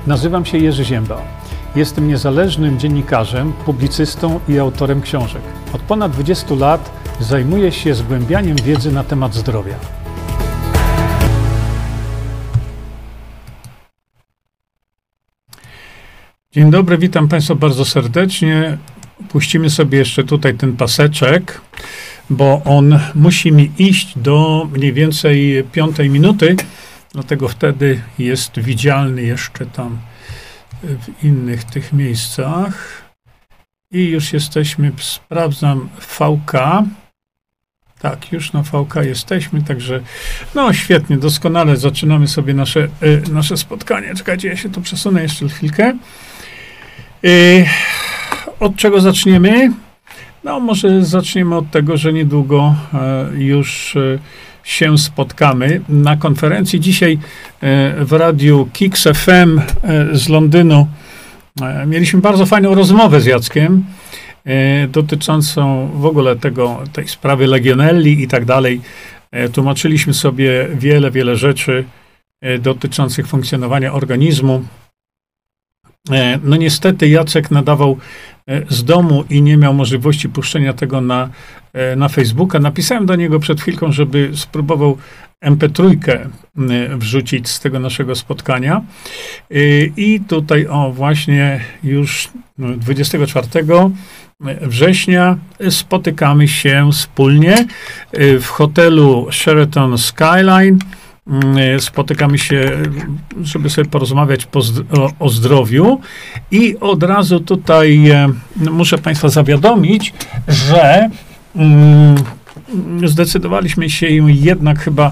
Nazywam się Jerzy Ziemba. Jestem niezależnym dziennikarzem, publicystą i autorem książek. Od ponad 20 lat zajmuję się zgłębianiem wiedzy na temat zdrowia. Dzień dobry, witam Państwa bardzo serdecznie. Puścimy sobie jeszcze tutaj ten paseczek, bo on musi mi iść do mniej więcej 5 minuty, dlatego wtedy jest widzialny jeszcze tam w innych tych miejscach. I już jesteśmy, sprawdzam VK. Tak, już na VK jesteśmy, także no świetnie, doskonale zaczynamy sobie nasze spotkanie. Czekajcie, ja się tu przesunę jeszcze chwilkę. Od czego zaczniemy? No może zaczniemy od tego, że niedługo już się spotkamy na konferencji. Dzisiaj w radiu Kix FM z Londynu mieliśmy bardzo fajną rozmowę z Jackiem dotyczącą w ogóle tej sprawy Legionelli i tak dalej. Tłumaczyliśmy sobie wiele rzeczy dotyczących funkcjonowania organizmu. No niestety Jacek nadawał z domu i nie miał możliwości puszczenia tego na Facebooka. Napisałem do niego przed chwilką, żeby spróbował MP3 wrzucić z tego naszego spotkania. I tutaj właśnie już 24 września spotykamy się wspólnie w hotelu Sheraton Skyline. Spotykamy się, żeby sobie porozmawiać o zdrowiu i od razu tutaj muszę Państwa zawiadomić, że zdecydowaliśmy się jednak chyba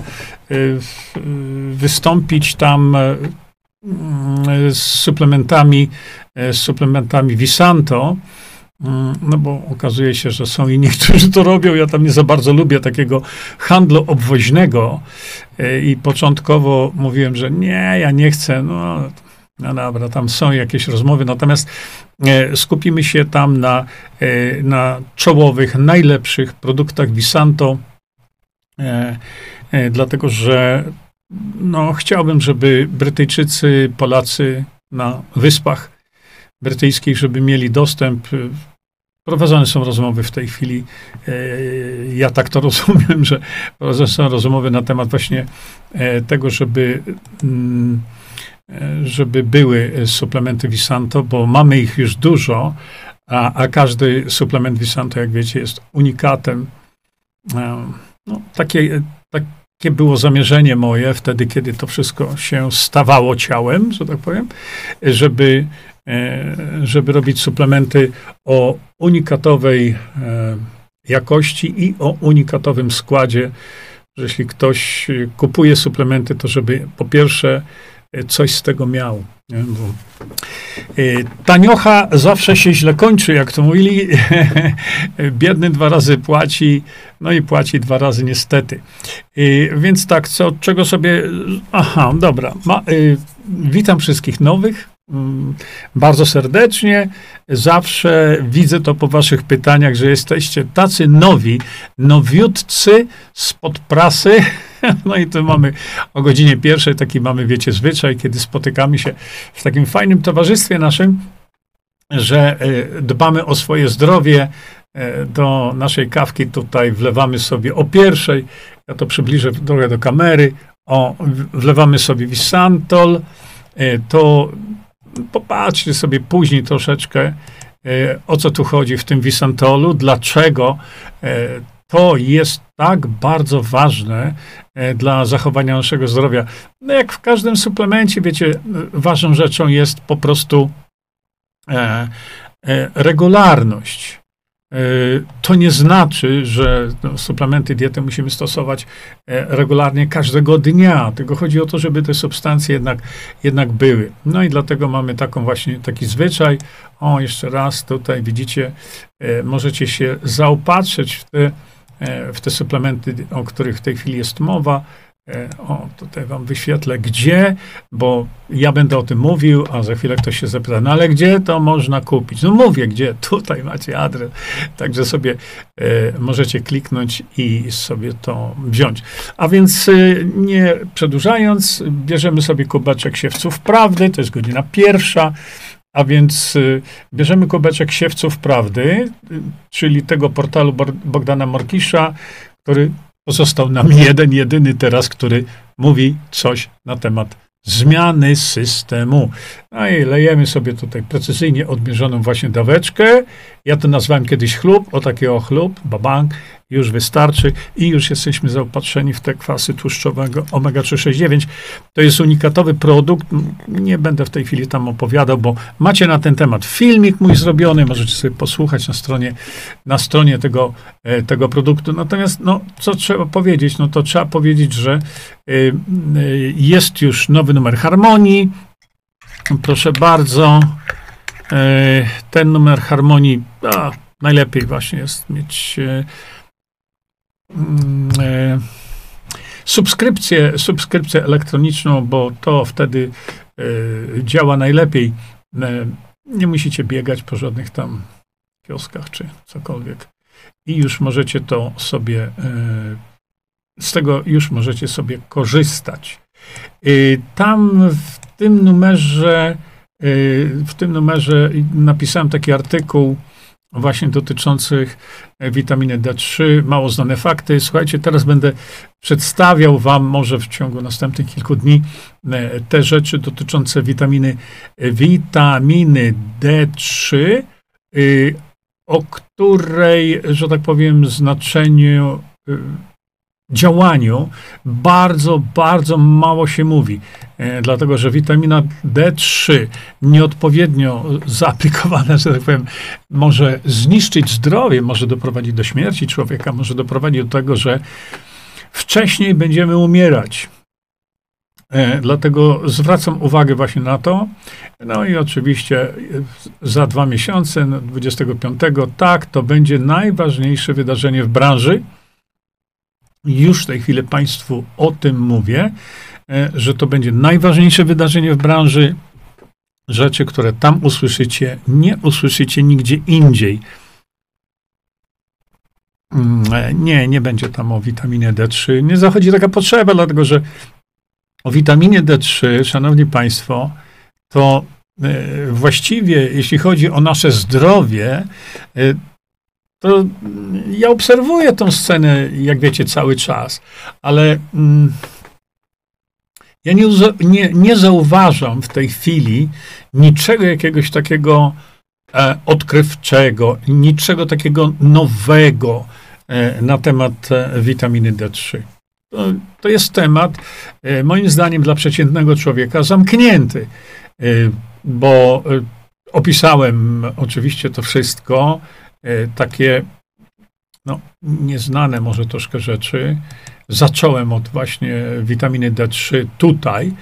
wystąpić tam z suplementami Visanto. No bo okazuje się, że są inni, którzy to robią. Ja tam nie za bardzo lubię takiego handlu obwoźnego i początkowo mówiłem, że nie, ja nie chcę. No dobra, tam są jakieś rozmowy, natomiast skupimy się tam na czołowych, najlepszych produktach Visanto, dlatego że no, chciałbym, żeby Brytyjczycy, Polacy na Wyspach Brytyjskich, żeby mieli dostęp. Prowadzone są rozmowy w tej chwili. Ja tak to rozumiem, że prowadzone są rozmowy na temat właśnie tego, żeby były suplementy Visanto, bo mamy ich już dużo, a każdy suplement Visanto, jak wiecie, jest unikatem. No, takie było zamierzenie moje wtedy, kiedy to wszystko się stawało ciałem, że tak powiem, żeby robić suplementy o unikatowej jakości i o unikatowym składzie, że jeśli ktoś kupuje suplementy, to żeby po pierwsze coś z tego miał. Taniocha zawsze się źle kończy, jak to mówili. Biedny 2 razy płaci, no i płaci 2 razy niestety. Więc tak, od czego sobie... Aha, dobra. Witam wszystkich nowych. Bardzo serdecznie. Zawsze widzę to po waszych pytaniach, że jesteście tacy nowiutcy spod prasy. No i to mamy o godzinie 1, taki mamy, wiecie, zwyczaj, kiedy spotykamy się w takim fajnym towarzystwie naszym, że dbamy o swoje zdrowie. Do naszej kawki tutaj wlewamy sobie o 1, ja to przybliżę trochę do kamery, wlewamy sobie Visantol, to popatrzcie sobie później troszeczkę, o co tu chodzi w tym Visantolu, dlaczego to jest tak bardzo ważne dla zachowania naszego zdrowia. No jak w każdym suplemencie, wiecie, ważną rzeczą jest po prostu regularność. To nie znaczy, że suplementy diety musimy stosować regularnie każdego dnia, tylko chodzi o to, żeby te substancje jednak były. No i dlatego mamy taki zwyczaj. O, jeszcze raz tutaj widzicie, możecie się zaopatrzyć w te suplementy, o których w tej chwili jest mowa. O, tutaj wam wyświetlę, gdzie, bo ja będę o tym mówił, a za chwilę ktoś się zapyta, no ale gdzie to można kupić? No mówię, gdzie, tutaj macie adres, także sobie możecie kliknąć i sobie to wziąć. A więc nie przedłużając, bierzemy sobie kubeczek Siewców Prawdy, to jest godzina 1, a więc bierzemy kubeczek Siewców Prawdy, czyli tego portalu Bogdana Morkisza, który pozostał nam jeden, jedyny teraz, który mówi coś na temat zmiany systemu. No i lejemy sobie tutaj precyzyjnie odmierzoną właśnie daweczkę. Ja to nazwałem kiedyś chlub, o takiego chlub, babank, już wystarczy i już jesteśmy zaopatrzeni w te kwasy tłuszczowego omega-369. To jest unikatowy produkt. Nie będę w tej chwili tam opowiadał, bo macie na ten temat filmik mój zrobiony, możecie sobie posłuchać na stronie tego produktu. Natomiast, no, co trzeba powiedzieć? No to trzeba powiedzieć, że jest już nowy numer Harmonii. Proszę bardzo. Ten numer Harmonii, najlepiej właśnie jest mieć subskrypcję elektroniczną, bo to wtedy działa najlepiej. Nie musicie biegać po żadnych tam kioskach czy cokolwiek. I już możecie to sobie, z tego już możecie sobie korzystać. Tam w tym numerze napisałem taki artykuł właśnie dotyczących witaminy D3, mało znane fakty. Słuchajcie, teraz będę przedstawiał wam, może w ciągu następnych kilku dni, te rzeczy dotyczące witaminy D3, o której, że tak powiem, znaczeniu, działaniu bardzo, bardzo mało się mówi. Dlatego, że witamina D3 nieodpowiednio zaaplikowana, że tak powiem, może zniszczyć zdrowie, może doprowadzić do śmierci człowieka, może doprowadzić do tego, że wcześniej będziemy umierać. Dlatego zwracam uwagę właśnie na to. No i oczywiście za 2 miesiące, 25, tak, to będzie najważniejsze wydarzenie w branży. Już w tej chwili Państwu o tym mówię, że to będzie najważniejsze wydarzenie w branży. Rzeczy, które tam usłyszycie, nie usłyszycie nigdzie indziej. Nie będzie tam o witaminie D3. Nie zachodzi taka potrzeba, dlatego że o witaminie D3, szanowni Państwo, to właściwie, jeśli chodzi o nasze zdrowie, to ja obserwuję tą scenę, jak wiecie, cały czas, ale ja nie zauważam w tej chwili niczego jakiegoś takiego odkrywczego, niczego takiego nowego na temat witaminy D3. To jest temat, moim zdaniem, dla przeciętnego człowieka zamknięty, bo opisałem oczywiście to wszystko, takie, no, nieznane może troszkę rzeczy. Zacząłem od właśnie witaminy D3 tutaj,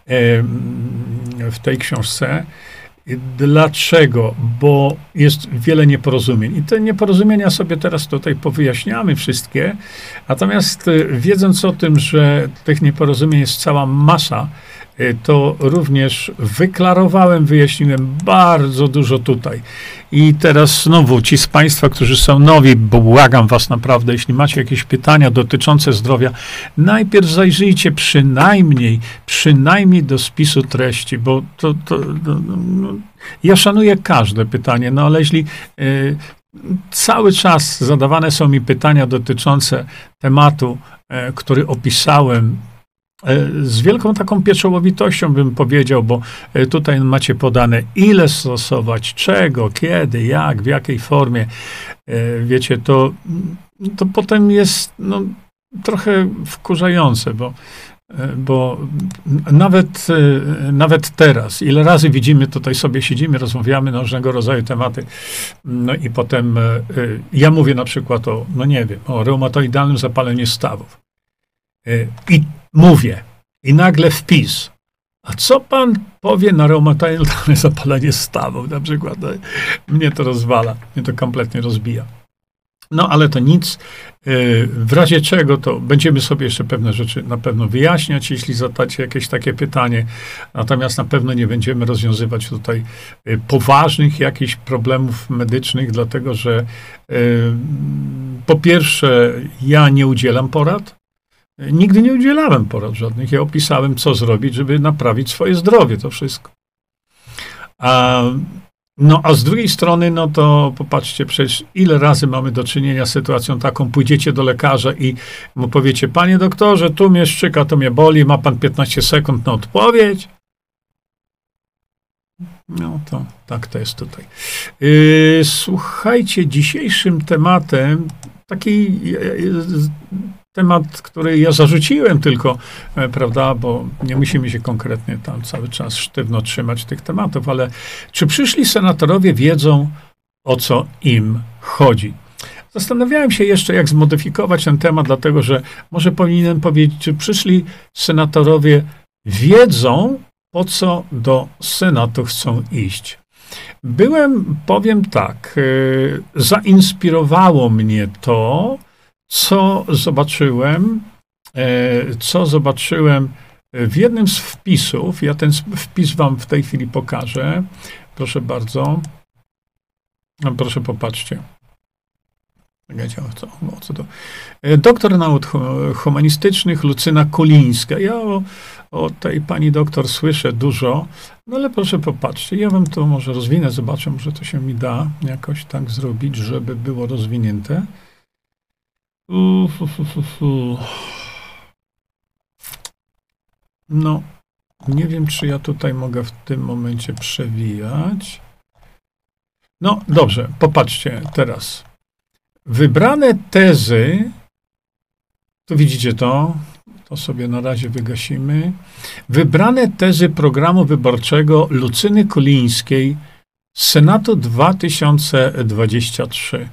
w tej książce. Dlaczego? Bo jest wiele nieporozumień. I te nieporozumienia sobie teraz tutaj powyjaśniamy wszystkie. Natomiast wiedząc o tym, że tych nieporozumień jest cała masa, to również wyklarowałem, wyjaśniłem bardzo dużo tutaj. I teraz znowu ci z Państwa, którzy są nowi, błagam Was naprawdę, jeśli macie jakieś pytania dotyczące zdrowia, najpierw zajrzyjcie przynajmniej do spisu treści, bo ja szanuję każde pytanie, no ale jeśli cały czas zadawane są mi pytania dotyczące tematu, który opisałem, z wielką taką pieczołowitością bym powiedział, bo tutaj macie podane, ile stosować, czego, kiedy, jak, w jakiej formie. Wiecie, to potem jest trochę wkurzające, bo nawet teraz, ile razy widzimy, tutaj sobie siedzimy, rozmawiamy na różnego rodzaju tematy, no i potem ja mówię na przykład o reumatoidalnym zapaleniu stawów. I mówię, i nagle wpis. A co pan powie na reumatoidalne zapalenie stawów? Na przykład mnie to rozwala, mnie to kompletnie rozbija. No, ale to nic. W razie czego to będziemy sobie jeszcze pewne rzeczy na pewno wyjaśniać, jeśli zadacie jakieś takie pytanie. Natomiast na pewno nie będziemy rozwiązywać tutaj poważnych jakichś problemów medycznych, dlatego że po pierwsze, ja nie udzielam porad. Nigdy nie udzielałem porad żadnych. Ja opisałem, co zrobić, żeby naprawić swoje zdrowie, to wszystko. A z drugiej strony, no to popatrzcie, przecież ile razy mamy do czynienia z sytuacją taką, pójdziecie do lekarza i mu powiecie, panie doktorze, tu mnie szczyka, to mnie boli, ma pan 15 sekund na odpowiedź. No to tak to jest tutaj. Słuchajcie, dzisiejszym tematem, taki temat, który ja zarzuciłem tylko, prawda, bo nie musimy się konkretnie tam cały czas sztywno trzymać tych tematów, ale czy przyszli senatorowie wiedzą, o co im chodzi? Zastanawiałem się jeszcze, jak zmodyfikować ten temat, dlatego że może powinienem powiedzieć, czy przyszli senatorowie wiedzą, po co do Senatu chcą iść. Powiem tak, zainspirowało mnie to, co zobaczyłem w jednym z wpisów. Ja ten wpis wam w tej chwili pokażę. Proszę bardzo. No, proszę popatrzcie. Doktor nauk humanistycznych Lucyna Kulińska. Ja o tej pani doktor słyszę dużo, no ale proszę popatrzcie. Ja wam to może rozwinę, zobaczę, może to się mi da jakoś tak zrobić, żeby było rozwinięte. No, nie wiem, czy ja tutaj mogę w tym momencie przewijać. No, dobrze, popatrzcie teraz. Wybrane tezy, tu widzicie to sobie na razie wygasimy. Wybrane tezy programu wyborczego Lucyny Kulińskiej z Senatu 2023.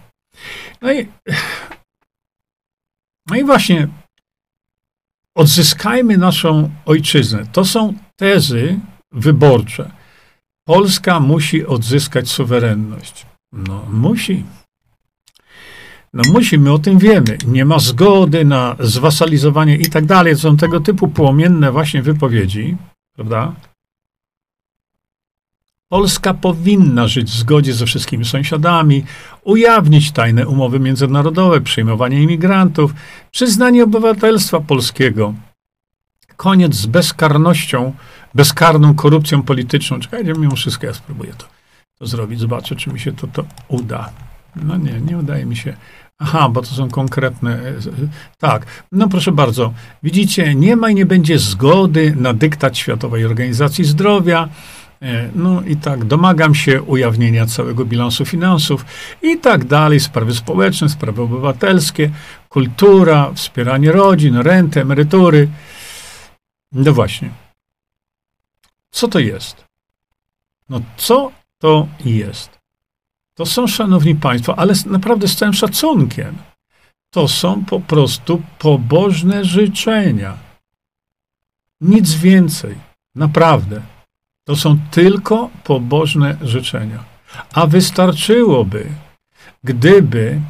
No i właśnie odzyskajmy naszą ojczyznę. To są tezy wyborcze. Polska musi odzyskać suwerenność. No musi. No musi, my o tym wiemy. Nie ma zgody na zwasalizowanie i tak dalej. Są tego typu płomienne właśnie wypowiedzi, prawda? Polska powinna żyć w zgodzie ze wszystkimi sąsiadami, ujawnić tajne umowy międzynarodowe, przyjmowanie imigrantów, przyznanie obywatelstwa polskiego. Koniec z bezkarnością, bezkarną korupcją polityczną. Czekajcie, mimo wszystko ja spróbuję to zrobić. Zobaczę, czy mi się to uda. No nie udaje mi się. Aha, bo to są konkretne. Tak, no proszę bardzo. Widzicie, nie ma i nie będzie zgody na dyktat Światowej Organizacji Zdrowia. No i tak, domagam się ujawnienia całego bilansu finansów i tak dalej, sprawy społeczne, sprawy obywatelskie, kultura, wspieranie rodzin, renty, emerytury. No właśnie. Co to jest? No co to jest? To są, szanowni państwo, ale naprawdę z całym szacunkiem, to są po prostu pobożne życzenia. Nic więcej. Naprawdę. To są tylko pobożne życzenia. A wystarczyłoby, gdyby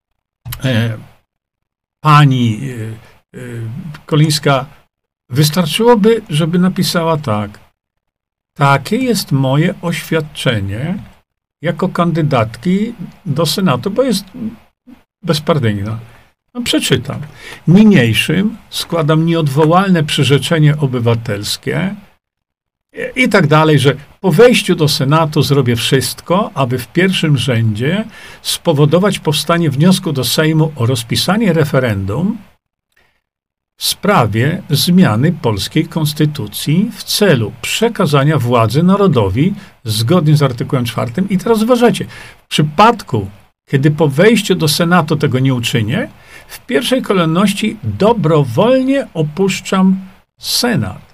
pani Kolińska, wystarczyłoby, żeby napisała tak. Takie jest moje oświadczenie jako kandydatki do Senatu, bo jest bezpartyjna. No, przeczytam. Niniejszym składam nieodwołalne przyrzeczenie obywatelskie i tak dalej, że po wejściu do Senatu zrobię wszystko, aby w pierwszym rzędzie spowodować powstanie wniosku do Sejmu o rozpisanie referendum w sprawie zmiany polskiej konstytucji w celu przekazania władzy narodowi zgodnie z artykułem 4. I teraz uważajcie, w przypadku, kiedy po wejściu do Senatu tego nie uczynię, w pierwszej kolejności dobrowolnie opuszczam Senat.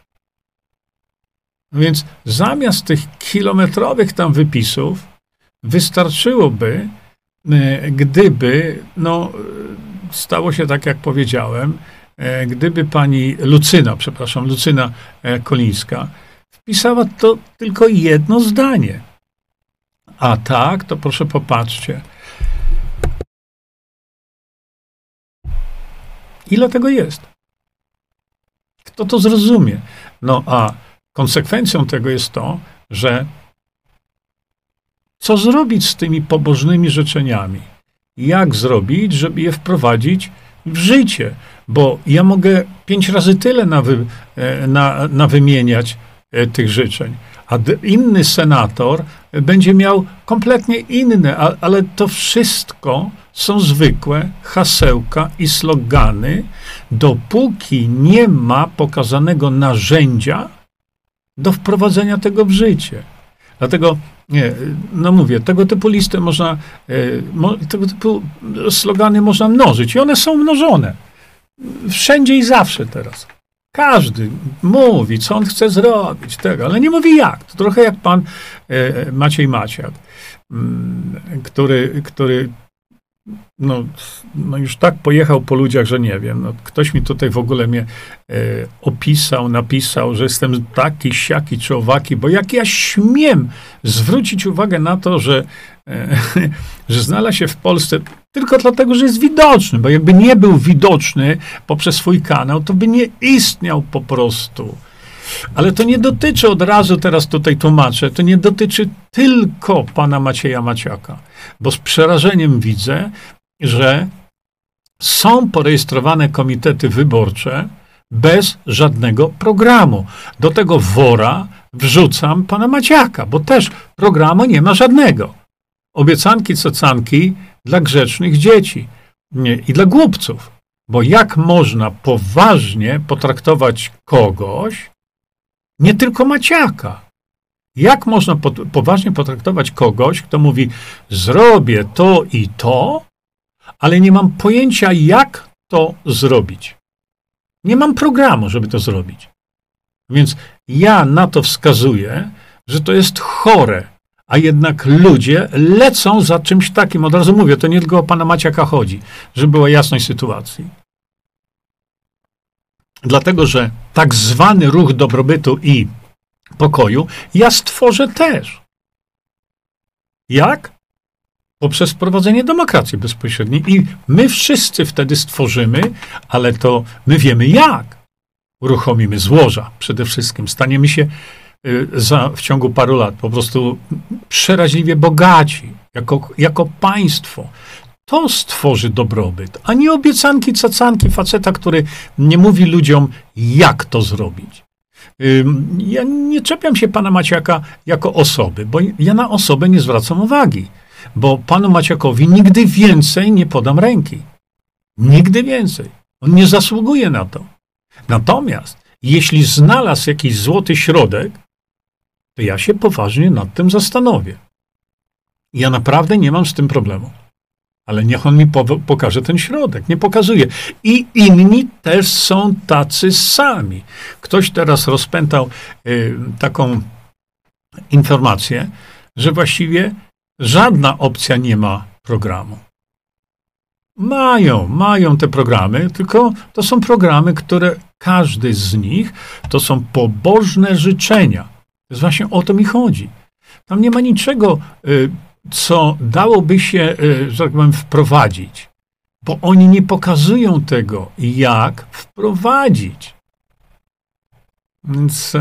Więc zamiast tych kilometrowych tam wypisów wystarczyłoby, gdyby, no, stało się tak, jak powiedziałem, gdyby pani Lucyna Kolińska wpisała to tylko jedno zdanie. A tak, to proszę popatrzcie. Ile tego jest? Kto to zrozumie? No a konsekwencją tego jest to, że co zrobić z tymi pobożnymi życzeniami? Jak zrobić, żeby je wprowadzić w życie? Bo ja mogę 5 razy tyle wymieniać tych życzeń, a inny senator będzie miał kompletnie inne, ale to wszystko są zwykłe hasełka i slogany, dopóki nie ma pokazanego narzędzia do wprowadzenia tego w życie. Dlatego, no mówię, tego typu listy można, tego typu slogany można mnożyć i one są mnożone. Wszędzie i zawsze teraz. Każdy mówi, co on chce zrobić, tego, ale nie mówi jak. To trochę jak pan Maciej Maciak, który no już tak pojechał po ludziach, że nie wiem. No, ktoś mi tutaj w ogóle mnie opisał, napisał, że jestem taki, siaki czy owaki, bo jak ja śmiem zwrócić uwagę na to, że znalazł się w Polsce tylko dlatego, że jest widoczny, bo jakby nie był widoczny poprzez swój kanał, to by nie istniał po prostu. Ale to nie dotyczy, od razu teraz tutaj tłumaczę, to nie dotyczy tylko pana Macieja Maciaka, bo z przerażeniem widzę, że są porejestrowane komitety wyborcze bez żadnego programu. Do tego wora wrzucam pana Maciaka, bo też programu nie ma żadnego. Obiecanki, cacanki dla grzecznych dzieci i dla głupców. Bo jak można poważnie potraktować kogoś, nie tylko Maciaka. Jak można poważnie potraktować kogoś, kto mówi, zrobię to i to, ale nie mam pojęcia, jak to zrobić. Nie mam programu, żeby to zrobić. Więc ja na to wskazuję, że to jest chore, a jednak ludzie lecą za czymś takim. Od razu mówię, to nie tylko o pana Maciaka chodzi, żeby była jasność sytuacji. Dlatego, że tak zwany ruch dobrobytu i pokoju ja stworzę też. Jak? Poprzez wprowadzenie demokracji bezpośredniej. I my wszyscy wtedy stworzymy, ale to my wiemy jak. Uruchomimy złoża przede wszystkim. Staniemy się w ciągu paru lat po prostu przeraźliwie bogaci jako państwo. To stworzy dobrobyt, a nie obiecanki, cacanki, faceta, który nie mówi ludziom, jak to zrobić. Ja nie czepiam się pana Maciaka jako osoby, bo ja na osobę nie zwracam uwagi, bo panu Maciakowi nigdy więcej nie podam ręki. Nigdy więcej. On nie zasługuje na to. Natomiast jeśli znalazł jakiś złoty środek, to ja się poważnie nad tym zastanowię. Ja naprawdę nie mam z tym problemu. Ale niech on mi pokaże ten środek. Nie pokazuje. I inni też są tacy sami. Ktoś teraz rozpętał taką informację, że właściwie żadna opcja nie ma programu. Mają te programy, tylko to są programy, które każdy z nich to są pobożne życzenia. To jest właśnie o to mi chodzi. Tam nie ma niczego, co dałoby się, że tak powiem, wprowadzić, bo oni nie pokazują tego, jak wprowadzić. Więc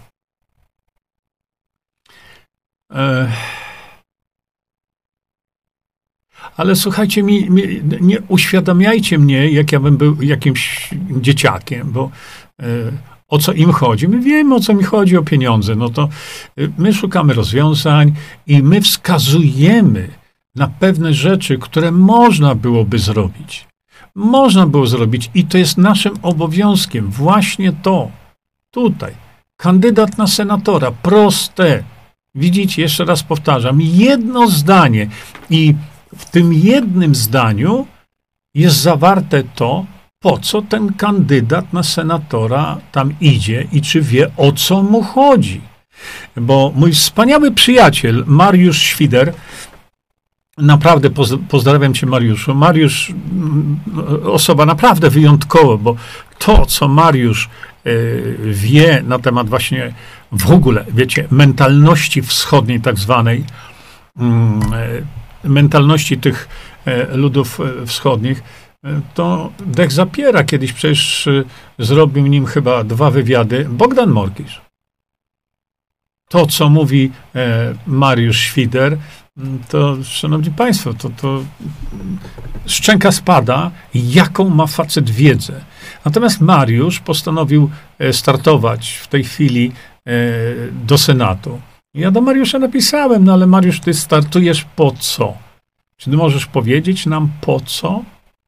ale słuchajcie, nie uświadamiajcie mnie, jak ja bym był jakimś dzieciakiem, bo o co im chodzi? My wiemy, o co mi chodzi, o pieniądze. No to my szukamy rozwiązań i my wskazujemy na pewne rzeczy, które można byłoby zrobić. Można było zrobić i to jest naszym obowiązkiem. Właśnie to. Tutaj. Kandydat na senatora. Proste. Widzicie, jeszcze raz powtarzam. Jedno zdanie i w tym jednym zdaniu jest zawarte to, po co ten kandydat na senatora tam idzie i czy wie, o co mu chodzi. Bo mój wspaniały przyjaciel Mariusz Świder, naprawdę pozdrawiam cię, Mariuszu. Mariusz, osoba naprawdę wyjątkowa, bo to, co Mariusz wie na temat właśnie w ogóle, wiecie, mentalności wschodniej tak zwanej, mentalności tych ludów wschodnich, to dech zapiera. Kiedyś przecież zrobił nim chyba 2 wywiady Bogdan Morkisz. To, co mówi Mariusz Świder, to, szanowni państwo, to szczęka spada, jaką ma facet wiedzę. Natomiast Mariusz postanowił startować w tej chwili do Senatu. Ja do Mariusza napisałem, no ale Mariusz, ty startujesz po co? Czy ty możesz powiedzieć nam po co?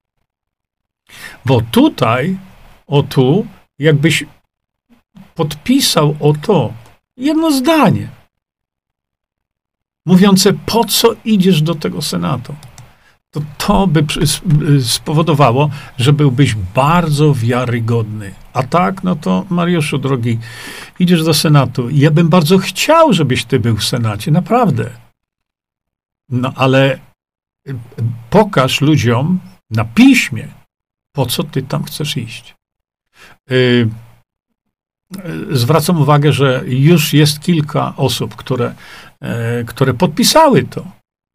Bo tutaj, jakbyś podpisał o to jedno zdanie, mówiące, po co idziesz do tego Senatu, to by spowodowało, że byłbyś bardzo wiarygodny. A tak, no to Mariuszu, drogi, idziesz do Senatu. Ja bym bardzo chciał, żebyś ty był w Senacie, naprawdę. No ale pokaż ludziom na piśmie, po co ty tam chcesz iść. Zwracam uwagę, że już jest kilka osób, które podpisały to.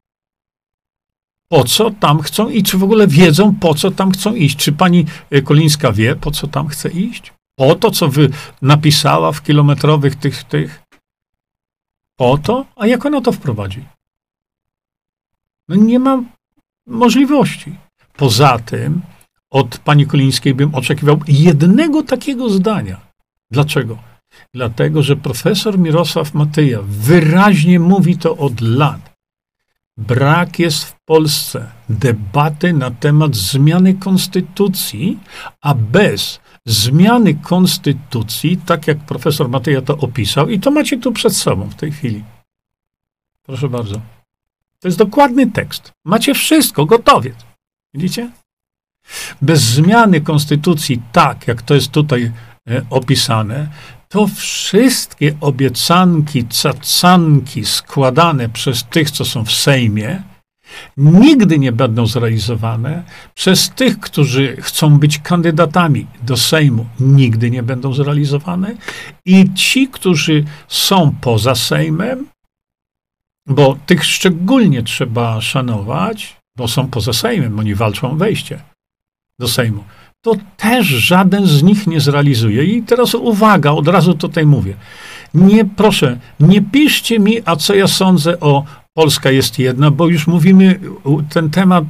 Po co tam chcą iść? Czy w ogóle wiedzą, po co tam chcą iść? Czy pani Kolińska wie, po co tam chce iść? Po to, co napisała w kilometrowych tych? Po to? A jak ona to wprowadzi? No nie ma możliwości. Poza tym od pani Kolińskiej bym oczekiwał jednego takiego zdania. Dlaczego? Dlatego, że profesor Mirosław Matyja wyraźnie mówi to od lat. Brak jest w Polsce debaty na temat zmiany konstytucji, a bez zmiany konstytucji, tak jak profesor Matyja to opisał, i to macie tu przed sobą w tej chwili. Proszę bardzo. To jest dokładny tekst. Macie wszystko, gotowiec. Widzicie? Bez zmiany konstytucji, tak jak to jest tutaj opisane, to wszystkie obiecanki, cacanki składane przez tych, co są w Sejmie, nigdy nie będą zrealizowane. Przez tych, którzy chcą być kandydatami do Sejmu, nigdy nie będą zrealizowane. I ci, którzy są poza Sejmem, bo tych szczególnie trzeba szanować, bo są poza Sejmem, oni walczą o wejście do Sejmu, to też żaden z nich nie zrealizuje. I teraz uwaga, od razu tutaj mówię. Proszę, nie piszcie mi, a co ja sądzę o Polska jest jedna, bo już mówimy ten temat,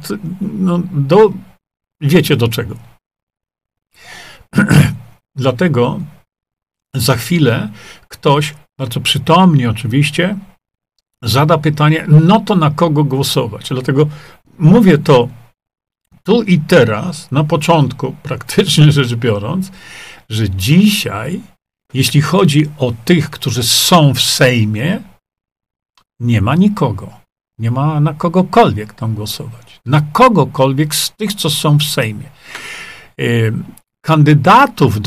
wiecie do czego. Dlatego za chwilę ktoś, bardzo przytomnie oczywiście, zada pytanie, no to na kogo głosować? Dlatego mówię to tu i teraz, na początku, praktycznie rzecz biorąc, że dzisiaj, jeśli chodzi o tych, którzy są w Sejmie, nie ma nikogo. Nie ma na kogokolwiek tam głosować. Na kogokolwiek z tych, co są w Sejmie. Kandydatów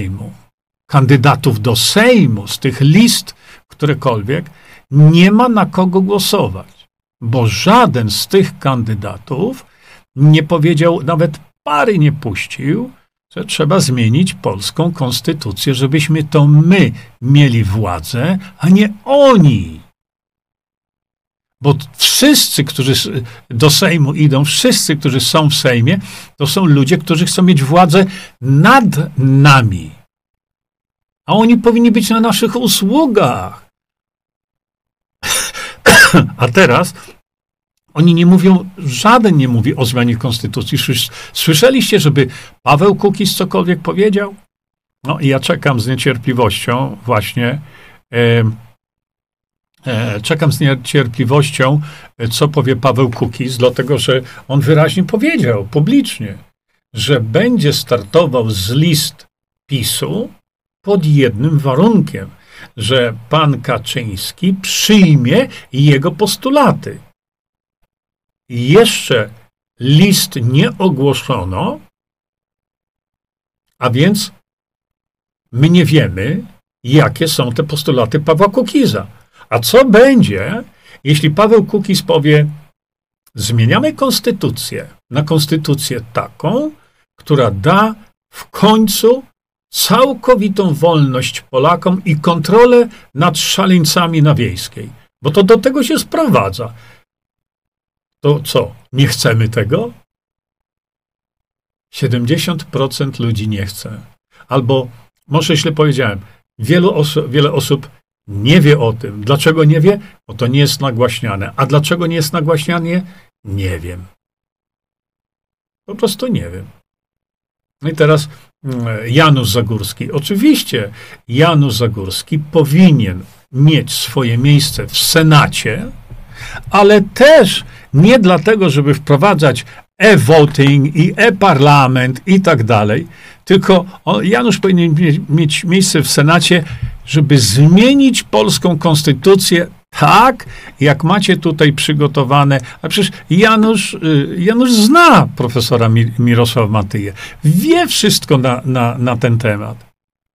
do Sejmu, z tych list, którekolwiek, nie ma na kogo głosować. Bo żaden z tych kandydatów nie powiedział, nawet pary nie puścił, że trzeba zmienić polską konstytucję, żebyśmy to my mieli władzę, a nie oni. Bo wszyscy, którzy do Sejmu idą, wszyscy, którzy są w Sejmie, to są ludzie, którzy chcą mieć władzę nad nami. A oni powinni być na naszych usługach. A teraz oni nie mówią, żaden nie mówi o zmianie konstytucji. Słyszeliście, żeby Paweł Kukiz cokolwiek powiedział? No i ja czekam z niecierpliwością właśnie, co powie Paweł Kukiz, dlatego że on wyraźnie powiedział publicznie, że będzie startował z list PiS-u pod jednym warunkiem, że pan Kaczyński przyjmie jego postulaty. Jeszcze list nie ogłoszono, a więc my nie wiemy, jakie są te postulaty Pawła Kukiza. A co będzie, jeśli Paweł Kukiz powie, zmieniamy konstytucję na konstytucję taką, która da w końcu całkowitą wolność Polakom i kontrolę nad szaleńcami na Wiejskiej. Bo to do tego się sprowadza. To co, nie chcemy tego? 70% ludzi nie chce. Albo, może źle powiedziałem, wiele osób nie wie o tym. Dlaczego nie wie? Bo to nie jest nagłaśniane. A dlaczego nie jest nagłaśniane? Nie wiem. Po prostu nie wiem. No i teraz Janusz Zagórski. Oczywiście Janusz Zagórski powinien mieć swoje miejsce w Senacie, ale też nie dlatego, żeby wprowadzać e-voting i e-parlament i tak dalej, tylko Janusz powinien mieć miejsce w Senacie, żeby zmienić polską konstytucję tak, jak macie tutaj przygotowane. A przecież Janusz zna profesora Mirosława Matyję. Wie wszystko na ten temat.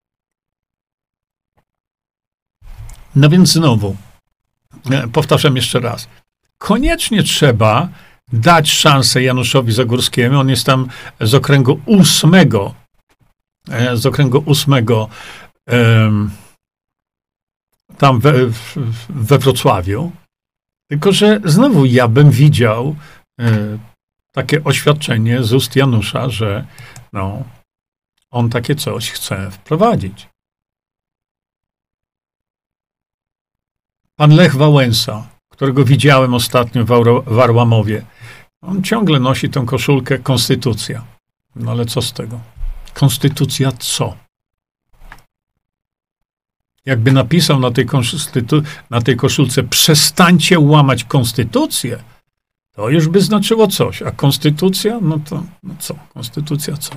No więc znowu, powtarzam jeszcze raz. Koniecznie trzeba dać szansę Januszowi Zagórskiemu. On jest tam z okręgu 8, tam we Wrocławiu. Tylko że znowu ja bym widział takie oświadczenie z ust Janusza, że no, on takie coś chce wprowadzić. Pan Lech Wałęsa, którego widziałem ostatnio w Arłamowie, on ciągle nosi tę koszulkę Konstytucja. No ale co z tego? Konstytucja co? Jakby napisał na tej koszulce przestańcie łamać konstytucję, to już by znaczyło coś. A konstytucja? No to no co? Konstytucja co?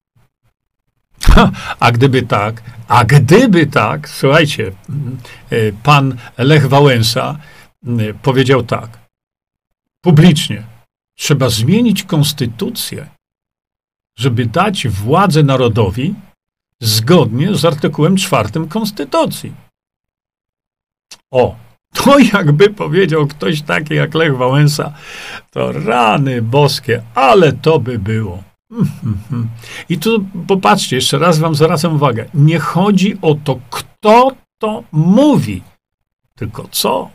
A gdyby tak, słuchajcie, pan Lech Wałęsa powiedział tak, publicznie, trzeba zmienić konstytucję, żeby dać władzę narodowi zgodnie z artykułem 4 Konstytucji. O, to jakby powiedział ktoś taki jak Lech Wałęsa, to rany boskie, ale to by było. I tu popatrzcie, jeszcze raz wam zwracam uwagę, nie chodzi o to, kto to mówi, tylko co.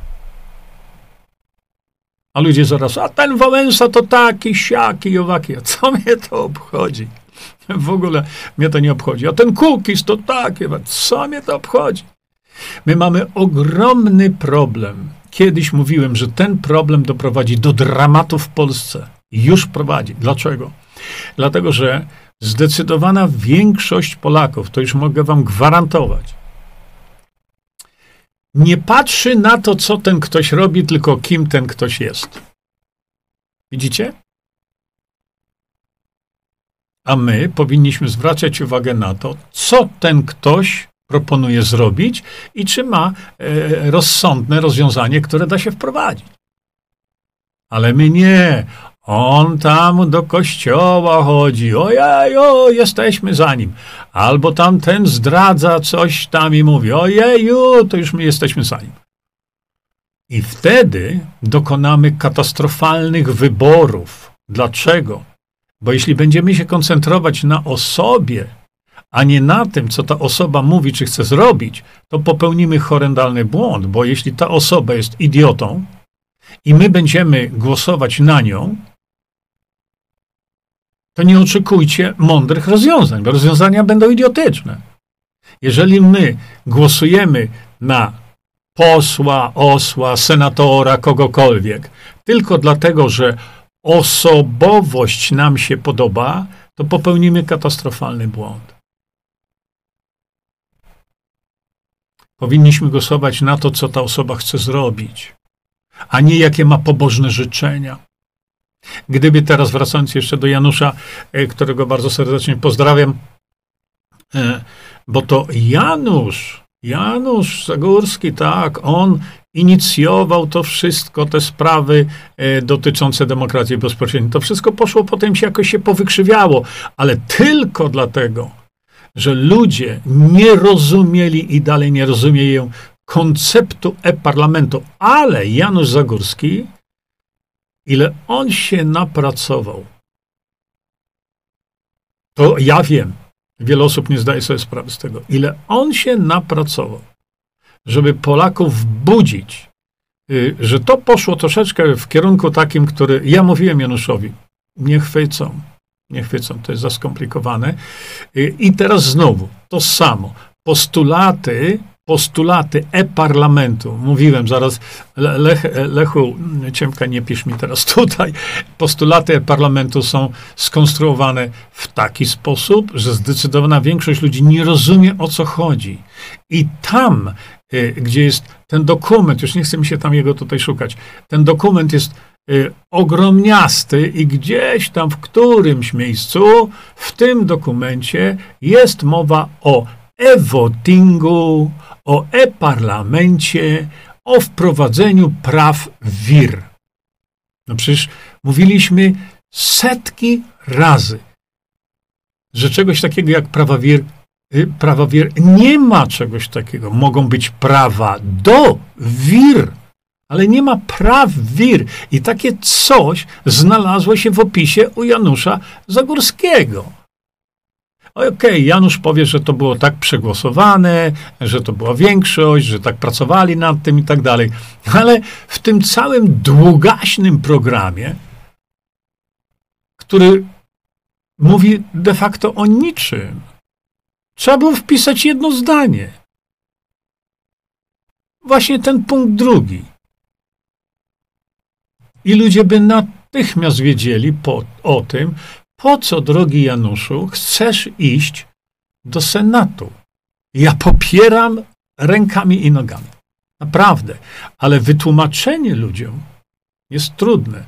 A ludzie zaraz, a ten Wałęsa to taki, siaki, owaki, a co mnie to obchodzi? W ogóle mnie to nie obchodzi. A ten Kukiz to takie, co mnie to obchodzi? My mamy ogromny problem. Kiedyś mówiłem, że ten problem doprowadzi do dramatu w Polsce. I już prowadzi. Dlaczego? Dlatego, że zdecydowana większość Polaków, to już mogę wam gwarantować, nie patrzy na to, co ten ktoś robi, tylko kim ten ktoś jest. Widzicie? A my powinniśmy zwracać uwagę na to, co ten ktoś proponuje zrobić i czy ma rozsądne rozwiązanie, które da się wprowadzić. Ale my nie. On tam do kościoła chodzi. Ojeju, jesteśmy za nim. Albo tamten zdradza coś tam i mówi, ojeju, to już my jesteśmy za nim. I wtedy dokonamy katastrofalnych wyborów. Dlaczego? Bo jeśli będziemy się koncentrować na osobie, a nie na tym, co ta osoba mówi, czy chce zrobić, to popełnimy horrendalny błąd, bo jeśli ta osoba jest idiotą i my będziemy głosować na nią, to nie oczekujcie mądrych rozwiązań, bo rozwiązania będą idiotyczne. Jeżeli my głosujemy na posła, osła, senatora, kogokolwiek, tylko dlatego, że osobowość nam się podoba, to popełnimy katastrofalny błąd. Powinniśmy głosować na to, co ta osoba chce zrobić, a nie jakie ma pobożne życzenia. Gdyby teraz, wracając jeszcze do Janusza, którego bardzo serdecznie pozdrawiam, bo to Janusz Zagórski, tak, on inicjował to wszystko, te sprawy dotyczące demokracji bezpośredniej. To wszystko poszło, potem się jakoś się powykrzywiało, ale tylko dlatego, że ludzie nie rozumieli i dalej nie rozumieją konceptu e-parlamentu. Ale Janusz Zagórski, ile on się napracował, to ja wiem, wiele osób nie zdaje sobie sprawy z tego, ile on się napracował, żeby Polaków budzić, że to poszło troszeczkę w kierunku takim, który ja mówiłem Januszowi, nie chwycą, Nie chwycą, to jest za skomplikowane. I teraz znowu to samo. Postulaty e-parlamentu. Mówiłem zaraz, Lechu, Ciemka, nie pisz mi teraz tutaj. Postulaty e-parlamentu są skonstruowane w taki sposób, że zdecydowana większość ludzi nie rozumie, o co chodzi. I tam, gdzie jest ten dokument, już nie chcę mi się tam jego tutaj szukać, ten dokument jest ogromniasty i gdzieś tam w którymś miejscu w tym dokumencie jest mowa o e-votingu, o e-parlamencie, o wprowadzeniu praw WIR. No przecież mówiliśmy setki razy, że czegoś takiego jak prawa WIR nie ma czegoś takiego. Mogą być prawa do WIR, ale nie ma praw WIR. I takie coś znalazło się w opisie u Janusza Zagórskiego. Okej, Janusz powie, że to było tak przegłosowane, że to była większość, że tak pracowali nad tym i tak dalej. Ale w tym całym długaśnym programie, który mówi de facto o niczym, trzeba było wpisać jedno zdanie. Właśnie ten punkt drugi. I ludzie by natychmiast wiedzieli o tym, po co, drogi Januszu, chcesz iść do Senatu. Ja popieram rękami i nogami. Naprawdę. Ale wytłumaczenie ludziom jest trudne.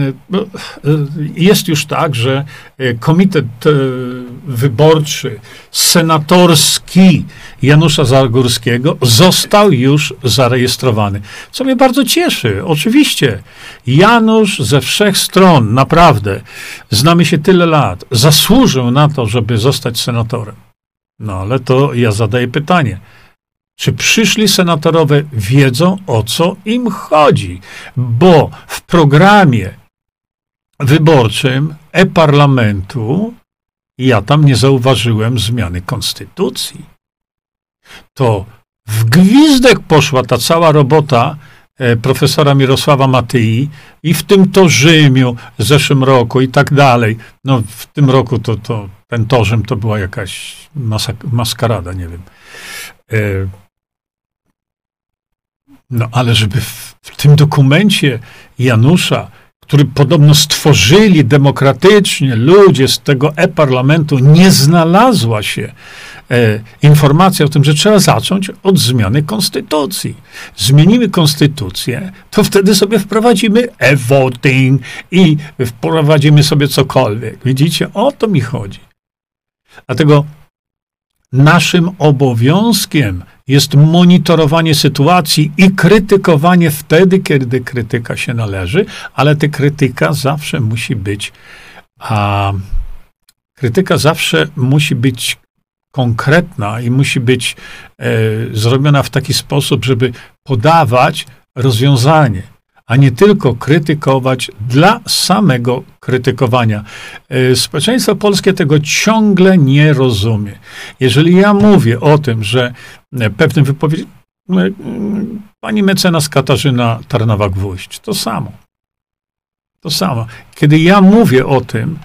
Jest już tak, że komitet wyborczy, senatorski Janusza Zagórskiego został już zarejestrowany. Co mnie bardzo cieszy. Oczywiście Janusz ze wszech stron, naprawdę, znamy się tyle lat, zasłużył na to, żeby zostać senatorem. No ale to ja zadaję pytanie. Czy przyszli senatorowie wiedzą, o co im chodzi? Bo w programie wyborczym e-parlamentu ja tam nie zauważyłem zmiany konstytucji. To w gwizdek poszła ta cała robota profesora Mirosława Matyi i w tym Torzymiu w zeszłym roku i tak dalej. No w tym roku to ten Torzym to była jakaś maskarada, nie wiem. No ale żeby w tym dokumencie Janusza, który podobno stworzyli demokratycznie ludzie z tego e-parlamentu, nie znalazła się informacja o tym, że trzeba zacząć od zmiany konstytucji. Zmienimy konstytucję, to wtedy sobie wprowadzimy e-voting i wprowadzimy sobie cokolwiek. Widzicie, o to mi chodzi. Dlatego naszym obowiązkiem jest monitorowanie sytuacji i krytykowanie wtedy, kiedy krytyka się należy, ale ta krytyka zawsze musi być konkretna i musi być zrobiona w taki sposób, żeby podawać rozwiązanie, a nie tylko krytykować dla samego krytykowania. Społeczeństwo polskie tego ciągle nie rozumie. Jeżeli ja mówię o tym, że pewnym wypowiedzi, pani mecenas Katarzyna Tarnowa-Gwóźdź, to samo. To samo. Kiedy ja mówię o tym,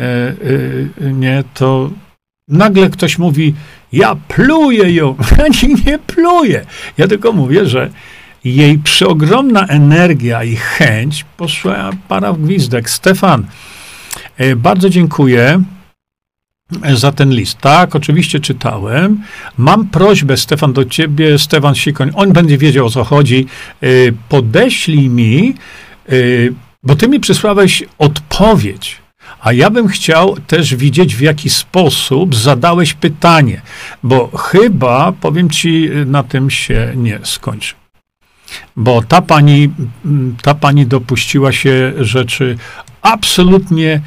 to nagle ktoś mówi, ja pluję ją. Ja nie pluję. Ja tylko mówię, że jej przeogromna energia i chęć poszła para w gwizdek. Stefan, bardzo dziękuję za ten list. Tak, oczywiście czytałem. Mam prośbę, Stefan, do ciebie, Stefan Sikoń, on będzie wiedział, o co chodzi. Podeślij mi, bo ty mi przysłałeś odpowiedź, a ja bym chciał też widzieć, w jaki sposób zadałeś pytanie, bo chyba, powiem ci, na tym się nie skończy. Bo ta pani dopuściła się rzeczy absolutnie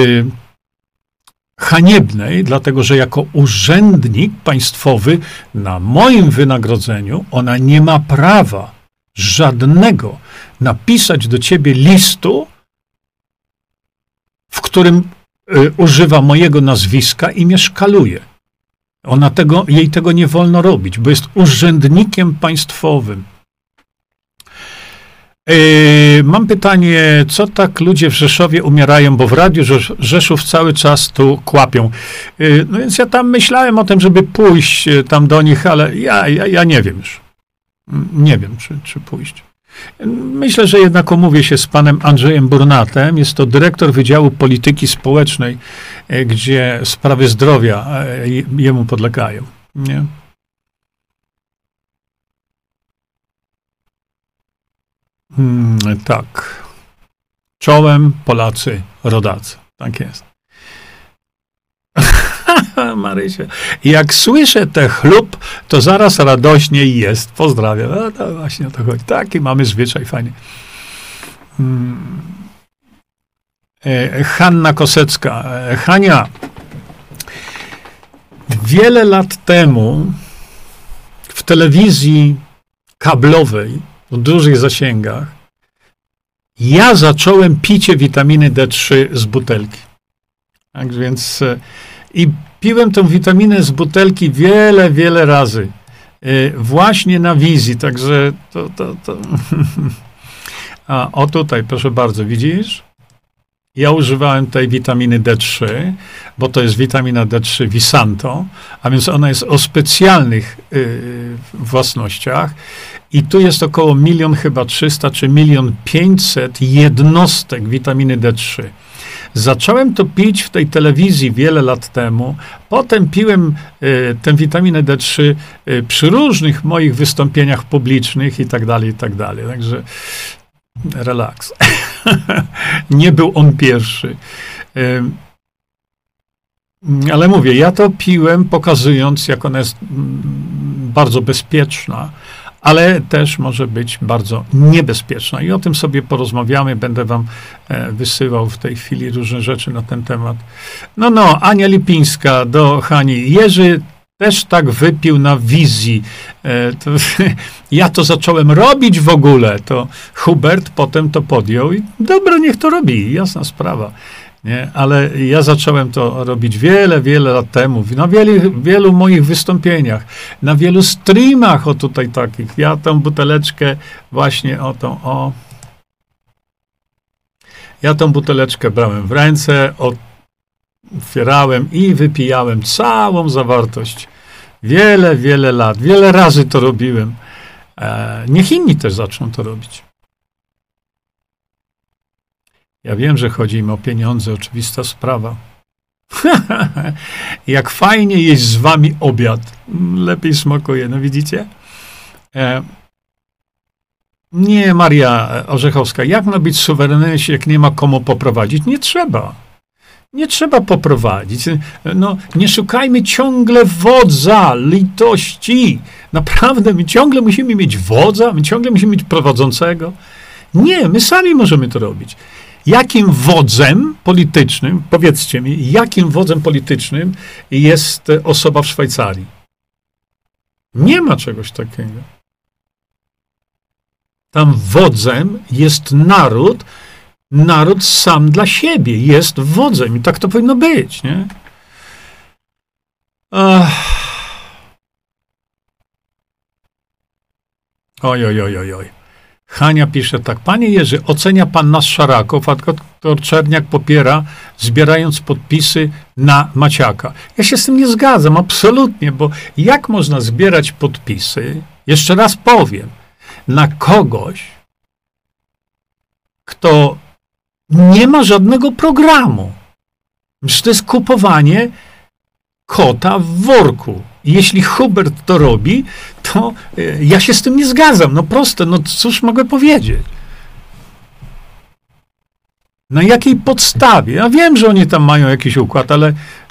haniebnej, dlatego że jako urzędnik państwowy na moim wynagrodzeniu ona nie ma prawa żadnego napisać do ciebie listu, w którym używa mojego nazwiska i mnie szkaluje. Jej tego nie wolno robić, bo jest urzędnikiem państwowym. Mam pytanie, co tak ludzie w Rzeszowie umierają, bo w Radiu Rzeszów cały czas tu kłapią. No więc ja tam myślałem o tym, żeby pójść tam do nich, ale ja nie wiem już. Nie wiem, czy pójść. Myślę, że jednak omówię się z panem Andrzejem Burnatem. Jest to dyrektor Wydziału Polityki Społecznej, gdzie sprawy zdrowia jemu podlegają. Nie? Tak. Czołem Polacy, rodacy. Tak jest. Marysia. Jak słyszę te chlub, to zaraz radośniej jest. Pozdrawiam. No to właśnie o to chodzi. Taki mamy zwyczaj, fajnie. Hanna Kosecka. Hania, wiele lat temu w telewizji kablowej o dużych zasięgach ja zacząłem picie witaminy D3 z butelki. Tak więc i piłem tę witaminę z butelki wiele razy. Właśnie na wizji, także to. A o tutaj, proszę bardzo, widzisz? Ja używałem tej witaminy D3, bo to jest witamina D3 Visanto, a więc ona jest o specjalnych własnościach i tu jest około 1 300 000 czy 1 500 000 jednostek witaminy D3. Zacząłem to pić w tej telewizji wiele lat temu, potem piłem tę witaminę D3 przy różnych moich wystąpieniach publicznych i tak dalej, także relaks. Nie był on pierwszy. Ale mówię, ja to piłem, pokazując, jak ona jest bardzo bezpieczna, ale też może być bardzo niebezpieczna. I o tym sobie porozmawiamy. Będę wam wysyłał w tej chwili różne rzeczy na ten temat. No, Ania Lipińska do Hani. Jerzy też tak wypił na wizji. Ja to zacząłem robić w ogóle. To Hubert potem to podjął i dobra, niech to robi. Jasna sprawa. Nie? Ale ja zacząłem to robić wiele lat temu, na wielu moich wystąpieniach, na wielu streamach tutaj takich. Ja tą buteleczkę właśnie ja tą buteleczkę brałem w ręce, otwierałem i wypijałem całą zawartość. Wiele lat, wiele razy to robiłem. Niech inni też zaczną to robić. Ja wiem, że chodzi im o pieniądze, oczywista sprawa. Jak fajnie jeść z wami obiad. Lepiej smakuje, no widzicie? Nie, Maria Orzechowska, jak ma być suwerenny, jak nie ma komu poprowadzić? Nie trzeba. Nie trzeba poprowadzić. No, nie szukajmy ciągle wodza, litości. Naprawdę, my ciągle musimy mieć wodza, my ciągle musimy mieć prowadzącego. Nie, my sami możemy to robić. Jakim wodzem politycznym, powiedzcie mi, jakim wodzem politycznym jest osoba w Szwajcarii? Nie ma czegoś takiego. Tam wodzem jest naród sam dla siebie jest wodzem i tak to powinno być, nie? Oj. Hania pisze tak. Panie Jerzy, ocenia pan nas szaraków, a doktor Czerniak popiera, zbierając podpisy na Maciaka. Ja się z tym nie zgadzam, absolutnie, bo jak można zbierać podpisy, jeszcze raz powiem, na kogoś, kto nie ma żadnego programu. Przecież to jest kupowanie kota w worku. I jeśli Hubert to robi, to ja się z tym nie zgadzam. No proste, no cóż mogę powiedzieć? Na jakiej podstawie? Ja wiem, że oni tam mają jakiś układ, ale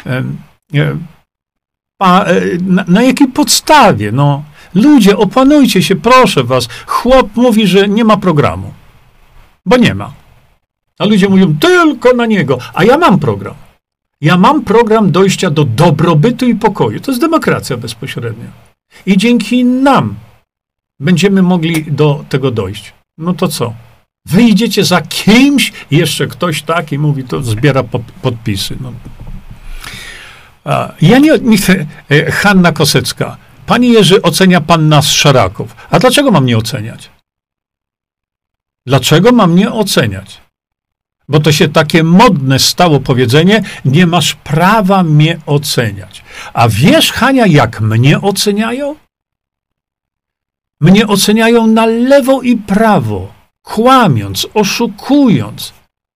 na jakiej podstawie? No, ludzie, opanujcie się, proszę was. Chłop mówi, że nie ma programu. Bo nie ma. A ludzie mówią, tylko na niego. A ja mam program. Ja mam program dojścia do dobrobytu i pokoju. To jest demokracja bezpośrednia. I dzięki nam będziemy mogli do tego dojść. No to co? Wyjdziecie za kimś, jeszcze ktoś taki mówi, to zbiera podpisy. No. Hanna Kosecka. Panie Jerzy, ocenia pan nas szaraków. A dlaczego mam nie oceniać? Dlaczego mam mnie oceniać? Bo to się takie modne stało powiedzenie, nie masz prawa mnie oceniać. A wiesz, Hania, jak mnie oceniają? Mnie oceniają na lewo i prawo, kłamiąc, oszukując.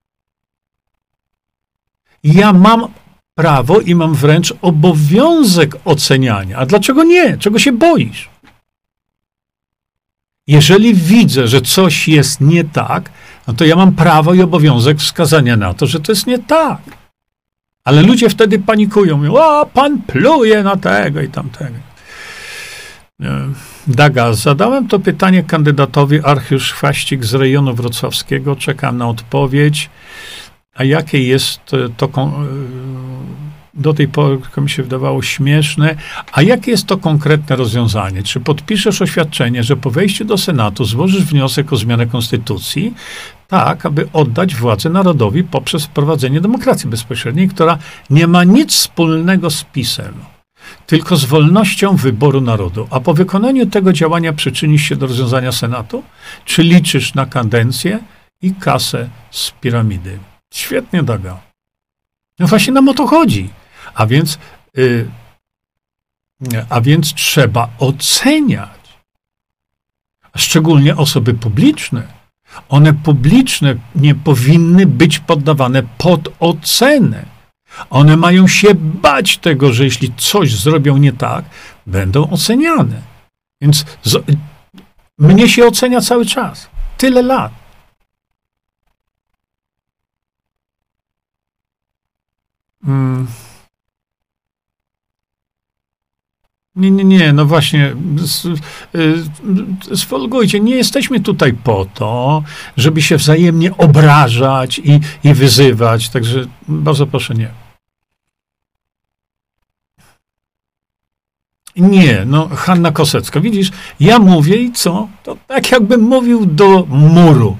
Ja mam prawo i mam wręcz obowiązek oceniania. A dlaczego nie? Czego się boisz? Jeżeli widzę, że coś jest nie tak, no to ja mam prawo i obowiązek wskazania na to, że to jest nie tak. Ale ludzie wtedy panikują, mówią, a pan pluje na tego i tamtego. Daga, zadałem to pytanie kandydatowi Archiusz Chwaścik z rejonu wrocławskiego, czekam na odpowiedź. A jakie jest to, do tej pory mi się wydawało śmieszne, a jakie jest to konkretne rozwiązanie? Czy podpiszesz oświadczenie, że po wejściu do Senatu złożysz wniosek o zmianę konstytucji, tak, aby oddać władzę narodowi poprzez wprowadzenie demokracji bezpośredniej, która nie ma nic wspólnego z PiS-em, tylko z wolnością wyboru narodu. A po wykonaniu tego działania przyczynisz się do rozwiązania Senatu? Czy liczysz na kadencję i kasę z piramidy? Świetnie, Daga. No właśnie nam o to chodzi. A więc trzeba oceniać. Szczególnie osoby publiczne. One publiczne nie powinny być poddawane pod ocenę. One mają się bać tego, że jeśli coś zrobią nie tak, będą oceniane. Więc mnie się ocenia cały czas. Tyle lat. Nie, no właśnie, sfolgujcie, nie jesteśmy tutaj po to, żeby się wzajemnie obrażać i wyzywać, także bardzo proszę, nie. Nie, no Hanna Kosecka, widzisz, ja mówię i co? To tak jakbym mówił do muru.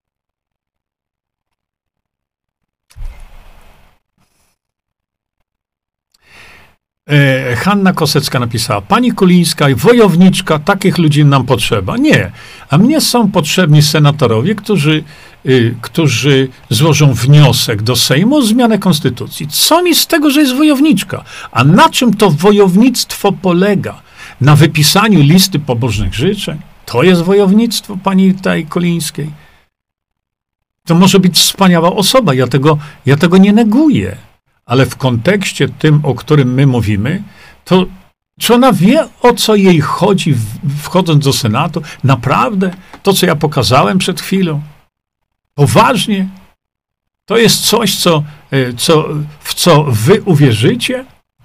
Hanna Kosecka napisała, pani Kulińska, wojowniczka, takich ludzi nam potrzeba. Nie, a mnie są potrzebni senatorowie, którzy złożą wniosek do Sejmu o zmianę konstytucji. Co mi z tego, że jest wojowniczka? A na czym to wojownictwo polega? Na wypisaniu listy pobożnych życzeń? To jest wojownictwo pani tej Kolińskiej. To może być wspaniała osoba, ja tego nie neguję. Ale w kontekście tym, o którym my mówimy, to czy ona wie, o co jej chodzi, wchodząc do Senatu? Naprawdę? To, co ja pokazałem przed chwilą? Poważnie? To jest coś, w co wy uwierzycie?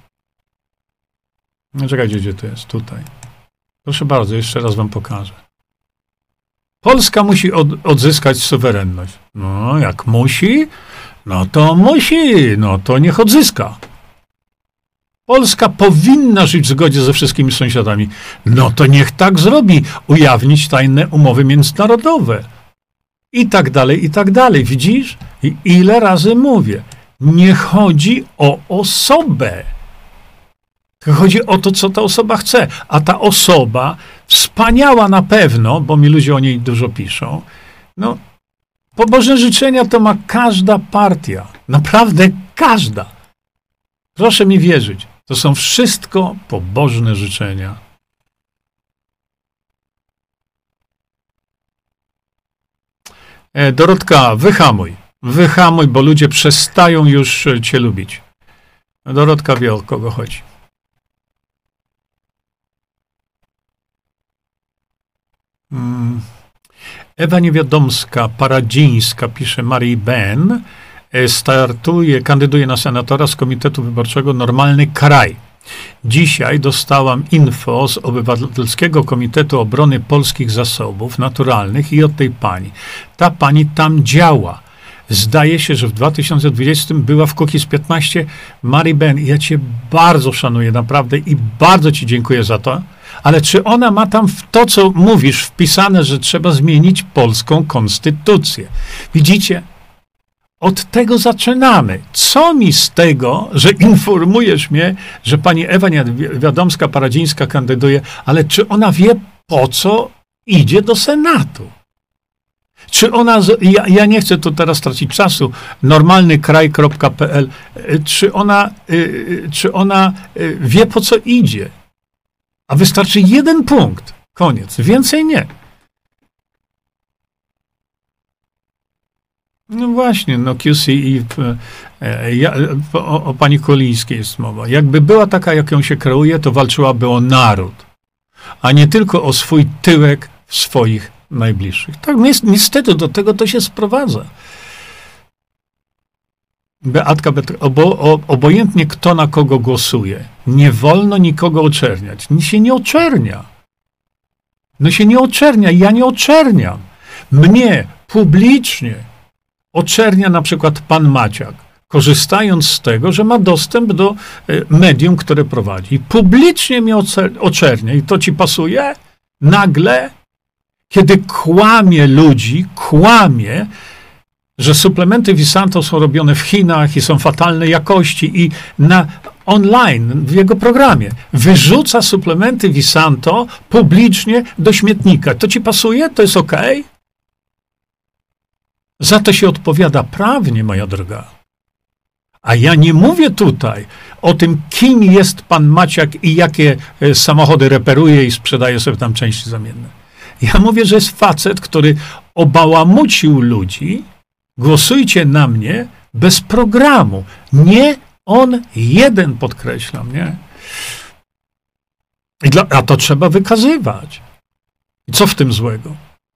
No czekajcie, gdzie to jest? Tutaj. Proszę bardzo, jeszcze raz wam pokażę. Polska musi odzyskać suwerenność. No, jak musi, no to niech odzyska. Polska powinna żyć w zgodzie ze wszystkimi sąsiadami. No to niech tak zrobi, ujawnić tajne umowy międzynarodowe. I tak dalej, i tak dalej. Widzisz? I ile razy mówię. Nie chodzi o osobę. Chodzi o to, co ta osoba chce. A ta osoba, wspaniała na pewno, bo mi ludzie o niej dużo piszą, no, pobożne życzenia to ma każda partia. Naprawdę każda. Proszę mi wierzyć. To są wszystko pobożne życzenia. Dorotka, wyhamuj. Wyhamuj, bo ludzie przestają już cię lubić. Dorotka wie, o kogo chodzi. Ewa Niewiadomska, Paradzińska, pisze Marii Ben, kandyduje na senatora z Komitetu Wyborczego Normalny Kraj. Dzisiaj dostałam info z Obywatelskiego Komitetu Obrony Polskich Zasobów Naturalnych i od tej pani. Ta pani tam działa. Zdaje się, że w 2020 była w Kukiz 15. Marii Ben, ja cię bardzo szanuję, naprawdę, i bardzo ci dziękuję za to. Ale czy ona ma tam w to, co mówisz, wpisane, że trzeba zmienić polską konstytucję? Widzicie? Od tego zaczynamy. Co mi z tego, że informujesz mnie, że pani Ewa Czy ona, ja nie chcę tu teraz tracić czasu, normalnykraj.pl, czy ona wie, po co idzie? A wystarczy jeden punkt. Koniec. Więcej nie. No właśnie, no QC i o pani Kolińskiej jest mowa. Jakby była taka, jak ją się kreuje, to walczyłaby o naród, a nie tylko o swój tyłek w swoich najbliższych. Tak, niestety do tego to się sprowadza. Beatka, obojętnie kto na kogo głosuje, nie wolno nikogo oczerniać. Się nie oczernia. No się nie oczernia, ja nie oczerniam. Mnie publicznie oczernia na przykład pan Maciak, korzystając z tego, że ma dostęp do medium, które prowadzi. Publicznie mnie oczernia. I to ci pasuje? Nagle, kiedy kłamie ludzi, że suplementy Visanto są robione w Chinach i są fatalnej jakości i online, w jego programie, wyrzuca suplementy Visanto publicznie do śmietnika. To ci pasuje? To jest okej? Za to się odpowiada prawnie, moja droga. A ja nie mówię tutaj o tym, kim jest pan Maciak i jakie samochody reperuje i sprzedaje sobie tam części zamienne. Ja mówię, że jest facet, który obałamucił ludzi. Głosujcie na mnie bez programu. Nie on jeden, podkreślam, nie? A to trzeba wykazywać. I co w tym złego?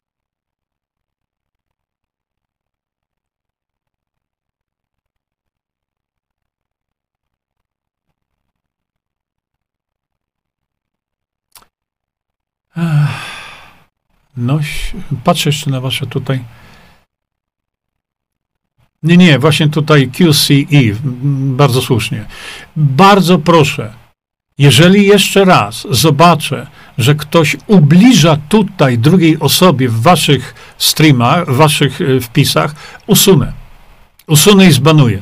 No, patrzę jeszcze na wasze tutaj. Nie, właśnie tutaj QCE, bardzo słusznie. Bardzo proszę, jeżeli jeszcze raz zobaczę, że ktoś ubliża tutaj drugiej osobie w waszych streamach, w waszych wpisach, usunę. Usunę i zbanuję.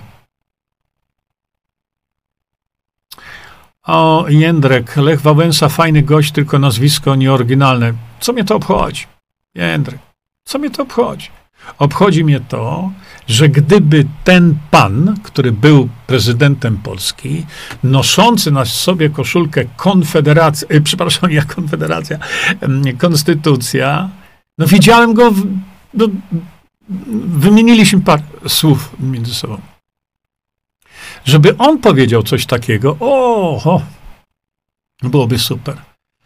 O, Jędrek, Lech Wałęsa, fajny gość, tylko nazwisko nieoryginalne. Co mnie to obchodzi? Jędrek, co mnie to obchodzi? Obchodzi mnie to, że gdyby ten pan, który był prezydentem Polski, noszący na sobie koszulkę Konfederacji, przepraszam, jak Konfederacja, Konstytucja, no widziałem go, wymieniliśmy parę słów między sobą. Żeby on powiedział coś takiego, byłoby super.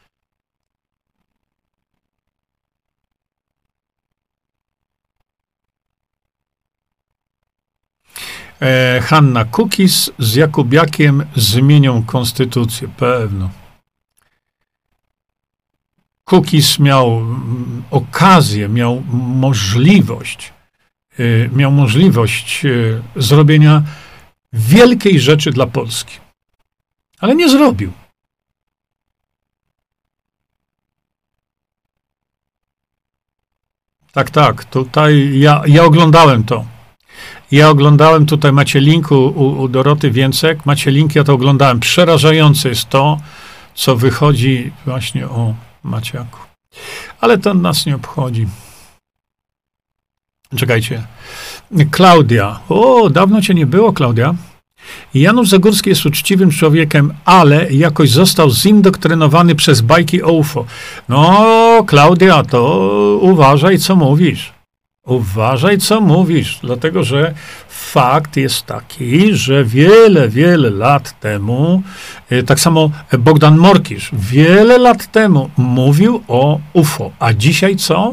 Hanna, Kukiz z Jakubiakiem zmienią konstytucję. Pewno. Kukiz miał okazję, miał możliwość zrobienia wielkiej rzeczy dla Polski. Ale nie zrobił. Tak, tutaj ja oglądałem to. Ja oglądałem, tutaj macie link u Doroty Więcek, macie link, ja to oglądałem. Przerażające jest to, co wychodzi właśnie o Maciaku. Ale to nas nie obchodzi. Czekajcie. Klaudia. Dawno cię nie było, Klaudia. Janusz Zagórski jest uczciwym człowiekiem, ale jakoś został zindoktrynowany przez bajki o UFO. No, Klaudia, to uważaj, co mówisz. Uważaj, co mówisz, dlatego że fakt jest taki, że wiele lat temu, tak samo Bogdan Morkisz, wiele lat temu mówił o UFO. A dzisiaj co?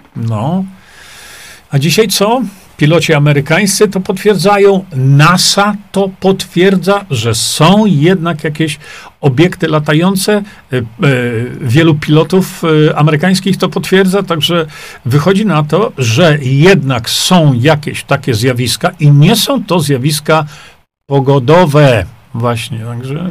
Piloci amerykańscy to potwierdzają, NASA to potwierdza, że są jednak jakieś obiekty latające. Wielu pilotów amerykańskich to potwierdza, także wychodzi na to, że jednak są jakieś takie zjawiska i nie są to zjawiska pogodowe. Właśnie, także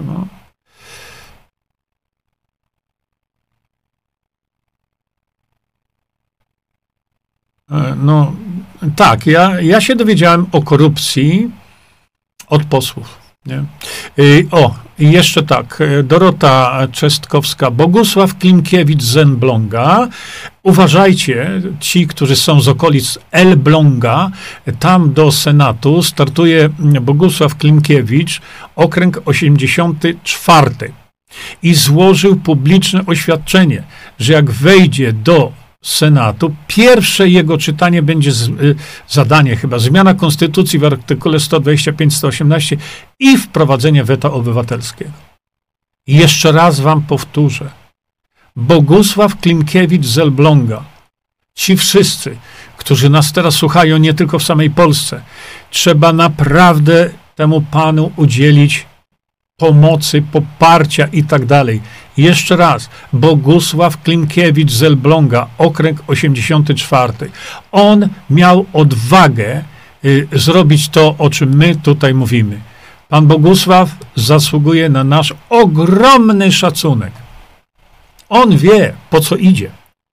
tak, ja się dowiedziałem o korupcji od posłów. Nie? I jeszcze tak, Dorota Czestkowska, Bogusław Klimkiewicz z Elbląga. Uważajcie, ci, którzy są z okolic Elbląga, tam do Senatu startuje Bogusław Klimkiewicz, okręg 84. I złożył publiczne oświadczenie, że jak wejdzie do Senatu, pierwsze jego czytanie będzie zadanie chyba zmiana konstytucji w artykule 125-118 i wprowadzenie weta obywatelskiego. I jeszcze raz wam powtórzę. Bogusław Klimkiewicz z Elbląga, ci wszyscy, którzy nas teraz słuchają nie tylko w samej Polsce, trzeba naprawdę temu panu udzielić pomocy, poparcia i tak dalej. Jeszcze raz, Bogusław Klimkiewicz z Elbląga, okręg 84. On miał odwagę zrobić to, o czym my tutaj mówimy. Pan Bogusław zasługuje na nasz ogromny szacunek. On wie, po co idzie.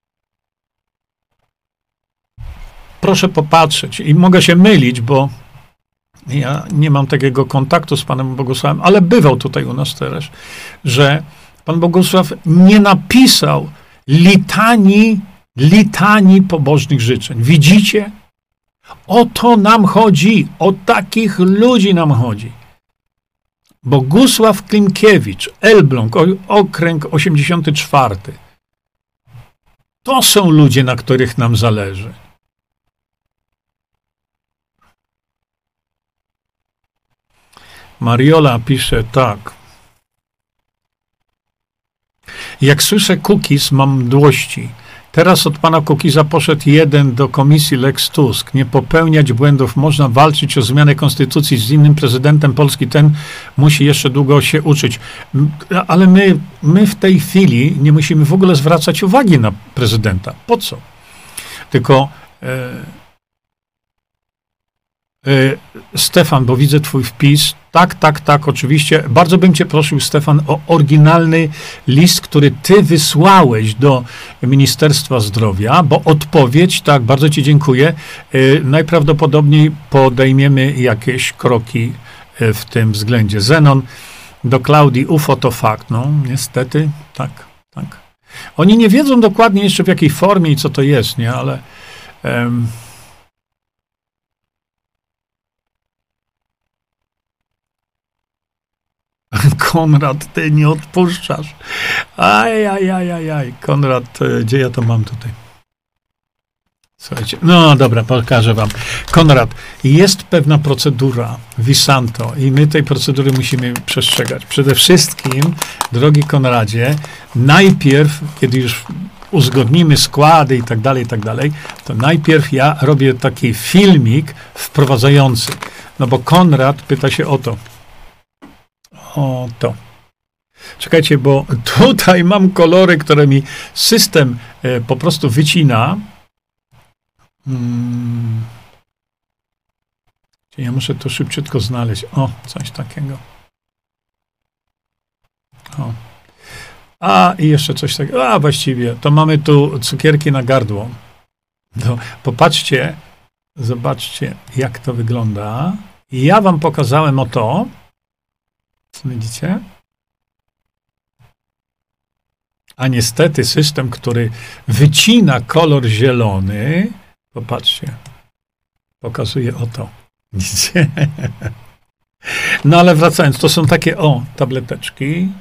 Proszę popatrzeć i mogę się mylić, bo ja nie mam takiego kontaktu z panem Bogusławem, ale bywał tutaj u nas też, że pan Bogusław nie napisał litanii pobożnych życzeń. Widzicie? O to nam chodzi. O takich ludzi nam chodzi. Bogusław Klimkiewicz, Elbląg, okręg 84. To są ludzie, na których nam zależy. Mariola pisze tak. Jak słyszę Kukiz, mam mdłości. Teraz od pana Kukiza poszedł jeden do komisji Lex Tusk. Nie popełniać błędów można, walczyć o zmianę konstytucji z innym prezydentem Polski. Ten musi jeszcze długo się uczyć. Ale my w tej chwili nie musimy w ogóle zwracać uwagi na prezydenta. Po co? Tylko Stefan, bo widzę twój wpis. Tak, oczywiście. Bardzo bym cię prosił, Stefan, o oryginalny list, który ty wysłałeś do Ministerstwa Zdrowia, bo odpowiedź, tak, bardzo ci dziękuję. Najprawdopodobniej podejmiemy jakieś kroki w tym względzie. Zenon do Klaudii, UFO to fakt. No, niestety, tak. Oni nie wiedzą dokładnie jeszcze w jakiej formie i co to jest, nie, ale Konrad, ty nie odpuszczasz. Aj. Konrad, gdzie ja to mam tutaj? Słuchajcie, no dobra, pokażę wam. Konrad, jest pewna procedura Visanto i my tej procedury musimy przestrzegać. Przede wszystkim, drogi Konradzie, najpierw, kiedy już uzgodnimy składy i tak dalej, to najpierw ja robię taki filmik wprowadzający. No bo Konrad pyta się o to. O to. Czekajcie, bo tutaj mam kolory, które mi system po prostu wycina. Ja muszę to szybciutko znaleźć. O, coś takiego. O. A, i jeszcze coś takiego. A, właściwie, to mamy tu cukierki na gardło. To popatrzcie, zobaczcie, jak to wygląda. I ja wam pokazałem o to. Co widzicie? A niestety system, który wycina kolor zielony, popatrzcie, pokazuje o to. Widzicie? No ale wracając, to są takie, tableteczki.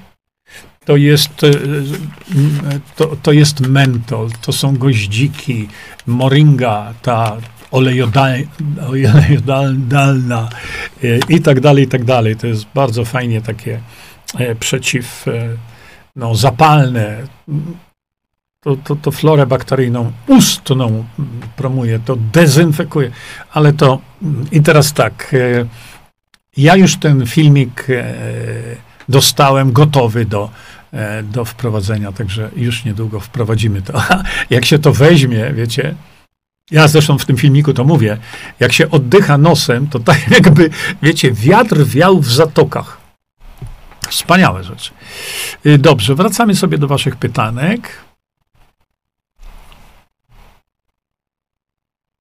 To jest mentol, to są goździki, moringa, ta olejodalna i tak dalej. To jest bardzo fajnie takie zapalne. To florę bakteryjną ustną promuje, to dezynfekuje. Ale to i teraz tak, ja już ten filmik dostałem gotowy do wprowadzenia, także już niedługo wprowadzimy to. Jak się to weźmie, wiecie, ja zresztą w tym filmiku to mówię, jak się oddycha nosem, to tak jakby, wiecie, wiatr wiał w zatokach. Wspaniałe rzeczy. Dobrze, wracamy sobie do waszych pytanek.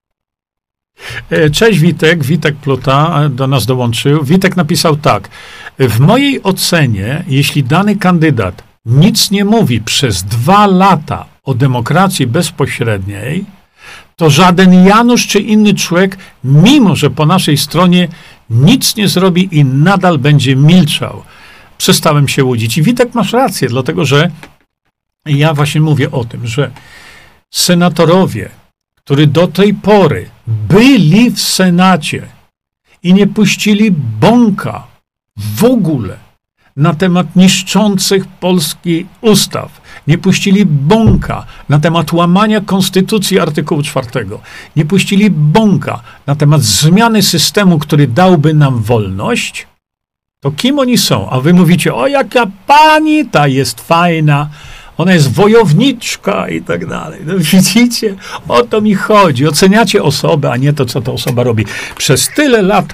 Cześć Witek, Witek Pluta do nas dołączył. Witek napisał tak. w mojej ocenie, jeśli dany kandydat nic nie mówi przez 2 lata o demokracji bezpośredniej, to żaden Janusz czy inny człowiek, mimo że po naszej stronie nic nie zrobi i nadal będzie milczał. Przestałem się łudzić. I Witek, masz rację, dlatego że ja właśnie mówię o tym, że senatorowie, którzy do tej pory byli w Senacie i nie puścili bąka w ogóle na temat niszczących Polski ustaw, nie puścili bąka na temat łamania Konstytucji artykułu 4, nie puścili bąka na temat zmiany systemu, który dałby nam wolność, to kim oni są? A wy mówicie, o jaka pani ta jest fajna, ona jest wojowniczka i tak dalej. No widzicie, o to mi chodzi. Oceniacie osobę, a nie to, co ta osoba robi. Przez tyle lat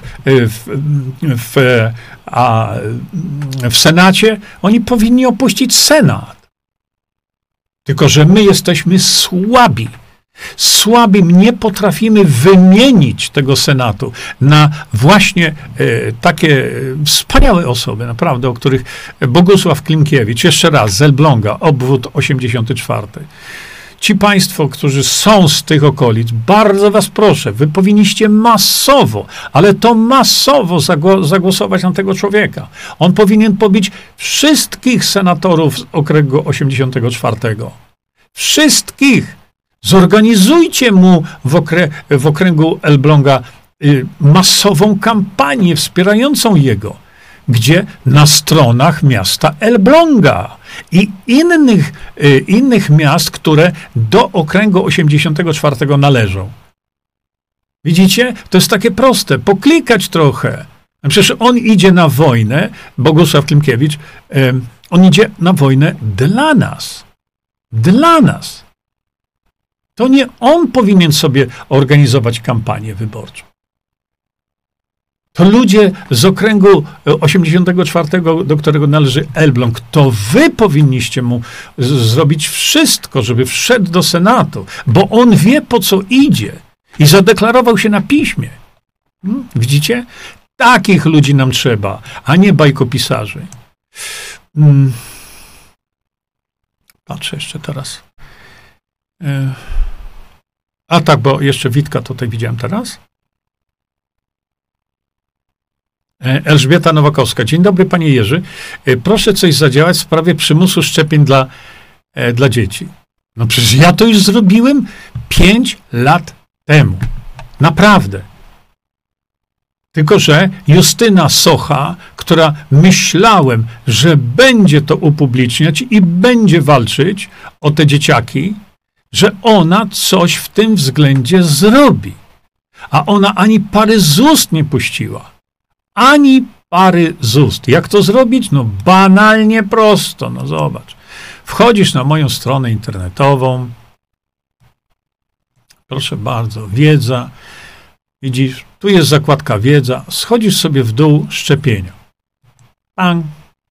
w Senacie oni powinni opuścić Senat. Tylko że my jesteśmy słabi. Nie potrafimy wymienić tego Senatu na właśnie takie wspaniałe osoby, naprawdę, o których Bogusław Klimkiewicz, jeszcze raz, z Elbląga, obwód 84. Ci państwo, którzy są z tych okolic, bardzo was proszę, wy powinniście masowo, ale to masowo zagłosować na tego człowieka. On powinien pobić wszystkich senatorów z okręgu 84. Wszystkich! Zorganizujcie mu w okręgu Elbląga masową kampanię wspierającą jego, gdzie na stronach miasta Elbląga i innych miast, które do okręgu 84 należą. Widzicie? To jest takie proste. Poklikać trochę. Przecież on idzie na wojnę, Bogusław Klimkiewicz, on idzie na wojnę dla nas. Dla nas. To nie on powinien sobie organizować kampanię wyborczą. To ludzie z okręgu 84, do którego należy Elbląg, to wy powinniście mu zrobić wszystko, żeby wszedł do Senatu, bo on wie, po co idzie i zadeklarował się na piśmie. Widzicie? Takich ludzi nam trzeba, a nie bajkopisarzy. Patrzę jeszcze teraz. A tak, bo jeszcze Witka tutaj widziałem teraz. Elżbieta Nowakowska. Dzień dobry, panie Jerzy. Proszę coś zadziałać w sprawie przymusu szczepień dla dzieci. No przecież ja to już zrobiłem 5 lat temu. Naprawdę. Tylko że Justyna Socha, która myślałem, że będzie to upubliczniać i będzie walczyć o te dzieciaki, że ona coś w tym względzie zrobi. A ona ani pary z ust nie puściła. Ani pary z ust. Jak to zrobić? No banalnie prosto. No zobacz. Wchodzisz na moją stronę internetową. Proszę bardzo, wiedza. Widzisz, tu jest zakładka wiedza. Schodzisz sobie w dół szczepienia. Pang.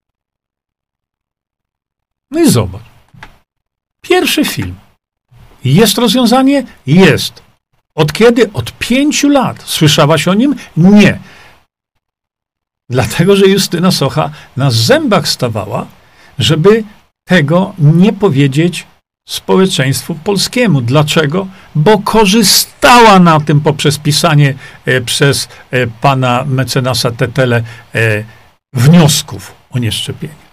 No i zobacz. Pierwszy film. Jest rozwiązanie? Jest. Od kiedy? Od 5 lat. Słyszałaś o nim? Nie. Dlatego, że Justyna Socha na zębach stawała, żeby tego nie powiedzieć społeczeństwu polskiemu. Dlaczego? Bo korzystała na tym poprzez pisanie przez pana mecenasa Tetele wniosków o nieszczepienie.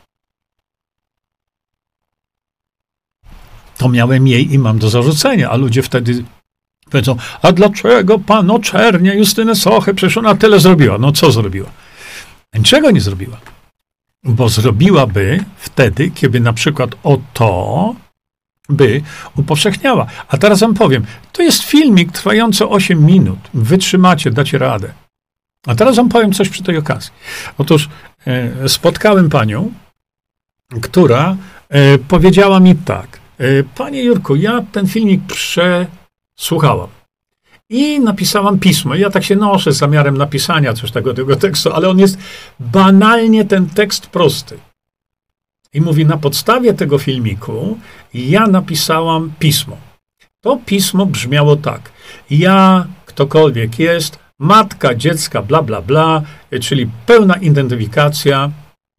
To miałem jej i mam do zarzucenia, a ludzie wtedy powiedzą, a dlaczego pan oczernia Justynę Sochę? Przecież ona tyle zrobiła. No co zrobiła? Niczego nie zrobiła. Bo zrobiłaby wtedy, kiedy na przykład o to by upowszechniała. A teraz wam powiem, to jest filmik trwający 8 minut. Wytrzymacie, dacie radę. A teraz wam powiem coś przy tej okazji. Otóż spotkałem panią, która powiedziała mi tak. Panie Jurku, ja ten filmik przesłuchałam. I napisałam pismo. Ja tak się noszę z zamiarem napisania coś tego tekstu, ale on jest banalnie ten tekst prosty. I mówi, na podstawie tego filmiku ja napisałam pismo. To pismo brzmiało tak. Ja, ktokolwiek jest, matka dziecka, bla, bla, bla, czyli pełna identyfikacja.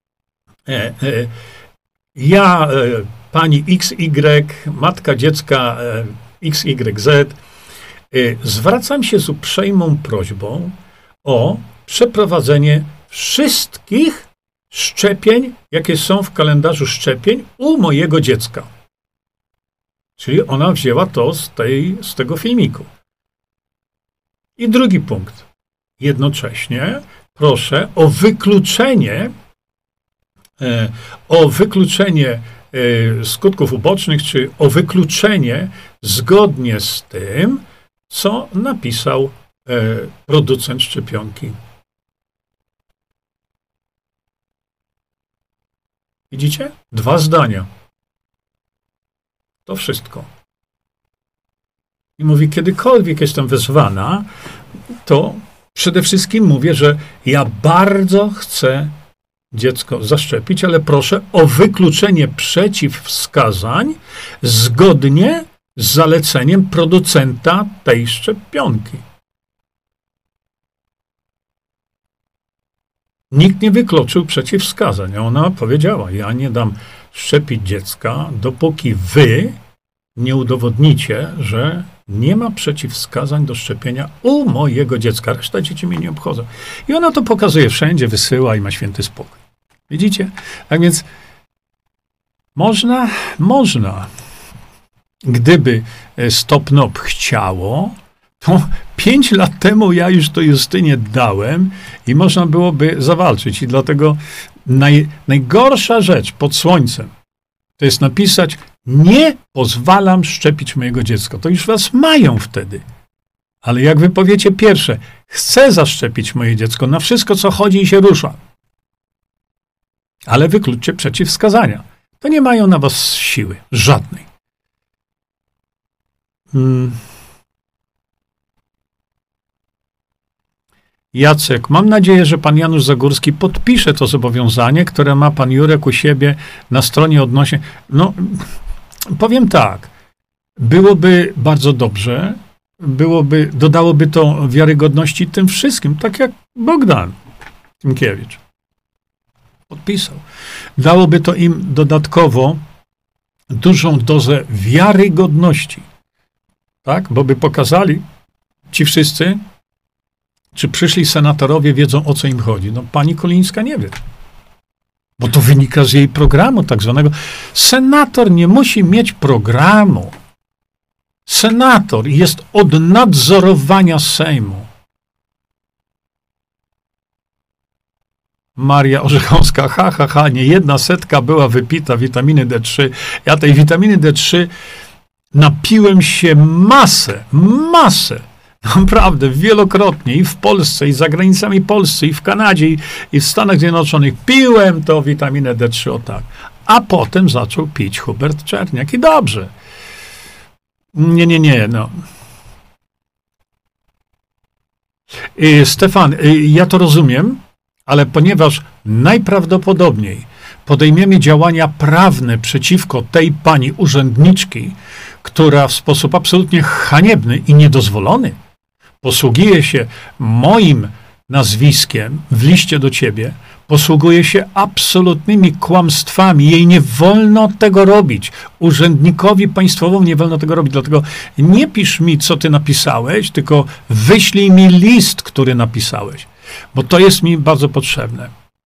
Ja, pani XY, matka dziecka XYZ, zwracam się z uprzejmą prośbą o przeprowadzenie wszystkich szczepień, jakie są w kalendarzu szczepień u mojego dziecka. Czyli ona wzięła to z tego filmiku. I drugi punkt. Jednocześnie proszę o wykluczenie skutków ubocznych, czy o wykluczenie zgodnie z tym, co napisał producent szczepionki. Widzicie? 2 zdania. To wszystko. I mówi, kiedykolwiek jestem wezwana, to przede wszystkim mówię, że ja bardzo chcę dziecko zaszczepić, ale proszę o wykluczenie przeciwwskazań zgodnie z zaleceniem producenta tej szczepionki. Nikt nie wykluczył przeciwwskazań. Ona powiedziała, ja nie dam szczepić dziecka, dopóki wy nie udowodnicie, że nie ma przeciwwskazań do szczepienia u mojego dziecka. Reszta dzieci mnie nie obchodzą. I ona to pokazuje wszędzie, wysyła i ma święty spokój. Widzicie? Tak więc można. Gdyby Stop NOP chciało, to 5 lat temu ja już to Justynie dałem i można byłoby zawalczyć. I dlatego najgorsza rzecz pod słońcem to jest napisać: nie pozwalam szczepić mojego dziecka. To już was mają wtedy. Ale jak wy powiecie pierwsze, chcę zaszczepić moje dziecko na wszystko, co chodzi i się rusza, ale wykluczcie przeciwwskazania, to nie mają na was siły. Żadnej. Jacek, mam nadzieję, że pan Janusz Zagórski podpisze to zobowiązanie, które ma pan Jurek u siebie na stronie odnośnie... No, powiem tak, byłoby bardzo dobrze, dodałoby to wiarygodności tym wszystkim, tak jak Bogdan Tymkiewicz podpisał. Dałoby to im dodatkowo dużą dozę wiarygodności, tak? Bo by pokazali ci wszyscy, czy przyszli senatorowie wiedzą, o co im chodzi. No pani Kolińska nie wie. Bo to wynika z jej programu tak zwanego. Senator nie musi mieć programu. Senator jest od nadzorowania Sejmu. Maria Orzechowska, nie jedna setka była wypita witaminy D3. Ja tej witaminy D3 napiłem się masę. Naprawdę, wielokrotnie i w Polsce, i za granicami Polscy, i w Kanadzie, i w Stanach Zjednoczonych. Piłem to witaminę D3 o tak. A potem zaczął pić Hubert Czerniak i dobrze. Nie, no. Stefan, ja to rozumiem, ale ponieważ najprawdopodobniej podejmiemy działania prawne przeciwko tej pani urzędniczki, która w sposób absolutnie haniebny i niedozwolony posługuje się moim nazwiskiem w liście do ciebie, posługuje się absolutnymi kłamstwami. Jej nie wolno tego robić. Urzędnikowi państwowemu nie wolno tego robić. Dlatego nie pisz mi, co ty napisałeś, tylko wyślij mi list, który napisałeś, bo to jest mi bardzo potrzebne.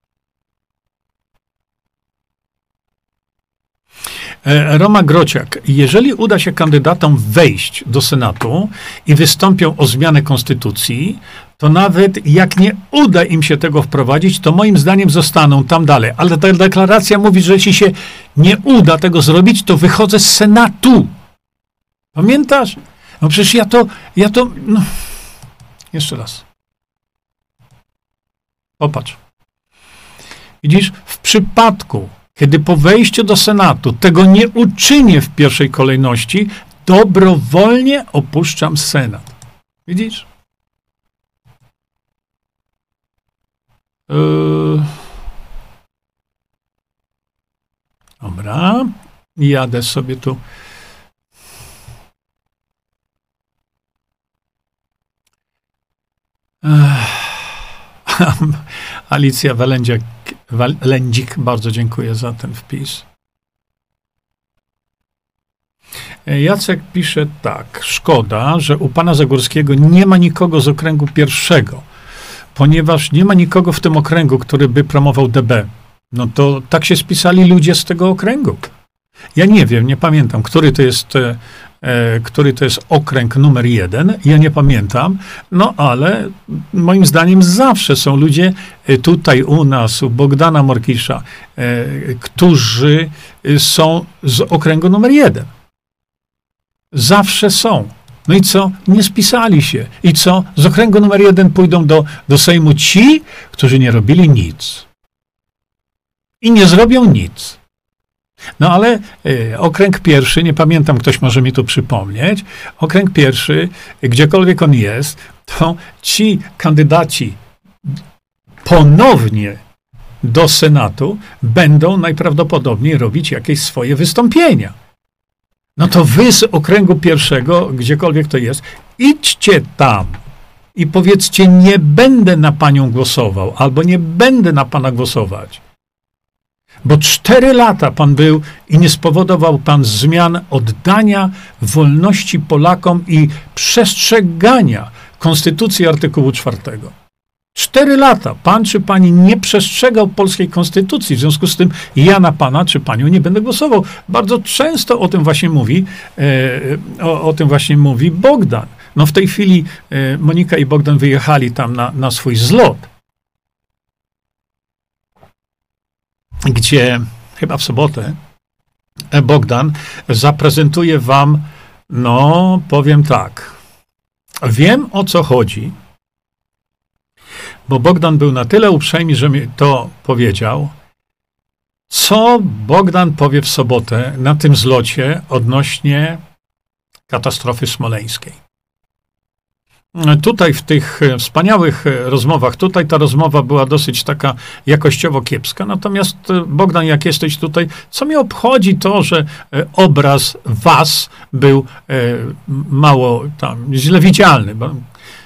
Roma Grociak, jeżeli uda się kandydatom wejść do Senatu i wystąpią o zmianę konstytucji, to nawet jak nie uda im się tego wprowadzić, to moim zdaniem zostaną tam dalej. Ale ta deklaracja mówi, że jeśli się nie uda tego zrobić, to wychodzę z Senatu. Pamiętasz? No przecież ja to... No. Jeszcze raz. Popatrz. Widzisz, w przypadku, kiedy po wejściu do Senatu tego nie uczynię w pierwszej kolejności, dobrowolnie opuszczam Senat. Widzisz? Dobra. Jadę sobie tu. Alicja Lędzik, bardzo dziękuję za ten wpis. Jacek pisze tak. Szkoda, że u pana Zagórskiego nie ma nikogo z okręgu pierwszego, ponieważ nie ma nikogo w tym okręgu, który by promował DB. No to tak się spisali ludzie z tego okręgu. Ja nie wiem, nie pamiętam, który to jest okręg numer 1. Ja nie pamiętam, no ale moim zdaniem zawsze są ludzie tutaj u nas, u Bogdana Morkisza, którzy są z okręgu numer 1. Zawsze są. No i co? Nie spisali się. I co? Z okręgu numer 1 pójdą do Sejmu ci, którzy nie robili nic. I nie zrobią nic. No ale okręg pierwszy, nie pamiętam, ktoś może mi tu przypomnieć, okręg pierwszy, gdziekolwiek on jest, to ci kandydaci ponownie do Senatu będą najprawdopodobniej robić jakieś swoje wystąpienia. No to wy z okręgu pierwszego, gdziekolwiek to jest, idźcie tam i powiedzcie, nie będę na panią głosował, albo nie będę na pana głosować. Bo 4 lata pan był i nie spowodował pan zmian oddania wolności Polakom i przestrzegania Konstytucji artykułu 4. 4 lata pan czy pani nie przestrzegał polskiej konstytucji. W związku z tym ja na pana czy panią nie będę głosował. Bardzo często o tym właśnie mówi Bogdan. No w tej chwili Monika i Bogdan wyjechali tam na swój zlot, gdzie chyba w sobotę Bogdan zaprezentuje wam, no powiem tak, wiem o co chodzi, bo Bogdan był na tyle uprzejmy, że mi to powiedział, co Bogdan powie w sobotę na tym zlocie odnośnie katastrofy smoleńskiej. Tutaj w tych wspaniałych rozmowach, tutaj ta rozmowa była dosyć taka jakościowo kiepska, natomiast Bogdan, jak jesteś tutaj, co mnie obchodzi to, że obraz was był mało tam źle widzialny, bo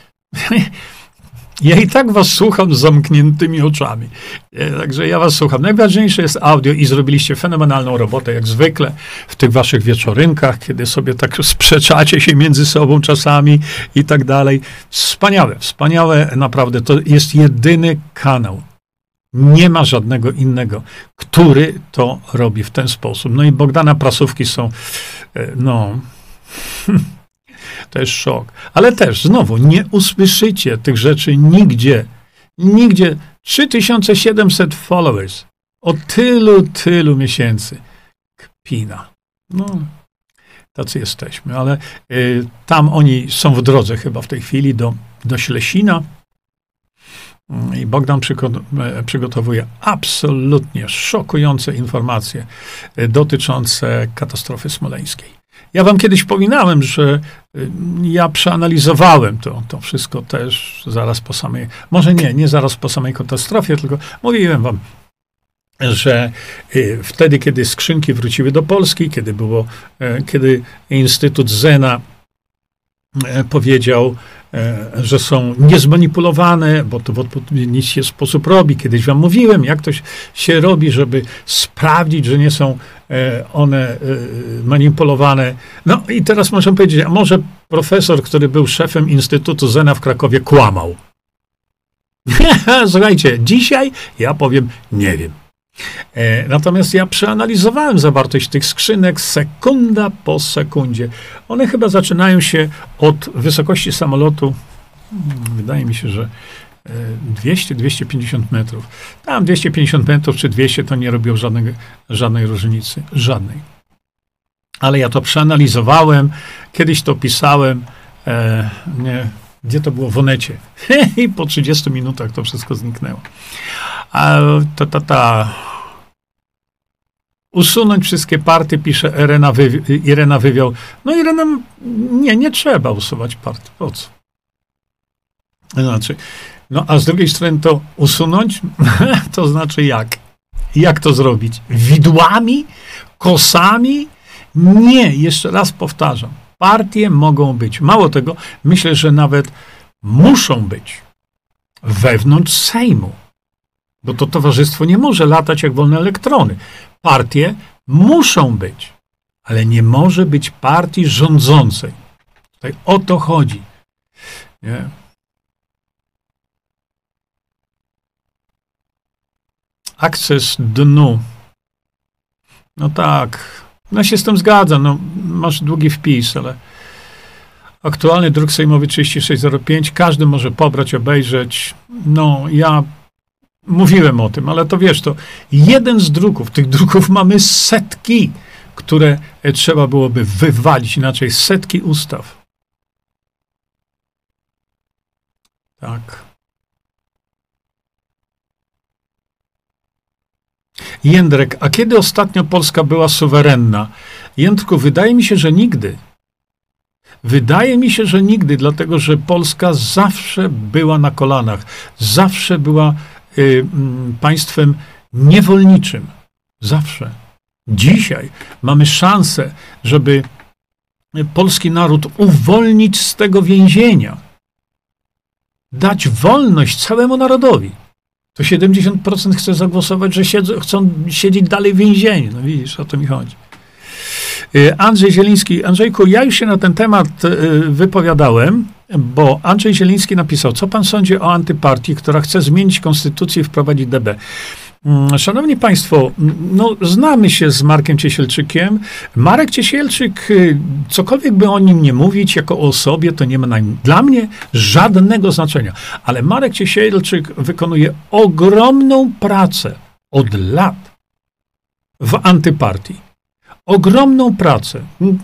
ja i tak was słucham z zamkniętymi oczami. Także ja was słucham. Najważniejsze jest audio i zrobiliście fenomenalną robotę, jak zwykle, w tych waszych wieczorynkach, kiedy sobie tak sprzeczacie się między sobą czasami i tak dalej. Wspaniałe naprawdę. To jest jedyny kanał. Nie ma żadnego innego, który to robi w ten sposób. No i Bogdana prasówki są, no... To jest szok. Ale też, znowu, nie usłyszycie tych rzeczy nigdzie. Nigdzie. 3700 followers. Od tylu miesięcy. Kpina. No, tacy jesteśmy. Ale tam oni są w drodze chyba w tej chwili do Ślesina. I Bogdan przygotowuje absolutnie szokujące informacje dotyczące katastrofy smoleńskiej. Ja wam kiedyś wspominałem, że ja przeanalizowałem to wszystko też zaraz po samej, może nie zaraz po samej katastrofie, tylko mówiłem wam, że wtedy, kiedy skrzynki wróciły do Polski, kiedy Instytut Zena powiedział, że są niezmanipulowane, bo to w odpowiedni się sposób robi. Kiedyś wam mówiłem, jak to się robi, żeby sprawdzić, że nie są one manipulowane. No i teraz możemy powiedzieć, a może profesor, który był szefem Instytutu Zena w Krakowie, kłamał. Słuchajcie, dzisiaj ja powiem, nie wiem. Natomiast ja przeanalizowałem zawartość tych skrzynek sekunda po sekundzie. One chyba zaczynają się od wysokości samolotu, wydaje mi się, że 200-250 metrów. Tam 250 metrów czy 200 to nie robiło żadnej różnicy. Żadnej. Ale ja to przeanalizowałem, kiedyś to pisałem, gdzie to było? W Onecie. I po 30 minutach to wszystko zniknęło. Usunąć wszystkie partie, pisze Irena Wywiał. No Irena, nie trzeba usuwać partii. Po co? Znaczy, no a z drugiej strony to usunąć, to znaczy jak? Jak to zrobić? Widłami? Kosami? Nie, jeszcze raz powtarzam. Partie mogą być. Mało tego, myślę, że nawet muszą być. wewnątrz Sejmu. Bo to towarzystwo nie może latać jak wolne elektrony. Partie muszą być, ale nie może być partii rządzącej. Tutaj o to chodzi. Nie? Akces dnu. No tak, no się z tym zgadzam. No, masz długi wpis, ale aktualny druk sejmowy 3605, każdy może pobrać, obejrzeć. No, ja mówiłem o tym, ale to wiesz, to jeden z druków, tych druków mamy setki, które trzeba byłoby wywalić, inaczej setki ustaw. Tak. Jędrek, a kiedy ostatnio Polska była suwerenna? Jędrku, wydaje mi się, że nigdy. Wydaje mi się, że nigdy, dlatego że Polska zawsze była na kolanach, zawsze była państwem niewolniczym. Zawsze. Dzisiaj mamy szansę, żeby polski naród uwolnić z tego więzienia. Dać wolność całemu narodowi. To 70% chce zagłosować, że chcą siedzieć dalej w więzieniu. No widzisz, o to mi chodzi. Andrzej Zieliński. Andrzejku, ja już się na ten temat wypowiadałem, bo Andrzej Zieliński napisał, co pan sądzi o antypartii, która chce zmienić konstytucję i wprowadzić DB? Szanowni Państwo, no, znamy się z Markiem Ciesielczykiem. Marek Ciesielczyk, cokolwiek by o nim nie mówić, jako o osobie, to nie ma dla mnie żadnego znaczenia. Ale Marek Ciesielczyk wykonuje ogromną pracę od lat w antypartii. Ogromną pracę.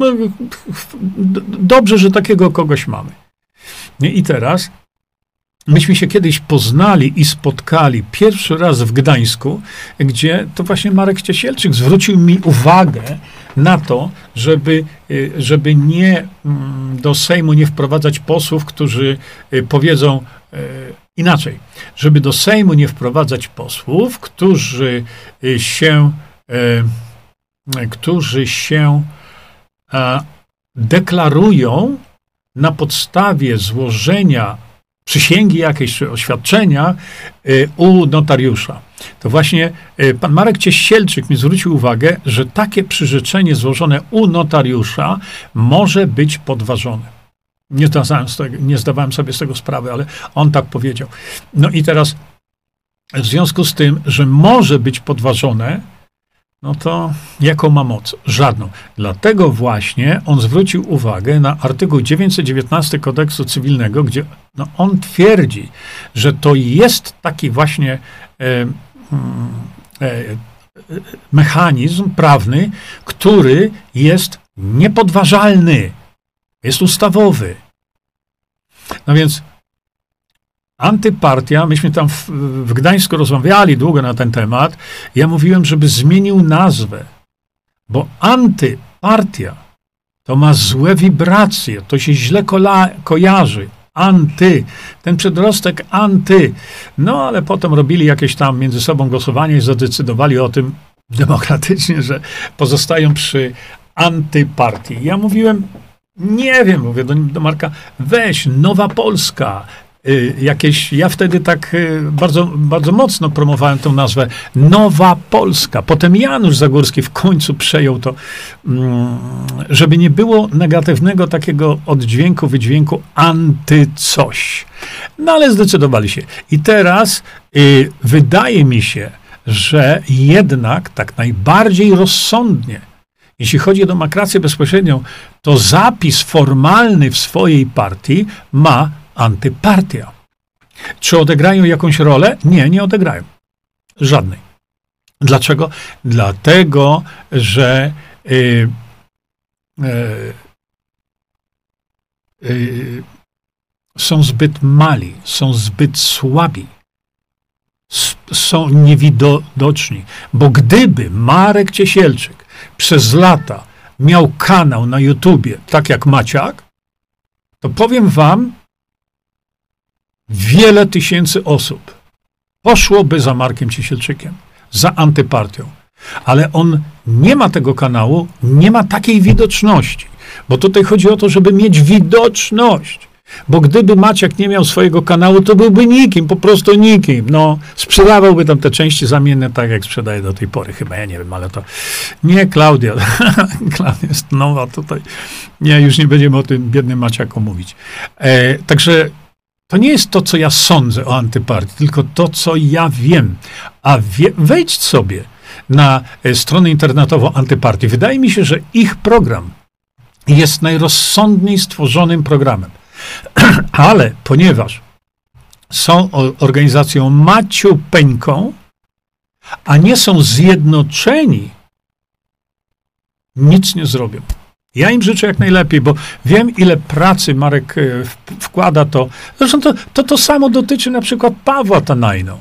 Dobrze, że takiego kogoś mamy. I teraz myśmy się kiedyś poznali i spotkali pierwszy raz w Gdańsku, gdzie to właśnie Marek Ciesielczyk zwrócił mi uwagę na to, żeby nie do Sejmu nie wprowadzać posłów, którzy powiedzą inaczej, żeby do Sejmu nie wprowadzać posłów, którzy się deklarują na podstawie złożenia przysięgi jakiejś, czy oświadczenia u notariusza. To właśnie pan Marek Ciesielczyk mi zwrócił uwagę, że takie przyrzeczenie złożone u notariusza może być podważone. Nie zdawałem sobie z tego sprawy, ale on tak powiedział. No i teraz w związku z tym, że może być podważone, no to jaką ma moc? Żadną. Dlatego właśnie on zwrócił uwagę na artykuł 919 Kodeksu Cywilnego, gdzie no, on twierdzi, że to jest taki właśnie mechanizm prawny, który jest niepodważalny, jest ustawowy. No więc antypartia, myśmy tam w Gdańsku rozmawiali długo na ten temat. Ja mówiłem, żeby zmienił nazwę, bo antypartia to ma złe wibracje, to się źle kojarzy. Anty, ten przedrostek anty. No ale potem robili jakieś tam między sobą głosowanie i zadecydowali o tym demokratycznie, że pozostają przy antypartii. Ja mówiłem, nie wiem, mówię do Marka, weź Nowa Polska, ja wtedy tak bardzo, bardzo mocno promowałem tę nazwę Nowa Polska. Potem Janusz Zagórski w końcu przejął to, żeby nie było negatywnego takiego oddźwięku, wydźwięku antycoś. No ale zdecydowali się. I teraz wydaje mi się, że jednak tak najbardziej rozsądnie, jeśli chodzi o demokrację bezpośrednią, to zapis formalny w swojej partii ma antypartia. Czy odegrają jakąś rolę? Nie, nie odegrają. Żadnej. Dlaczego? Dlatego, że są zbyt mali, są zbyt słabi, są niewidoczni. Bo gdyby Marek Ciesielczyk przez lata miał kanał na YouTubie, tak jak Maciak, to powiem wam, wiele tysięcy osób poszłoby za Markiem Ciesielczykiem, za antypartią. Ale on nie ma tego kanału, nie ma takiej widoczności. Bo tutaj chodzi o to, żeby mieć widoczność. Bo gdyby Maciak nie miał swojego kanału, to byłby nikim, po prostu nikim. No, sprzedawałby tam te części zamienne, tak jak sprzedaje do tej pory. Chyba, ja nie wiem, ale to... Nie, Klaudia. Klaudia jest nowa tutaj. Nie, już nie będziemy o tym biednym Maciaku mówić. Także to nie jest to, co ja sądzę o antypartii, tylko to, co ja wiem. A wejdź sobie na stronę internetową antypartii. Wydaje mi się, że ich program jest najrozsądniej stworzonym programem. Ale ponieważ są organizacją maciupeńką, a nie są zjednoczeni, nic nie zrobią. Ja im życzę jak najlepiej, bo wiem, ile pracy Marek wkłada to. Zresztą to samo dotyczy na przykład Pawła Tanajno.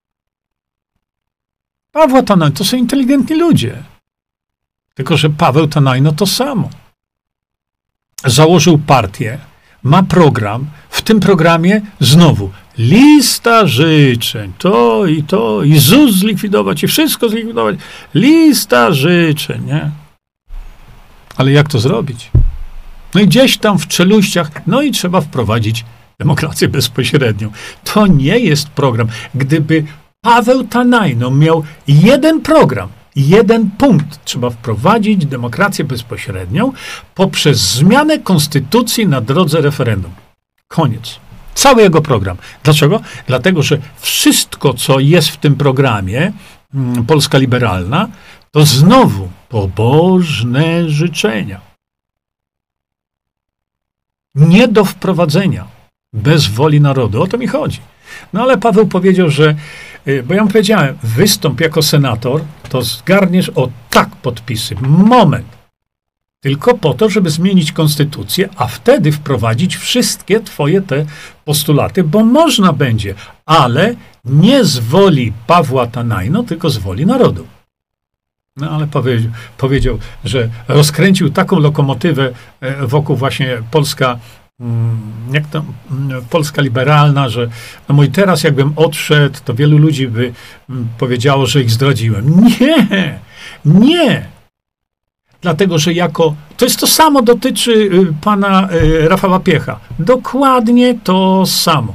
Pawła Tanajno to są inteligentni ludzie. Tylko że Paweł Tanajno to samo. Założył partię, ma program, w tym programie znowu lista życzeń, to, i ZUS zlikwidować, i wszystko zlikwidować. Lista życzeń, nie? Ale jak to zrobić? No i gdzieś tam w czeluściach, no i trzeba wprowadzić demokrację bezpośrednią. To nie jest program. Gdyby Paweł Tanajno miał jeden program, jeden punkt, trzeba wprowadzić demokrację bezpośrednią poprzez zmianę konstytucji na drodze referendum. Koniec. Cały jego program. Dlaczego? Dlatego, że wszystko, co jest w tym programie, Polska Liberalna, to znowu pobożne życzenia. Nie do wprowadzenia. Bez woli narodu. O to mi chodzi. No ale Paweł powiedział, że, bo ja mu powiedziałem, wystąp jako senator, to zgarniesz o tak podpisy. Moment. Tylko po to, żeby zmienić konstytucję, a wtedy wprowadzić wszystkie twoje te postulaty, bo można będzie, ale nie z woli Pawła Tanajno, tylko z woli narodu. No ale powiedział, że rozkręcił taką lokomotywę wokół właśnie Polska Liberalna, że no mój teraz jakbym odszedł, to wielu ludzi by powiedziało, że ich zdradziłem. Nie. Dlatego, że to jest to samo dotyczy pana Rafała Piecha. Dokładnie to samo.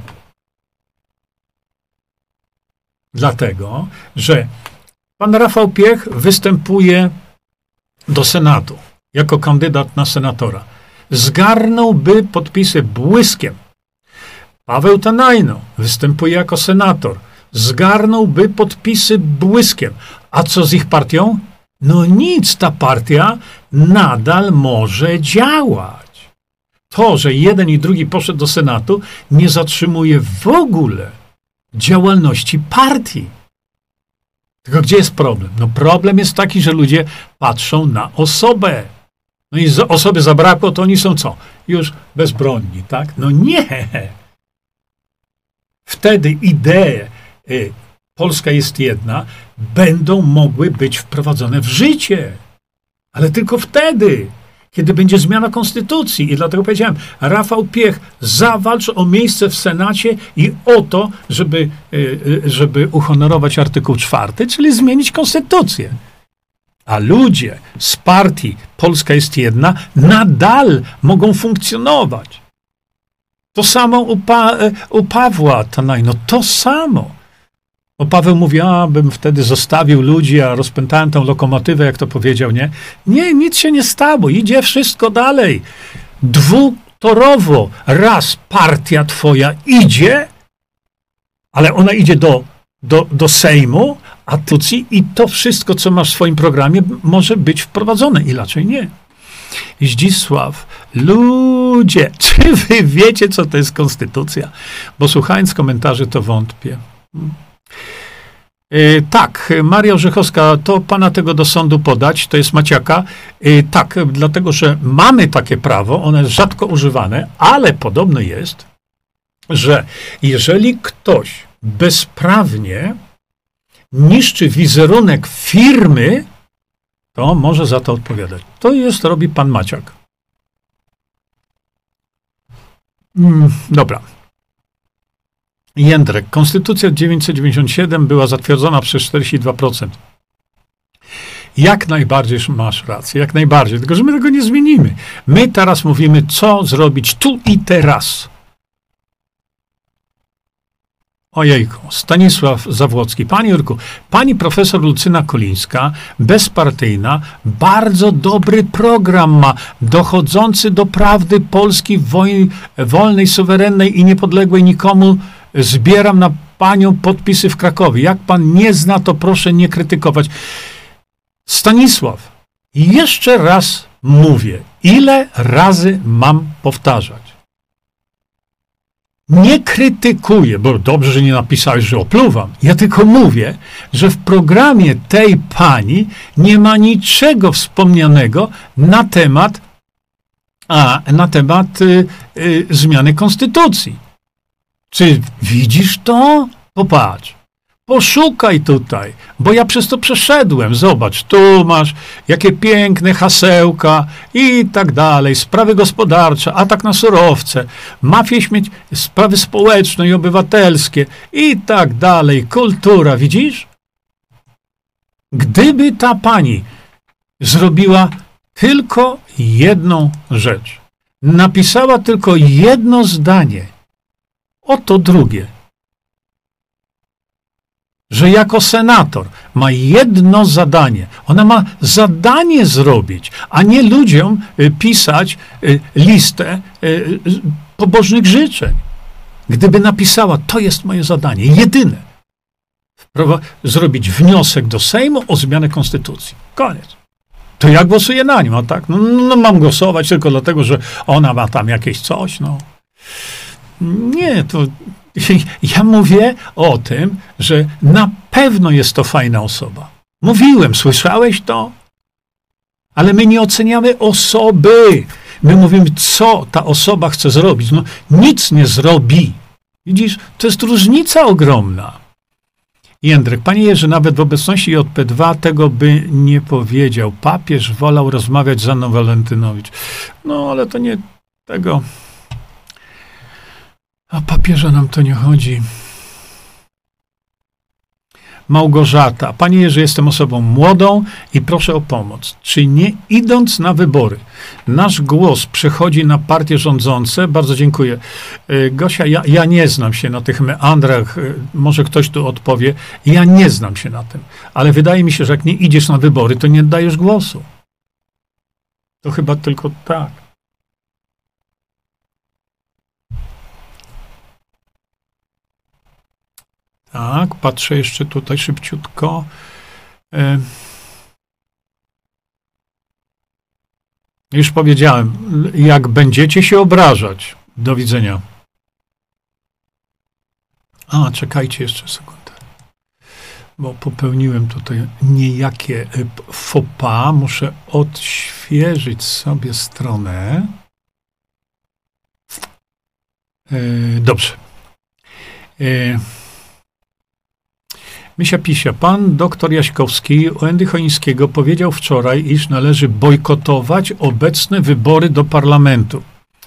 Dlatego, że pan Rafał Piech występuje do Senatu jako kandydat na senatora. Zgarnąłby podpisy błyskiem. Paweł Tanajno występuje jako senator. Zgarnąłby podpisy błyskiem. A co z ich partią? No nic, ta partia nadal może działać. To, że jeden i drugi poszedł do Senatu, nie zatrzymuje w ogóle działalności partii. Tylko gdzie jest problem? No problem jest taki, że ludzie patrzą na osobę. No i osoby zabrakło, to oni są co? Już bezbronni, tak? No nie! Wtedy idee Polska jest jedna, będą mogły być wprowadzone w życie. Ale tylko wtedy, kiedy będzie zmiana konstytucji. I dlatego powiedziałem, Rafał Piech, zawalcz o miejsce w Senacie i o to, żeby uhonorować artykuł 4, czyli zmienić konstytucję. A ludzie z partii Polska jest jedna nadal mogą funkcjonować. To samo u Pawła Tanajno, to samo. Bo Paweł mówi, bym wtedy zostawił ludzi, a rozpętałem tą lokomotywę, jak to powiedział, nie? Nie, nic się nie stało, idzie wszystko dalej. Dwutorowo raz partia twoja idzie, ale ona idzie do Sejmu, a i to wszystko, co masz w swoim programie, może być wprowadzone, inaczej nie. Zdzisław, ludzie, czy wy wiecie, co to jest konstytucja? Bo słuchając komentarzy, to wątpię. Tak, Maria Orzechowska, to pana tego do sądu podać, to jest Maciaka. Tak, dlatego, że mamy takie prawo, ono jest rzadko używane, ale podobno jest, że jeżeli ktoś bezprawnie niszczy wizerunek firmy, to może za to odpowiadać. To robi pan Maciak. Dobra. Jędrek. Konstytucja 997 była zatwierdzona przez 42%. Jak najbardziej masz rację, jak najbardziej. Tylko, że my tego nie zmienimy. My teraz mówimy, co zrobić tu i teraz. Ojejku, Stanisław Zawłocki. Panie Jurku, pani profesor Lucyna Kolińska, bezpartyjna, bardzo dobry program ma, dochodzący do prawdy Polski wolnej, suwerennej i niepodległej nikomu. Zbieram na panią podpisy w Krakowie. Jak pan nie zna, to proszę nie krytykować. Stanisław, jeszcze raz mówię, ile razy mam powtarzać? Nie krytykuję, bo dobrze, że nie napisałeś, że opluwam. Ja tylko mówię, że w programie tej pani nie ma niczego wspomnianego na temat zmiany konstytucji. Czy widzisz to? Popatrz. Poszukaj tutaj, bo ja przez to przeszedłem. Zobacz, tu masz jakie piękne hasełka i tak dalej. Sprawy gospodarcze, atak na surowce, mafie śmieci, sprawy społeczne i obywatelskie i tak dalej. Kultura, widzisz? Gdyby ta pani zrobiła tylko jedną rzecz, napisała tylko jedno zdanie, oto drugie, że jako senator ma jedno zadanie. Ona ma zadanie zrobić, a nie ludziom pisać listę pobożnych życzeń. Gdyby napisała, to jest moje zadanie, jedyne, zrobić wniosek do Sejmu o zmianę konstytucji. Koniec. To ja głosuję na nią, a tak? No, mam głosować tylko dlatego, że ona ma tam jakieś coś, no. Nie, to ja mówię o tym, że na pewno jest to fajna osoba. Mówiłem, słyszałeś to? Ale my nie oceniamy osoby. My mówimy, co ta osoba chce zrobić. No, nic nie zrobi. Widzisz, to jest różnica ogromna. Jędrek, panie Jerzy, nawet w obecności JP2 tego by nie powiedział. Papież wolał rozmawiać z Anną Walentynowicz. No, ale to nie tego... A papieża nam to nie chodzi. Małgorzata. Panie Jerzy, jestem osobą młodą i proszę o pomoc. Czy nie idąc na wybory, nasz głos przechodzi na partie rządzące? Bardzo dziękuję. Gosia, ja nie znam się na tych meandrach. Może ktoś tu odpowie. Ja nie znam się na tym. Ale wydaje mi się, że jak nie idziesz na wybory, to nie dajesz głosu. To chyba tylko tak. Tak, patrzę jeszcze tutaj szybciutko. Już powiedziałem, jak będziecie się obrażać. Do widzenia. A, czekajcie jeszcze sekundę. Bo popełniłem tutaj niejakie faux pas. Muszę odświeżyć sobie stronę. Dobrze. Mysia Pisia, pan doktor Jaśkowski u Endy Choińskiego powiedział wczoraj, iż należy bojkotować obecne wybory do parlamentu.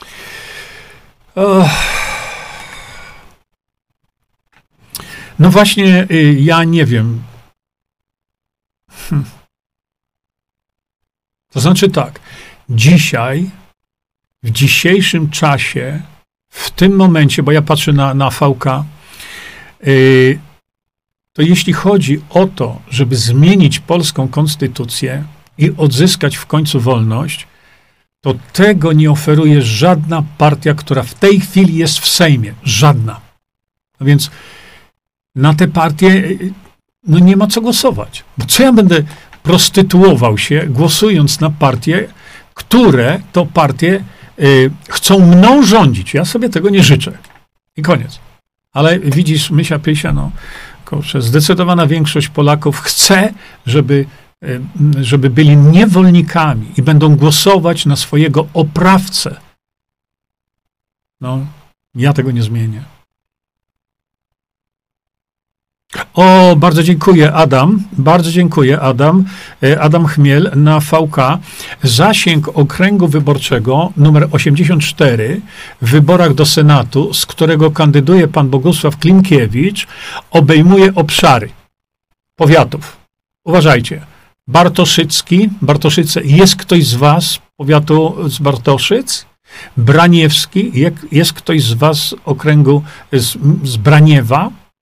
No właśnie, ja nie wiem. To znaczy tak, dzisiaj, w dzisiejszym czasie, w tym momencie, bo ja patrzę na VK, to jeśli chodzi o to, żeby zmienić polską konstytucję i odzyskać w końcu wolność, to tego nie oferuje żadna partia, która w tej chwili jest w Sejmie. Żadna. No więc na te partie no nie ma co głosować. Bo co ja będę prostytuował się, głosując na partie, które to partie chcą mną rządzić. Ja sobie tego nie życzę. I koniec. Ale widzisz, Mysia Pysia, no kurczę, zdecydowana większość Polaków chce, żeby byli niewolnikami i będą głosować na swojego oprawcę. No, ja tego nie zmienię. O, bardzo dziękuję, Adam. Bardzo dziękuję, Adam. Adam Chmiel na VK. Zasięg okręgu wyborczego numer 84 w wyborach do Senatu, z którego kandyduje pan Bogusław Klimkiewicz, obejmuje obszary powiatów. Uważajcie. Bartoszyce, jest ktoś z was z powiatu z Bartoszyc? Braniewski, jest ktoś z was z okręgu z Braniewa?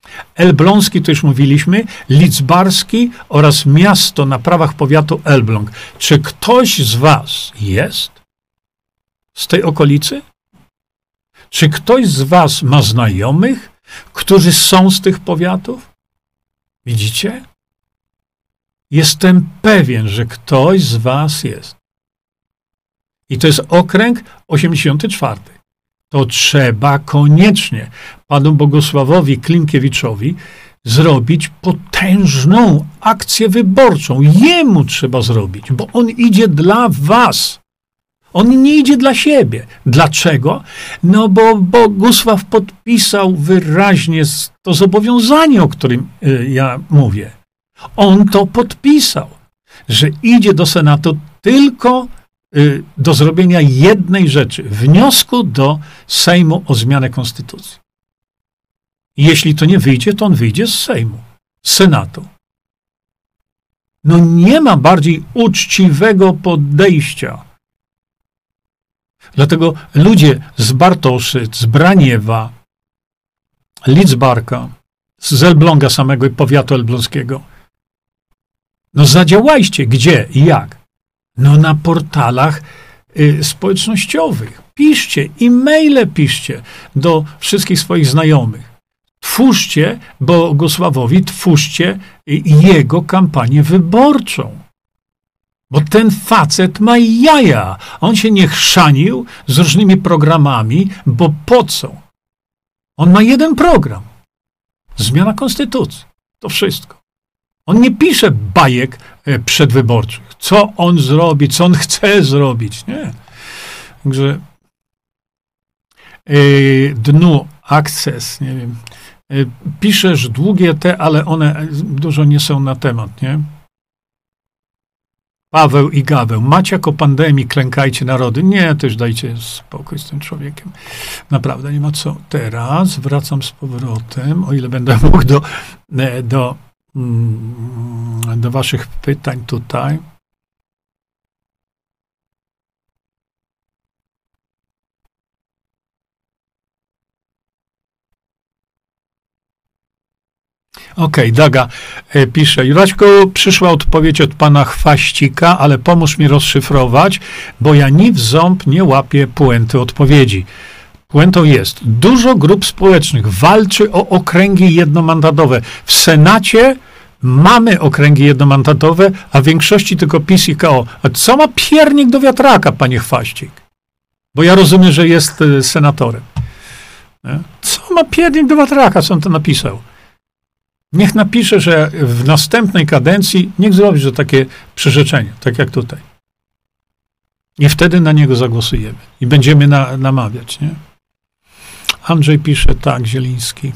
Elbląski, to już mówiliśmy, Lidzbarski oraz miasto na prawach powiatu Elbląg. Czy ktoś z was jest z tej okolicy? Czy ktoś z was ma znajomych, którzy są z tych powiatów? Widzicie? Jestem pewien, że ktoś z was jest. I to jest okręg 84. To trzeba koniecznie panu Bogusławowi Klimkiewiczowi zrobić potężną akcję wyborczą. Jemu trzeba zrobić, bo on idzie dla was. On nie idzie dla siebie. Dlaczego? No bo Bogusław podpisał wyraźnie to zobowiązanie, o którym ja mówię. On to podpisał, że idzie do Senatu tylko do zrobienia jednej rzeczy. Wniosku do Sejmu o zmianę konstytucji. I jeśli to nie wyjdzie, to on wyjdzie z Sejmu, z Senatu. No nie ma bardziej uczciwego podejścia. Dlatego ludzie z Bartoszyc, z Braniewa, Lidzbarka, z Elbląga samego i powiatu elbląskiego, no zadziałajcie. Gdzie i jak? No na portalach społecznościowych. Piszcie, e-maile piszcie do wszystkich swoich znajomych. Twórzcie Bogusławowi, twórzcie jego kampanię wyborczą. Bo ten facet ma jaja. On się nie chrzanił z różnymi programami, bo po co? On ma jeden program. Zmiana konstytucji. To wszystko. On nie pisze bajek przedwyborczych. Co on zrobi, co on chce zrobić. Nie. Także dnu, akces, nie wiem. Piszesz długie te, ale one dużo nie są na temat, nie? Paweł i Gaweł. Maciak o pandemii, klękajcie narody. Nie, też dajcie spokój z tym człowiekiem. Naprawdę nie ma co. Teraz wracam z powrotem, o ile będę mógł do waszych pytań tutaj. Okej, Daga pisze, Juraćku, przyszła odpowiedź od pana Chwaścika, ale pomóż mi rozszyfrować, bo ja ni w ząb nie łapię puenty odpowiedzi. Puentą jest, dużo grup społecznych walczy o okręgi jednomandatowe. W Senacie mamy okręgi jednomandatowe, a w większości tylko PiS i KO. A co ma piernik do wiatraka, panie Chwaścik? Bo ja rozumiem, że jest senatorem. Nie? Co ma piernik do wiatraka, co on to napisał? Niech napisze, że w następnej kadencji, niech zrobi że takie przyrzeczenie, tak jak tutaj. I wtedy na niego zagłosujemy. I będziemy namawiać, nie? Andrzej pisze tak, Zieliński.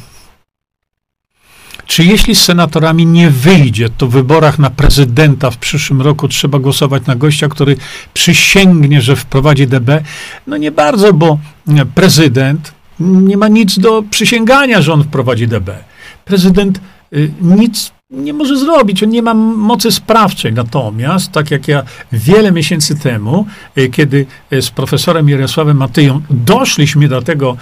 Czy jeśli z senatorami nie wyjdzie, to w wyborach na prezydenta w przyszłym roku trzeba głosować na gościa, który przysięgnie, że wprowadzi DB? No nie bardzo, bo prezydent nie ma nic do przysięgania, że on wprowadzi DB. Prezydent nic nie może zrobić, on nie ma mocy sprawczej. Natomiast, tak jak ja wiele miesięcy temu, kiedy z profesorem Jarosławem Matyją doszliśmy do tego,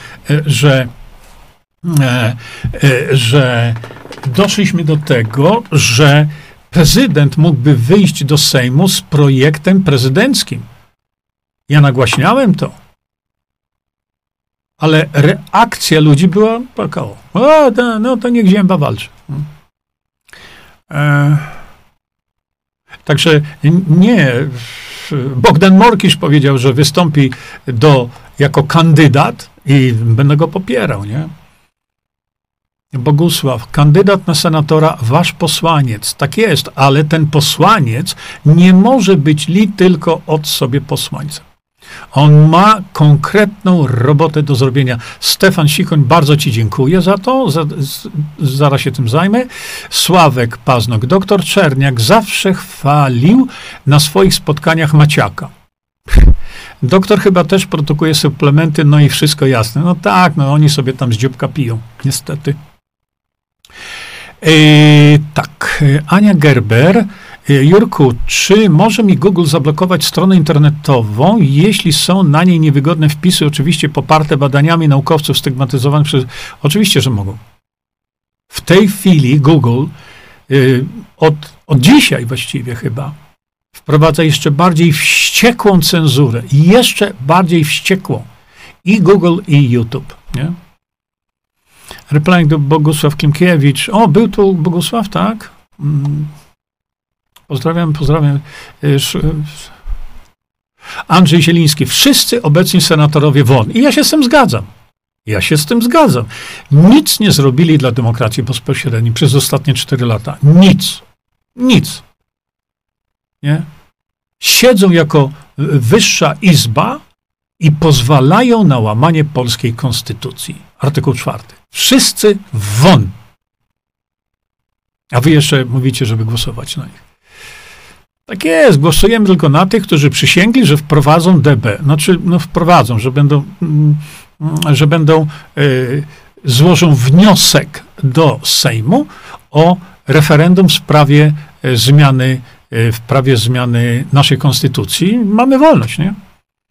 że prezydent mógłby wyjść do Sejmu z projektem prezydenckim. Ja nagłaśniałem to. Ale reakcja ludzi była taka, no to niech Zięba walczy. Także nie, Bogdan Morkisz powiedział, że wystąpi jako kandydat i będę go popierał, nie? Bogusław, kandydat na senatora, wasz posłaniec. Tak jest, ale ten posłaniec nie może być tylko od sobie posłańcem. On ma konkretną robotę do zrobienia. Stefan Sikoń, bardzo ci dziękuję za to. Zaraz się tym zajmę. Sławek Paznok. Doktor Czerniak zawsze chwalił na swoich spotkaniach Maciaka. Doktor chyba też produkuje suplementy, no i wszystko jasne. No tak, no oni sobie tam z dzióbka piją, niestety. Tak, Ania Gerber. Jurku, czy może mi Google zablokować stronę internetową, jeśli są na niej niewygodne wpisy, oczywiście poparte badaniami naukowców stygmatyzowanych przez... Oczywiście, że mogą. w tej chwili Google od dzisiaj właściwie chyba wprowadza jeszcze bardziej wściekłą cenzurę. Jeszcze bardziej wściekłą. I Google, i YouTube. Nie? Replying do Bogusław Klimkiewicz. O, był tu Bogusław, tak? Pozdrawiam. Andrzej Zieliński. Wszyscy obecni senatorowie won. I ja się z tym zgadzam. Nic nie zrobili dla demokracji bezpośredniej przez ostatnie 4 lata. Nic. Nie? Siedzą jako wyższa izba i pozwalają na łamanie polskiej konstytucji. Artykuł 4. Wszyscy won. A wy jeszcze mówicie, żeby głosować na nich. Tak jest, głosujemy tylko na tych, którzy przysięgli, że wprowadzą DB. Znaczy, wprowadzą, że będą złożą wniosek do Sejmu o referendum w sprawie zmiany naszej konstytucji. Mamy wolność, nie?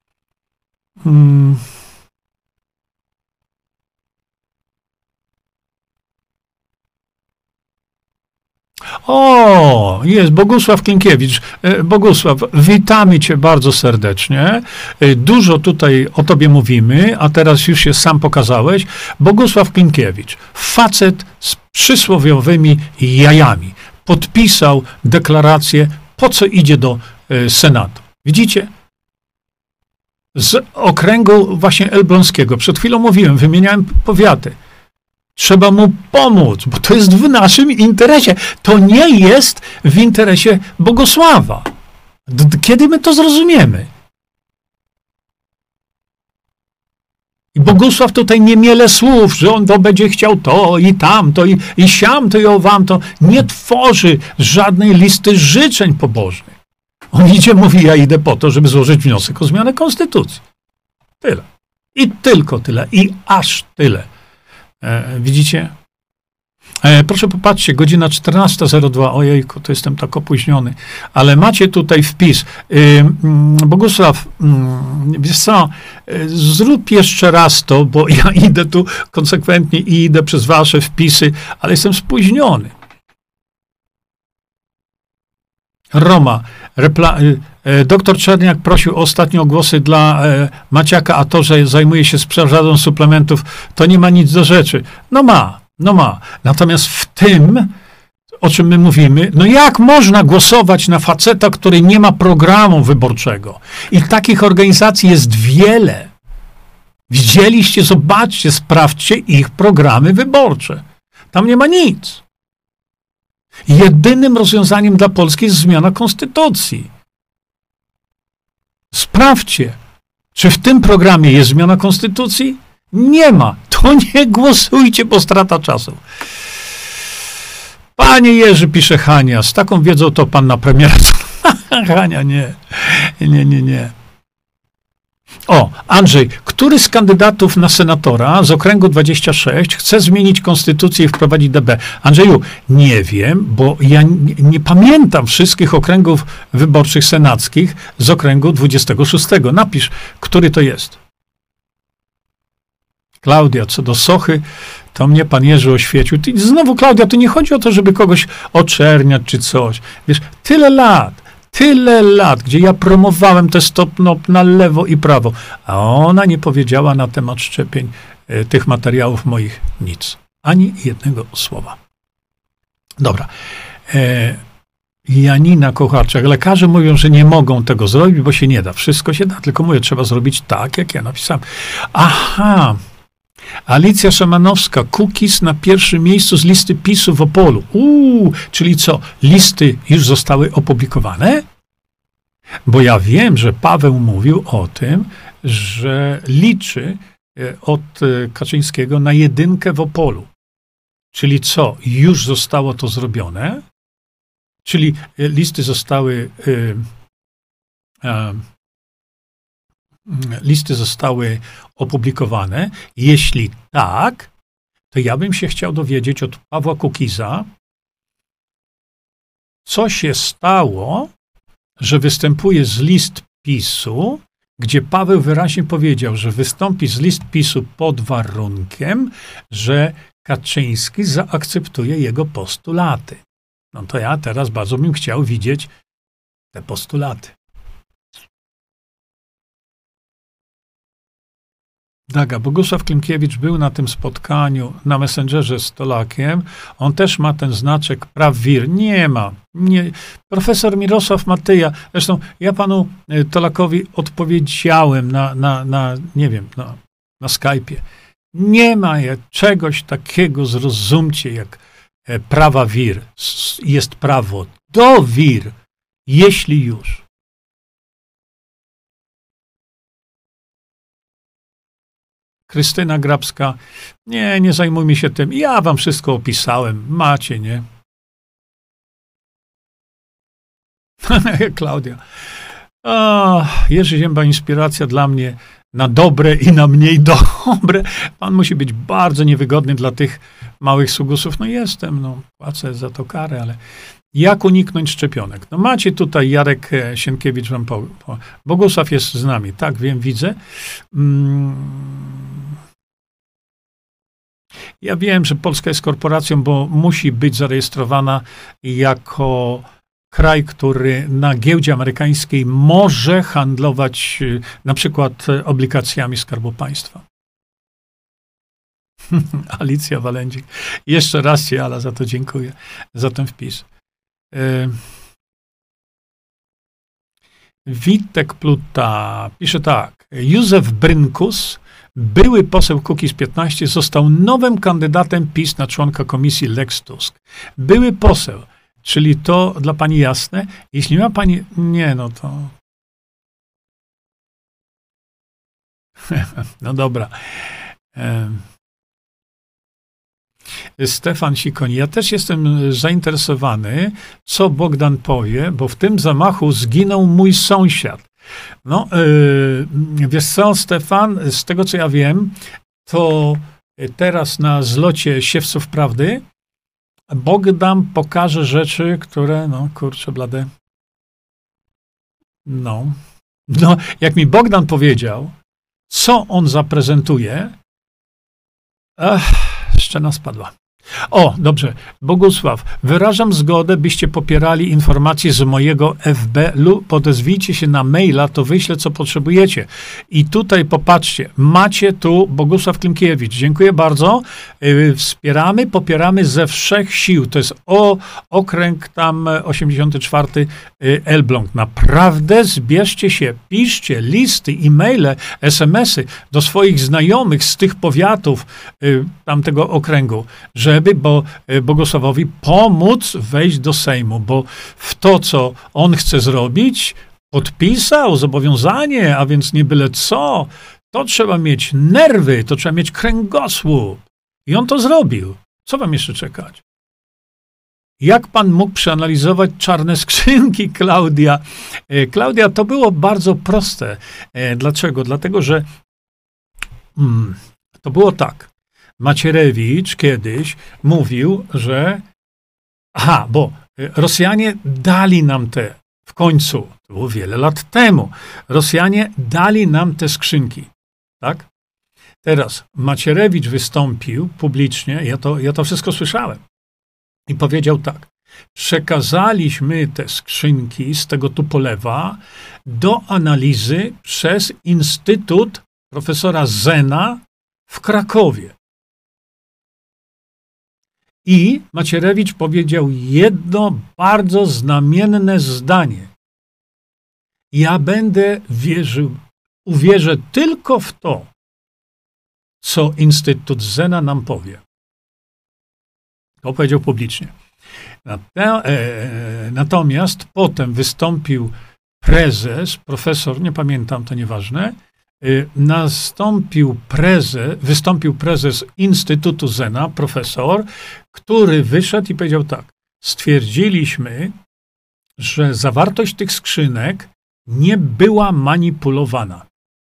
O, jest Bogusław Klimkiewicz. Bogusław, witamy cię bardzo serdecznie. Dużo tutaj o tobie mówimy, a teraz już się sam pokazałeś. Bogusław Klimkiewicz, facet z przysłowiowymi jajami. Podpisał deklarację, po co idzie do Senatu. Widzicie? Z okręgu właśnie elbląskiego. Przed chwilą mówiłem, wymieniałem powiaty. Trzeba mu pomóc, bo to jest w naszym interesie. To nie jest w interesie Bogusława. Kiedy my to zrozumiemy? I Bogusław tutaj nie miele słów, że on to będzie chciał to i tamto i siamto i owamto. Nie tworzy żadnej listy życzeń pobożnych. On idzie, mówi, ja idę po to, żeby złożyć wniosek o zmianę konstytucji. Tyle. I tylko tyle. I aż tyle. Widzicie? Proszę popatrzcie, godzina 14:02. Ojejku, to jestem tak opóźniony. Ale macie tutaj wpis. Bogusław, wiesz co, zrób jeszcze raz to, bo ja idę tu konsekwentnie i idę przez wasze wpisy, ale jestem spóźniony. Roma. Doktor Czerniak prosił ostatnio o głosy dla Maciaka, a to, że zajmuje się sprzedażą suplementów, to nie ma nic do rzeczy. No ma. Natomiast w tym, o czym my mówimy, no jak można głosować na faceta, który nie ma programu wyborczego? I takich organizacji jest wiele. Widzieliście, zobaczcie, sprawdźcie ich programy wyborcze. Tam nie ma nic. Jedynym rozwiązaniem dla Polski jest zmiana konstytucji. Sprawdźcie, czy w tym programie jest zmiana konstytucji? Nie ma. To nie głosujcie, bo strata czasu. Panie Jerzy, pisze Hania, z taką wiedzą to pan na premiera. Hania, nie. O, Andrzej, który z kandydatów na senatora z okręgu 26 chce zmienić konstytucję i wprowadzić DB? Andrzeju, nie wiem, bo ja nie pamiętam wszystkich okręgów wyborczych senackich z okręgu 26. Napisz, który to jest. Klaudia, co do Sochy, to mnie pan Jerzy oświecił. Znowu, Klaudia, tu nie chodzi o to, żeby kogoś oczerniać czy coś. Wiesz, tyle lat, gdzie ja promowałem te stop-nop na lewo i prawo, a ona nie powiedziała na temat szczepień tych materiałów moich nic. Ani jednego słowa. Dobra. Janina Kocharczak. Lekarze mówią, że nie mogą tego zrobić, bo się nie da. Wszystko się da, tylko mówię, trzeba zrobić tak, jak ja napisałem. Aha. Alicja Szymanowska, Kukiz na pierwszym miejscu z listy PiS-u w Opolu. Czyli co, listy już zostały opublikowane? Bo ja wiem, że Paweł mówił o tym, że liczy od Kaczyńskiego na 1 w Opolu. Czyli co, już zostało to zrobione? Czyli listy zostały opublikowane. Jeśli tak, to ja bym się chciał dowiedzieć od Pawła Kukiza, co się stało, że występuje z list PiS-u, gdzie Paweł wyraźnie powiedział, że wystąpi z list PiS-u pod warunkiem, że Kaczyński zaakceptuje jego postulaty. No to ja teraz bardzo bym chciał widzieć te postulaty. Daga, Bogusław Klimkiewicz był na tym spotkaniu na Messengerze z Tolakiem. On też ma ten znaczek praw wir. Nie ma. Nie. Profesor Mirosław Matyja, zresztą ja panu Tolakowi odpowiedziałem nie wiem, na Skype'ie. Nie ma czegoś takiego, zrozumcie, jak prawa wir. Jest prawo do wir, jeśli już. Krystyna Grabska, nie zajmujmy się tym. Ja wam wszystko opisałem. Macie, nie? Klaudia. Jerzy Zięba, inspiracja dla mnie na dobre i na mniej dobre. Pan musi być bardzo niewygodny dla tych małych sługusów. No jestem, płacę za to karę, ale jak uniknąć szczepionek? No macie tutaj, Jarek Sienkiewicz wam Bogusław jest z nami, tak, wiem, widzę. Ja wiem, że Polska jest korporacją, bo musi być zarejestrowana jako kraj, który na giełdzie amerykańskiej może handlować na przykład obligacjami Skarbu Państwa. Alicja Walędzik. Jeszcze raz ci, Ala, za to dziękuję, za ten wpis. Witek Pluta pisze tak. Józef Brynkus, były poseł Kukiz15, został nowym kandydatem PiS na członka komisji Lex Tusk. Były poseł, czyli to dla pani jasne. Jeśli ma pani... Nie, no to... No dobra. Stefan Sikoń, ja też jestem zainteresowany, co Bogdan powie, bo w tym zamachu zginął mój sąsiad. No, wiesz co, Stefan, z tego co ja wiem, to teraz na zlocie Siewców Prawdy Bogdan pokaże rzeczy, które, kurczę blade. No, jak mi Bogdan powiedział, co on zaprezentuje, szczena spadła. O, dobrze. Bogusław, wyrażam zgodę, byście popierali informacje z mojego FB lub odezwijcie się na maila, to wyślę, co potrzebujecie. I tutaj popatrzcie, macie tu Bogusław Klimkiewicz. Dziękuję bardzo. Wspieramy, popieramy ze wszech sił. To jest okręg tam 84 Elbląg. Naprawdę zbierzcie się, piszcie listy, e-maile, SMS-y do swoich znajomych z tych powiatów tamtego okręgu, żeby Bogusławowi pomóc wejść do Sejmu, bo w to, co on chce zrobić, podpisał zobowiązanie, a więc nie byle co, to trzeba mieć nerwy, to trzeba mieć kręgosłup. I on to zrobił. Co wam jeszcze czekać? Jak pan mógł przeanalizować czarne skrzynki, Klaudia? Klaudia, to było bardzo proste. Dlaczego? Dlatego, że to było tak. Macierewicz kiedyś mówił, że bo Rosjanie dali nam w końcu, to było wiele lat temu, Rosjanie dali nam te skrzynki, tak? Teraz Macierewicz wystąpił publicznie, ja to wszystko słyszałem i powiedział tak, przekazaliśmy te skrzynki z tego Tupolewa do analizy przez Instytut profesora Zena w Krakowie. I Macierewicz powiedział jedno bardzo znamienne zdanie. Ja będę uwierzę tylko w to, co Instytut Zena nam powie. To powiedział publicznie. Natomiast potem wystąpił prezes, profesor, nie pamiętam, to nieważne, wystąpił prezes Instytutu Zena, profesor, który wyszedł i powiedział tak, stwierdziliśmy, że zawartość tych skrzynek nie była manipulowana.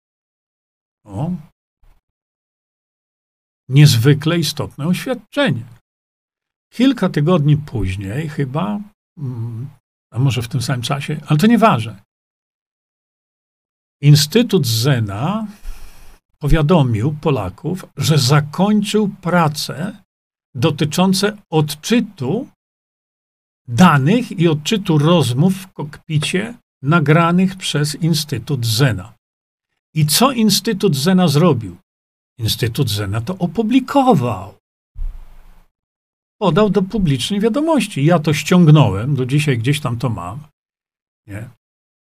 Niezwykle istotne oświadczenie. Kilka tygodni później chyba, a może w tym samym czasie, ale to nieważne, Instytut Zena powiadomił Polaków, że zakończył pracę dotyczące odczytu danych i odczytu rozmów w kokpicie nagranych przez Instytut Zena. I co Instytut Zena zrobił? Instytut Zena to opublikował. Podał do publicznej wiadomości. Ja to ściągnąłem, do dzisiaj gdzieś tam to mam. Nie?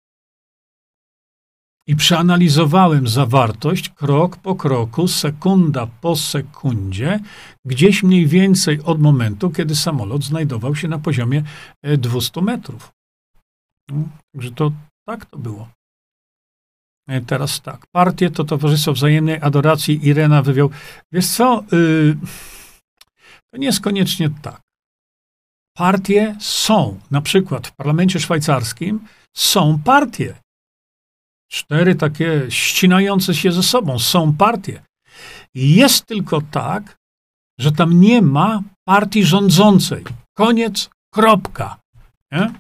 I przeanalizowałem zawartość krok po kroku, sekunda po sekundzie, gdzieś mniej więcej od momentu, kiedy samolot znajdował się na poziomie 200 metrów. No, także to tak to było. Teraz tak. Partie to Towarzystwo Wzajemnej Adoracji. Irena Wywiał. Wiesz co? To nie jest koniecznie tak. Partie są. Na przykład w parlamencie szwajcarskim są partie. 4 takie ścinające się ze sobą. Są partie. I jest tylko tak, że tam nie ma partii rządzącej. Koniec, kropka. Nie?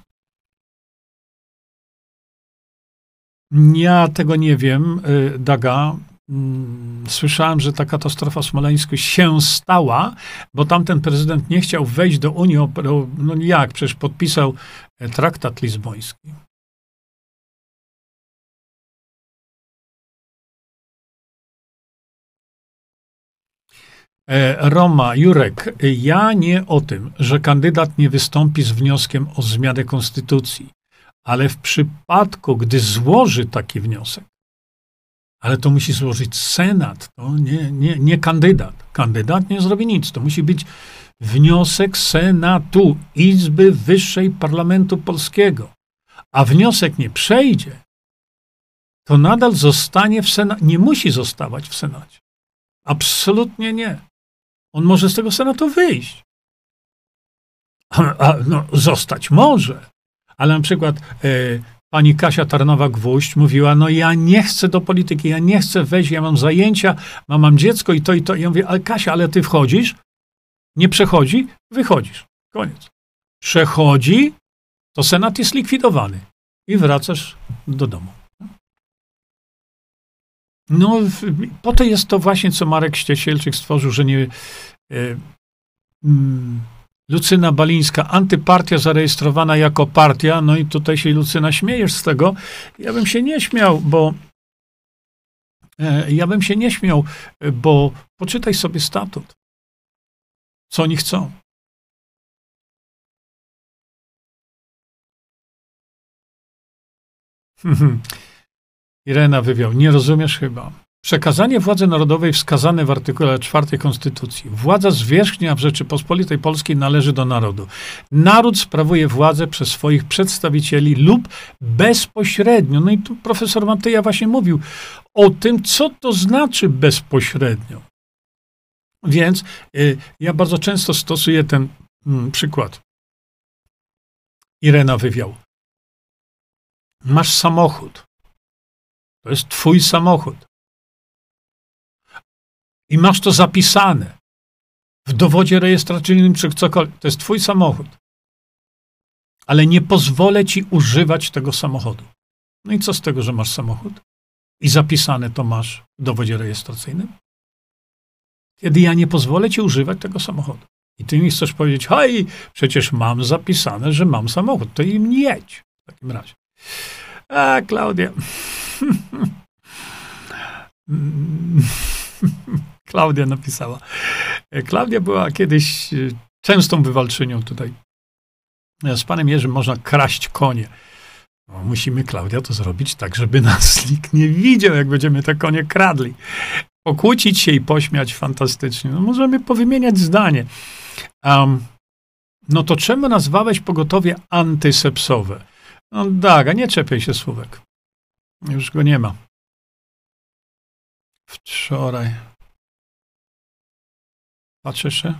Ja tego nie wiem, Daga. Słyszałem, że ta katastrofa w Smoleńsku się stała, bo tamten prezydent nie chciał wejść do Unii. No jak? Przecież podpisał traktat lizboński. Roma, Jurek, ja nie o tym, że kandydat nie wystąpi z wnioskiem o zmianę konstytucji, ale w przypadku, gdy złoży taki wniosek, ale to musi złożyć Senat, to nie kandydat. Kandydat nie zrobi nic. To musi być wniosek Senatu, Izby Wyższej Parlamentu Polskiego. A wniosek nie przejdzie, to nadal zostanie w Senacie. Nie musi zostawać w Senacie. Absolutnie nie. On może z tego Senatu wyjść. No, zostać może. Ale na przykład pani Kasia Tarnowa-Gwóźdź mówiła, no ja nie chcę do polityki, ja nie chcę wejść, ja mam zajęcia, mam dziecko i to, i to. I ja mówię, ale Kasia, ale ty wchodzisz? Nie przechodzi? Wychodzisz. Koniec. Przechodzi, to Senat jest likwidowany. I wracasz do domu. No, po to jest to właśnie, co Marek Ściesielczyk stworzył, że nie... Lucyna Balińska, antypartia zarejestrowana jako partia, no i tutaj się, Lucyna, śmiejesz z tego. Ja bym się nie śmiał, bo poczytaj sobie statut. Co oni chcą. Irena Wywiał, nie rozumiesz chyba. Przekazanie władzy narodowej wskazane w artykule 4 Konstytucji. Władza zwierzchnia w Rzeczypospolitej Polskiej należy do narodu. Naród sprawuje władzę przez swoich przedstawicieli lub bezpośrednio. No i tu profesor Matyja właśnie mówił o tym, co to znaczy bezpośrednio. Więc ja bardzo często stosuję ten przykład. Irena Wywiał. Masz samochód. To jest twój samochód. I masz to zapisane w dowodzie rejestracyjnym czy cokolwiek. To jest twój samochód. Ale nie pozwolę ci używać tego samochodu. No i co z tego, że masz samochód? I zapisane to masz w dowodzie rejestracyjnym? Kiedy ja nie pozwolę ci używać tego samochodu. I ty mi chcesz powiedzieć, hej, przecież mam zapisane, że mam samochód. To im jedź w takim razie. A, Klaudia. Klaudia napisała. Klaudia była kiedyś częstą bywalczynią tutaj. Z panem Jerzym można kraść konie. No, musimy, Klaudia, to zrobić tak, żeby nas nikt nie widział, jak będziemy te konie kradli. Pokłócić się i pośmiać fantastycznie. No, możemy powymieniać zdanie. No to czemu nazwałeś pogotowie antysepsowe? No Daga, nie czepiaj się słówek. Już go nie ma. Wczoraj. Patrzę jeszcze.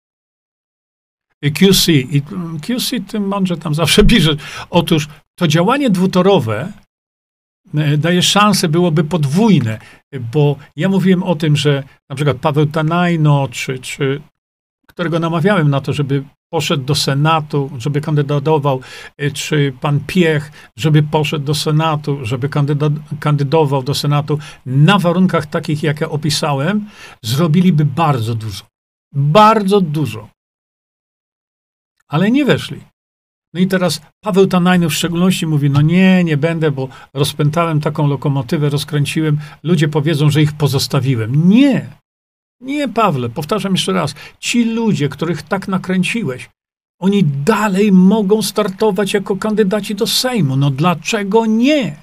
QC. I QC tym mądrze tam zawsze pisze. Otóż to działanie dwutorowe daje szansę, byłoby podwójne, bo ja mówiłem o tym, że na przykład Paweł Tanajno, czy którego namawiałem na to, żeby poszedł do Senatu, żeby kandydował, czy pan Piech, żeby poszedł do Senatu, żeby kandydował do Senatu na warunkach takich, jak ja opisałem, zrobiliby bardzo dużo. Bardzo dużo. Ale nie weszli. No i teraz Paweł Tanajny w szczególności mówi, no nie będę, bo rozpętałem taką lokomotywę, rozkręciłem, ludzie powiedzą, że ich pozostawiłem. Nie, Pawle, powtarzam jeszcze raz, ci ludzie, których tak nakręciłeś, oni dalej mogą startować jako kandydaci do Sejmu. No dlaczego nie?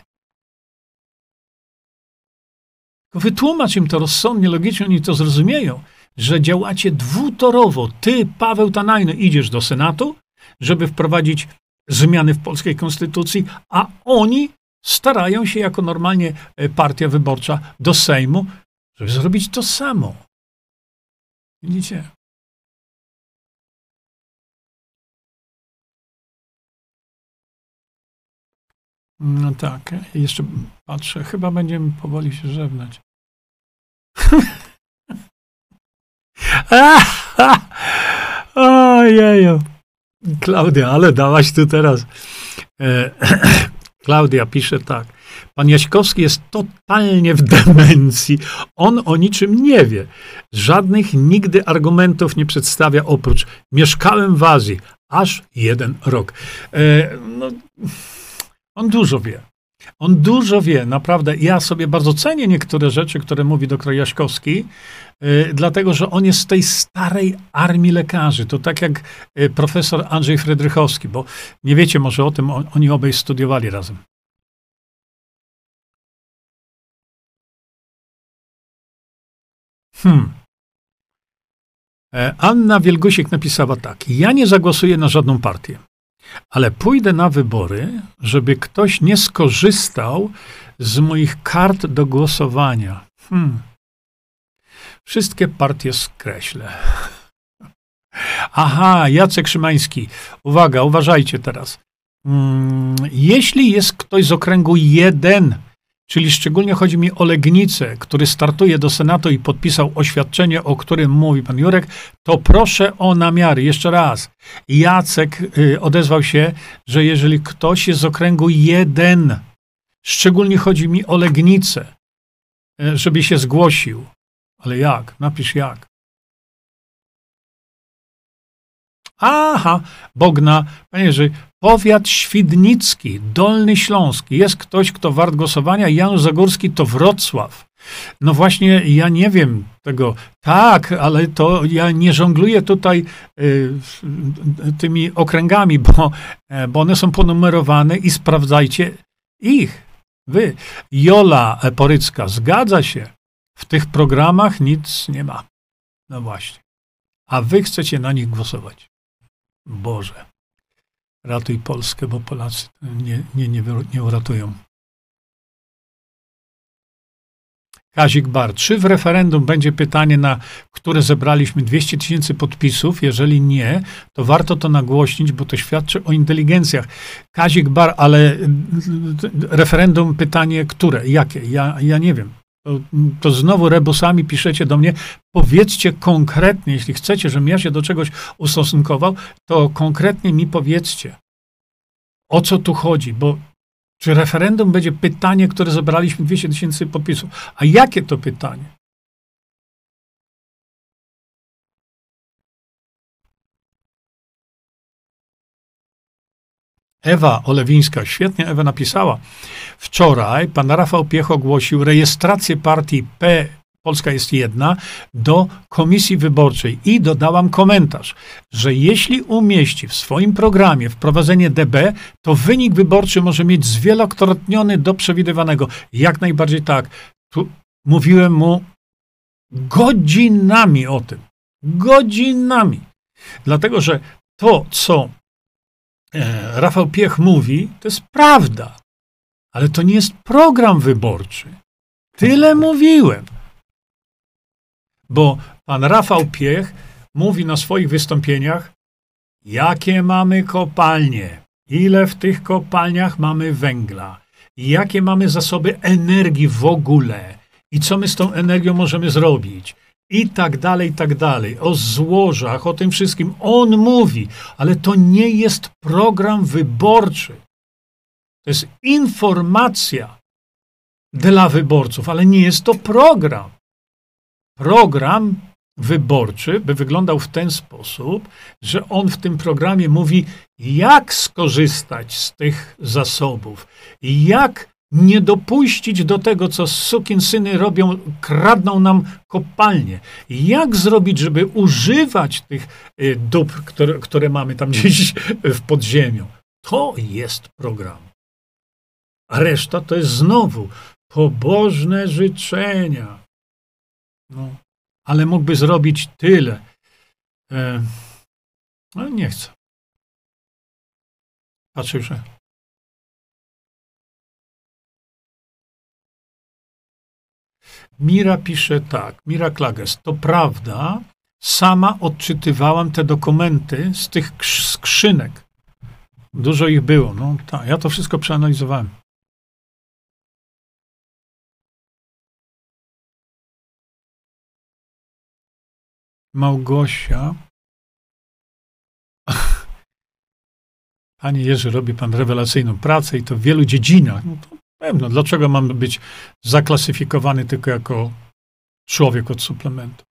Wytłumacz im to rozsądnie, logicznie, oni to zrozumieją, że działacie dwutorowo. Ty, Paweł Tanajny, idziesz do Senatu, żeby wprowadzić zmiany w polskiej konstytucji, a oni starają się jako normalnie partia wyborcza do Sejmu, żeby zrobić to samo. Widzicie? No tak, jeszcze patrzę, chyba będziemy powoli się żegnać. Ojeju. Klaudia, ale dałaś tu teraz. Klaudia pisze tak. Pan Jaśkowski jest totalnie w demencji. On o niczym nie wie. Żadnych nigdy argumentów nie przedstawia oprócz mieszkałem w Azji aż 1 rok. No, on dużo wie. On dużo wie, naprawdę. Ja sobie bardzo cenię niektóre rzeczy, które mówi dr Jaśkowski, dlatego, że on jest z tej starej armii lekarzy. To tak jak profesor Andrzej Frydrychowski, bo nie wiecie może o tym, oni obaj studiowali razem. Anna Wielgusik napisała tak. Ja nie zagłosuję na żadną partię, ale pójdę na wybory, żeby ktoś nie skorzystał z moich kart do głosowania. Wszystkie partie skreślę. Aha, Jacek Szymański. Uwaga, uważajcie teraz. Jeśli jest ktoś z okręgu 1, czyli szczególnie chodzi mi o Legnicę, który startuje do Senatu i podpisał oświadczenie, o którym mówi pan Jurek, to proszę o namiary. Jeszcze raz. Jacek odezwał się, że jeżeli ktoś jest z okręgu 1, szczególnie chodzi mi o Legnicę, żeby się zgłosił. Ale jak? Napisz jak. Aha, Bogna, panie Jerzy, powiat świdnicki, Dolny Śląsk. Jest ktoś, kto wart głosowania? Janusz Zagórski to Wrocław. No właśnie, ja nie wiem tego. Tak, ale to ja nie żongluję tutaj tymi okręgami, bo one są ponumerowane i sprawdzajcie ich. Wy. Jola Porycka, zgadza się. W tych programach nic nie ma. No właśnie. A wy chcecie na nich głosować. Boże, ratuj Polskę, bo Polacy nie uratują. Kazik Bar. Czy w referendum będzie pytanie, na które zebraliśmy 200 000 podpisów? Jeżeli nie, to warto to nagłośnić, bo to świadczy o inteligencjach. Kazik Bar, ale referendum pytanie które? Jakie? Ja nie wiem. To znowu rebusami piszecie do mnie. Powiedzcie konkretnie, jeśli chcecie, żebym ja się do czegoś ustosunkował, to konkretnie mi powiedzcie, o co tu chodzi, bo czy referendum będzie pytanie, które zebraliśmy 200 000 podpisów? A jakie to pytanie? Ewa Olewińska, świetnie Ewa napisała. Wczoraj pan Rafał Piech ogłosił rejestrację partii Polska jest jedna do komisji wyborczej i dodałam komentarz, że jeśli umieści w swoim programie wprowadzenie DB, to wynik wyborczy może mieć zwielokrotniony do przewidywanego. Jak najbardziej tak. Tu mówiłem mu godzinami o tym. Godzinami. Dlatego, że to, co Rafał Piech mówi, to jest prawda. Ale to nie jest program wyborczy. Tyle mówiłem. Bo pan Rafał Piech mówi na swoich wystąpieniach, jakie mamy kopalnie, ile w tych kopalniach mamy węgla, jakie mamy zasoby energii w ogóle i co my z tą energią możemy zrobić. I tak dalej, i tak dalej. O złożach, o tym wszystkim. On mówi, ale to nie jest program wyborczy. To jest informacja dla wyborców, ale nie jest to program. Program wyborczy by wyglądał w ten sposób, że on w tym programie mówi, jak skorzystać z tych zasobów, jak nie dopuścić do tego, co sukinsyny robią, kradną nam kopalnie. Jak zrobić, żeby używać tych dóbr, które mamy tam gdzieś w podziemiu. To jest program. A reszta to jest znowu pobożne życzenia. No, ale mógłby zrobić tyle. Ale nie chcę. Patrzę, że Mira pisze tak, Mira Klages, to prawda, sama odczytywałam te dokumenty z tych skrzynek. Dużo ich było, no tak, ja to wszystko przeanalizowałem. Małgosia. Panie Jerzy, robi pan rewelacyjną pracę i to w wielu dziedzinach. No to pewno, dlaczego mam być zaklasyfikowany tylko jako człowiek od suplementu?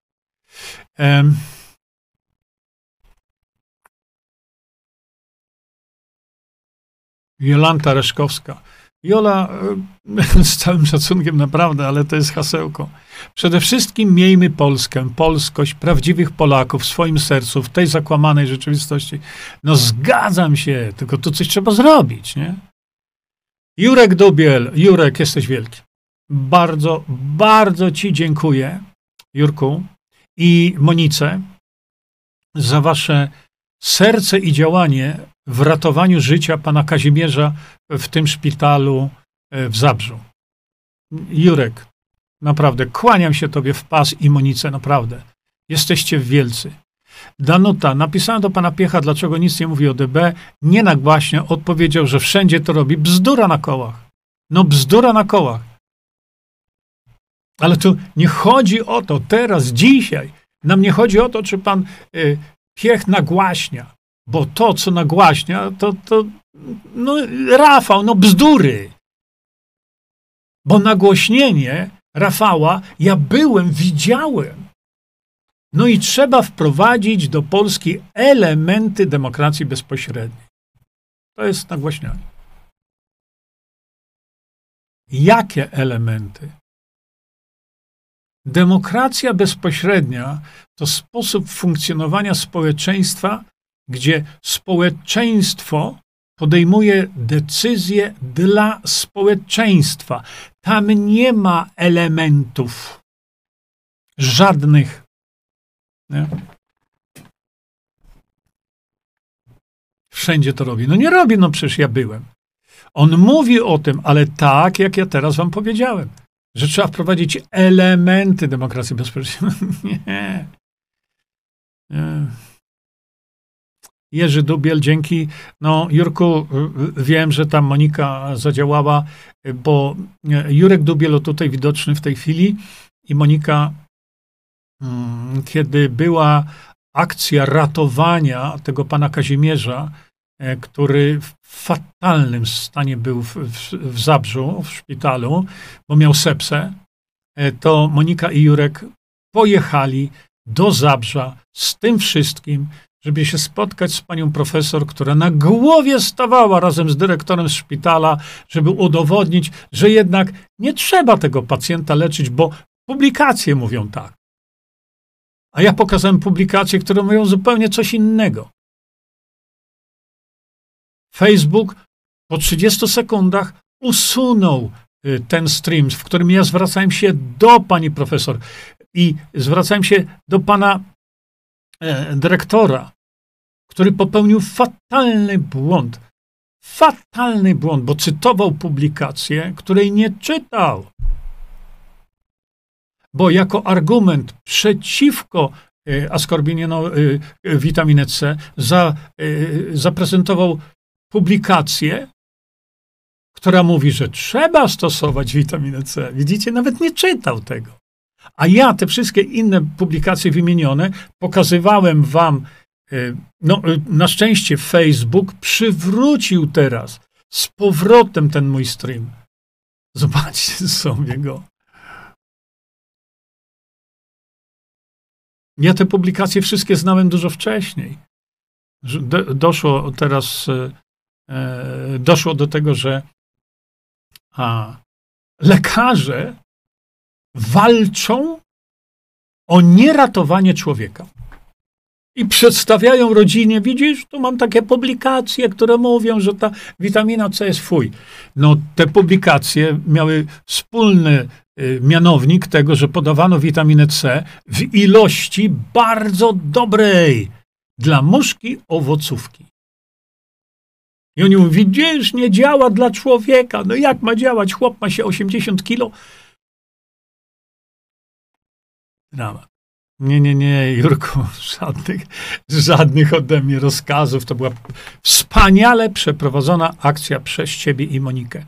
Jolanta Reszkowska. Jola, z całym szacunkiem naprawdę, ale to jest hasełko. Przede wszystkim miejmy Polskę, polskość, prawdziwych Polaków w swoim sercu, w tej zakłamanej rzeczywistości. No zgadzam się, tylko tu coś trzeba zrobić, nie? Jurek Dubiel. Jurek, jesteś wielki. Bardzo, bardzo ci dziękuję, Jurku i Monice, za wasze serce i działanie w ratowaniu życia pana Kazimierza w tym szpitalu w Zabrzu. Jurek, naprawdę, kłaniam się tobie w pas i Monice, naprawdę. Jesteście wielcy. Danuta, napisałem do pana Piecha, dlaczego nic nie mówi o DB, nie nagłaśnie, odpowiedział, że wszędzie to robi. Bzdura na kołach. No bzdura na kołach. Ale tu nie chodzi o to teraz, dzisiaj. Nam nie chodzi o to, czy pan Piech nagłaśnia. Bo to, co nagłaśnia, to no, Rafał, no bzdury. Bo nagłośnienie Rafała, ja byłem, widziałem. No i trzeba wprowadzić do Polski elementy demokracji bezpośredniej. To jest nagłaśnianie. Jakie elementy? Demokracja bezpośrednia to sposób funkcjonowania społeczeństwa, gdzie społeczeństwo podejmuje decyzje dla społeczeństwa. Tam nie ma elementów żadnych. Nie? Wszędzie to robi. No nie robi, no przecież ja byłem. On mówi o tym, ale tak, jak ja teraz wam powiedziałem, że trzeba wprowadzić elementy demokracji bezpośredniej. Nie. Nie. Jerzy Dubiel, dzięki. No, Jurku, wiem, że tam Monika zadziałała, bo Jurek Dubiel tutaj widoczny w tej chwili i Monika, kiedy była akcja ratowania tego pana Kazimierza, który w fatalnym stanie był w Zabrzu, w szpitalu, bo miał sepsę, to Monika i Jurek pojechali do Zabrza z tym wszystkim, żeby się spotkać z panią profesor, która na głowie stawała razem z dyrektorem szpitala, żeby udowodnić, że jednak nie trzeba tego pacjenta leczyć, bo publikacje mówią tak. A ja pokazałem publikacje, które mówią zupełnie coś innego. Facebook po 30 sekundach usunął ten stream, w którym ja zwracałem się do pani profesor i zwracałem się do pana dyrektora, który popełnił fatalny błąd, bo cytował publikację, której nie czytał. Bo jako argument przeciwko askorbinie, witaminę C, zaprezentował publikację, która mówi, że trzeba stosować witaminę C. Widzicie, nawet nie czytał tego. A ja te wszystkie inne publikacje wymienione pokazywałem wam. No, na szczęście Facebook przywrócił teraz z powrotem ten mój stream. Zobaczcie sobie go. Ja te publikacje wszystkie znałem dużo wcześniej. Doszło teraz, doszło do tego, że lekarze walczą o nieratowanie człowieka. I przedstawiają rodzinie, widzisz, tu mam takie publikacje, które mówią, że ta witamina C jest fuj. No, te publikacje miały wspólny mianownik tego, że podawano witaminę C w ilości bardzo dobrej dla muszki owocówki. I oni mówią, widzisz, nie działa dla człowieka. No jak ma działać? Chłop ma się 80 kilo. Dramat. Nie, Jurku, żadnych ode mnie rozkazów. To była wspaniale przeprowadzona akcja przez ciebie i Monikę.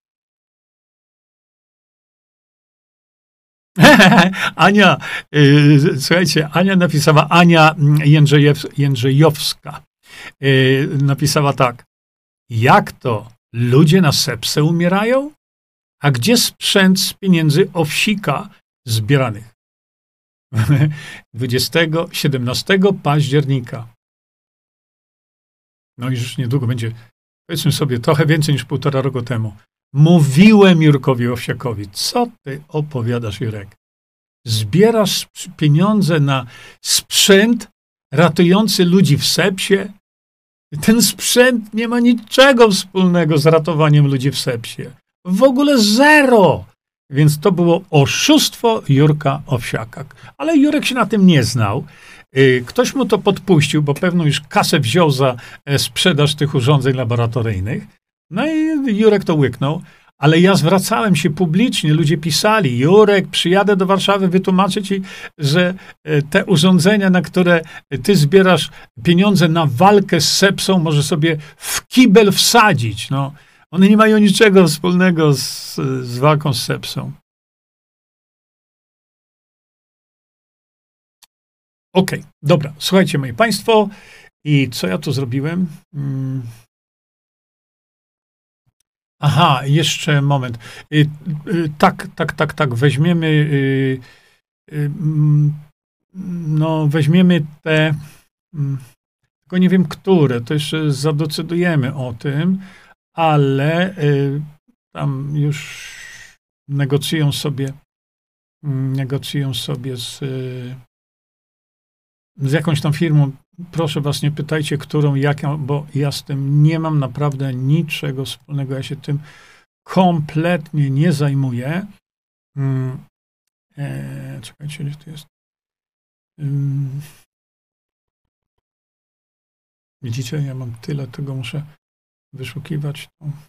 Ania, słuchajcie, Ania napisała, Ania Jędrzejowska napisała tak. Jak to? Ludzie na sepsę umierają? A gdzie sprzęt z pieniędzy owsika zbieranych? 17 października. No i już niedługo będzie, powiedzmy sobie, trochę więcej niż 1,5 roku temu. Mówiłem Jurkowi Owsiakowi, co ty opowiadasz, Jurek? Zbierasz pieniądze na sprzęt ratujący ludzi w sepsie? Ten sprzęt nie ma niczego wspólnego z ratowaniem ludzi w sepsie. W ogóle zero. Więc to było oszustwo Jurka Owsiaka. Ale Jurek się na tym nie znał. Ktoś mu to podpuścił, bo pewno już kasę wziął za sprzedaż tych urządzeń laboratoryjnych. No i Jurek to łyknął. Ale ja zwracałem się publicznie, ludzie pisali, Jurek, przyjadę do Warszawy, wytłumaczę ci, że te urządzenia, na które ty zbierasz pieniądze na walkę z sepsą, może sobie w kibel wsadzić. No, one nie mają niczego wspólnego z walką z sepsą. Okej, dobra, słuchajcie, moi państwo, i co ja tu zrobiłem? Aha, jeszcze moment. Tak, weźmiemy, no weźmiemy te, tylko nie wiem, które, to jeszcze zadecydujemy o tym, ale tam już negocjują sobie z jakąś tam firmą. Proszę was, nie pytajcie, którą, jaką, bo ja z tym nie mam naprawdę niczego wspólnego. Ja się tym kompletnie nie zajmuję. Czekajcie, gdzie to jest? Widzicie, ja mam tyle, tego muszę wyszukiwać.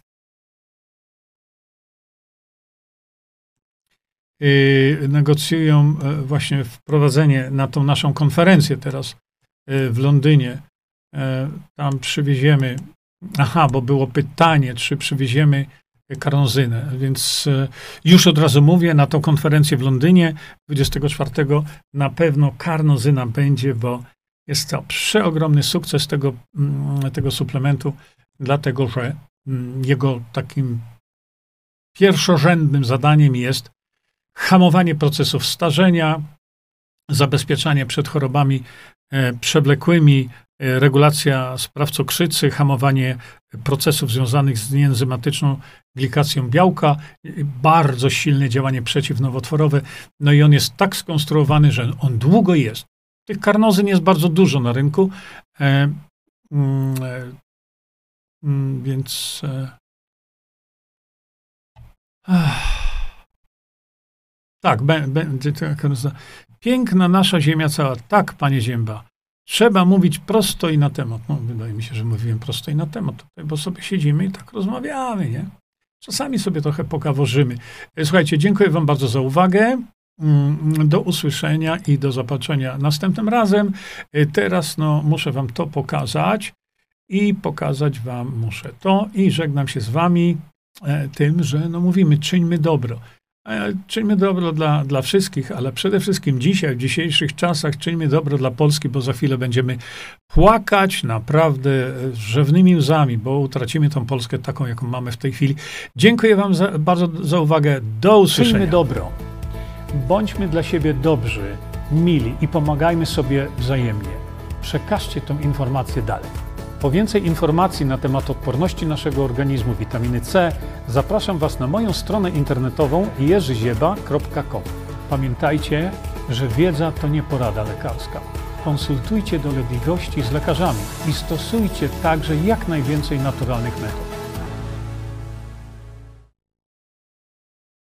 Negocjują właśnie wprowadzenie na tą naszą konferencję teraz w Londynie. Tam przywieziemy, bo było pytanie, czy przywieziemy karnozynę, więc już od razu mówię, na tą konferencję w Londynie 24 na pewno karnozyna będzie, bo jest to przeogromny sukces tego suplementu, dlatego że jego takim pierwszorzędnym zadaniem jest hamowanie procesów starzenia, zabezpieczanie przed chorobami przewlekłymi, regulacja spraw cukrzycy, hamowanie procesów związanych z enzymatyczną glikacją białka, bardzo silne działanie przeciwnowotworowe. No i on jest tak skonstruowany, że on długo jest. Tych karnozyn jest bardzo dużo na rynku, więc tak, będzie taka. Piękna nasza ziemia cała. Tak, panie Zięba. Trzeba mówić prosto i na temat. No, wydaje mi się, że mówiłem prosto i na temat tutaj, bo sobie siedzimy i tak rozmawiamy, nie? Czasami sobie trochę pokaworzymy. Słuchajcie, dziękuję wam bardzo za uwagę. Do usłyszenia i do zobaczenia następnym razem. Teraz muszę wam to pokazać i pokazać wam muszę to i żegnam się z wami tym, że mówimy, czyńmy dobro. Czyńmy dobro dla wszystkich, ale przede wszystkim dzisiaj, w dzisiejszych czasach, czyńmy dobro dla Polski, bo za chwilę będziemy płakać naprawdę rzewnymi łzami, bo utracimy tą Polskę taką, jaką mamy w tej chwili. Dziękuję wam bardzo za uwagę. Do usłyszenia. Czyńmy dobro. Bądźmy dla siebie dobrzy mili i pomagajmy sobie wzajemnie. Przekażcie tę informację dalej. Po więcej informacji na temat odporności naszego organizmu, witaminy C, zapraszam Was na moją stronę internetową jerzyzieba.com. Pamiętajcie, że wiedza to nie porada lekarska. Konsultujcie dolegliwości z lekarzami i stosujcie także jak najwięcej naturalnych metod.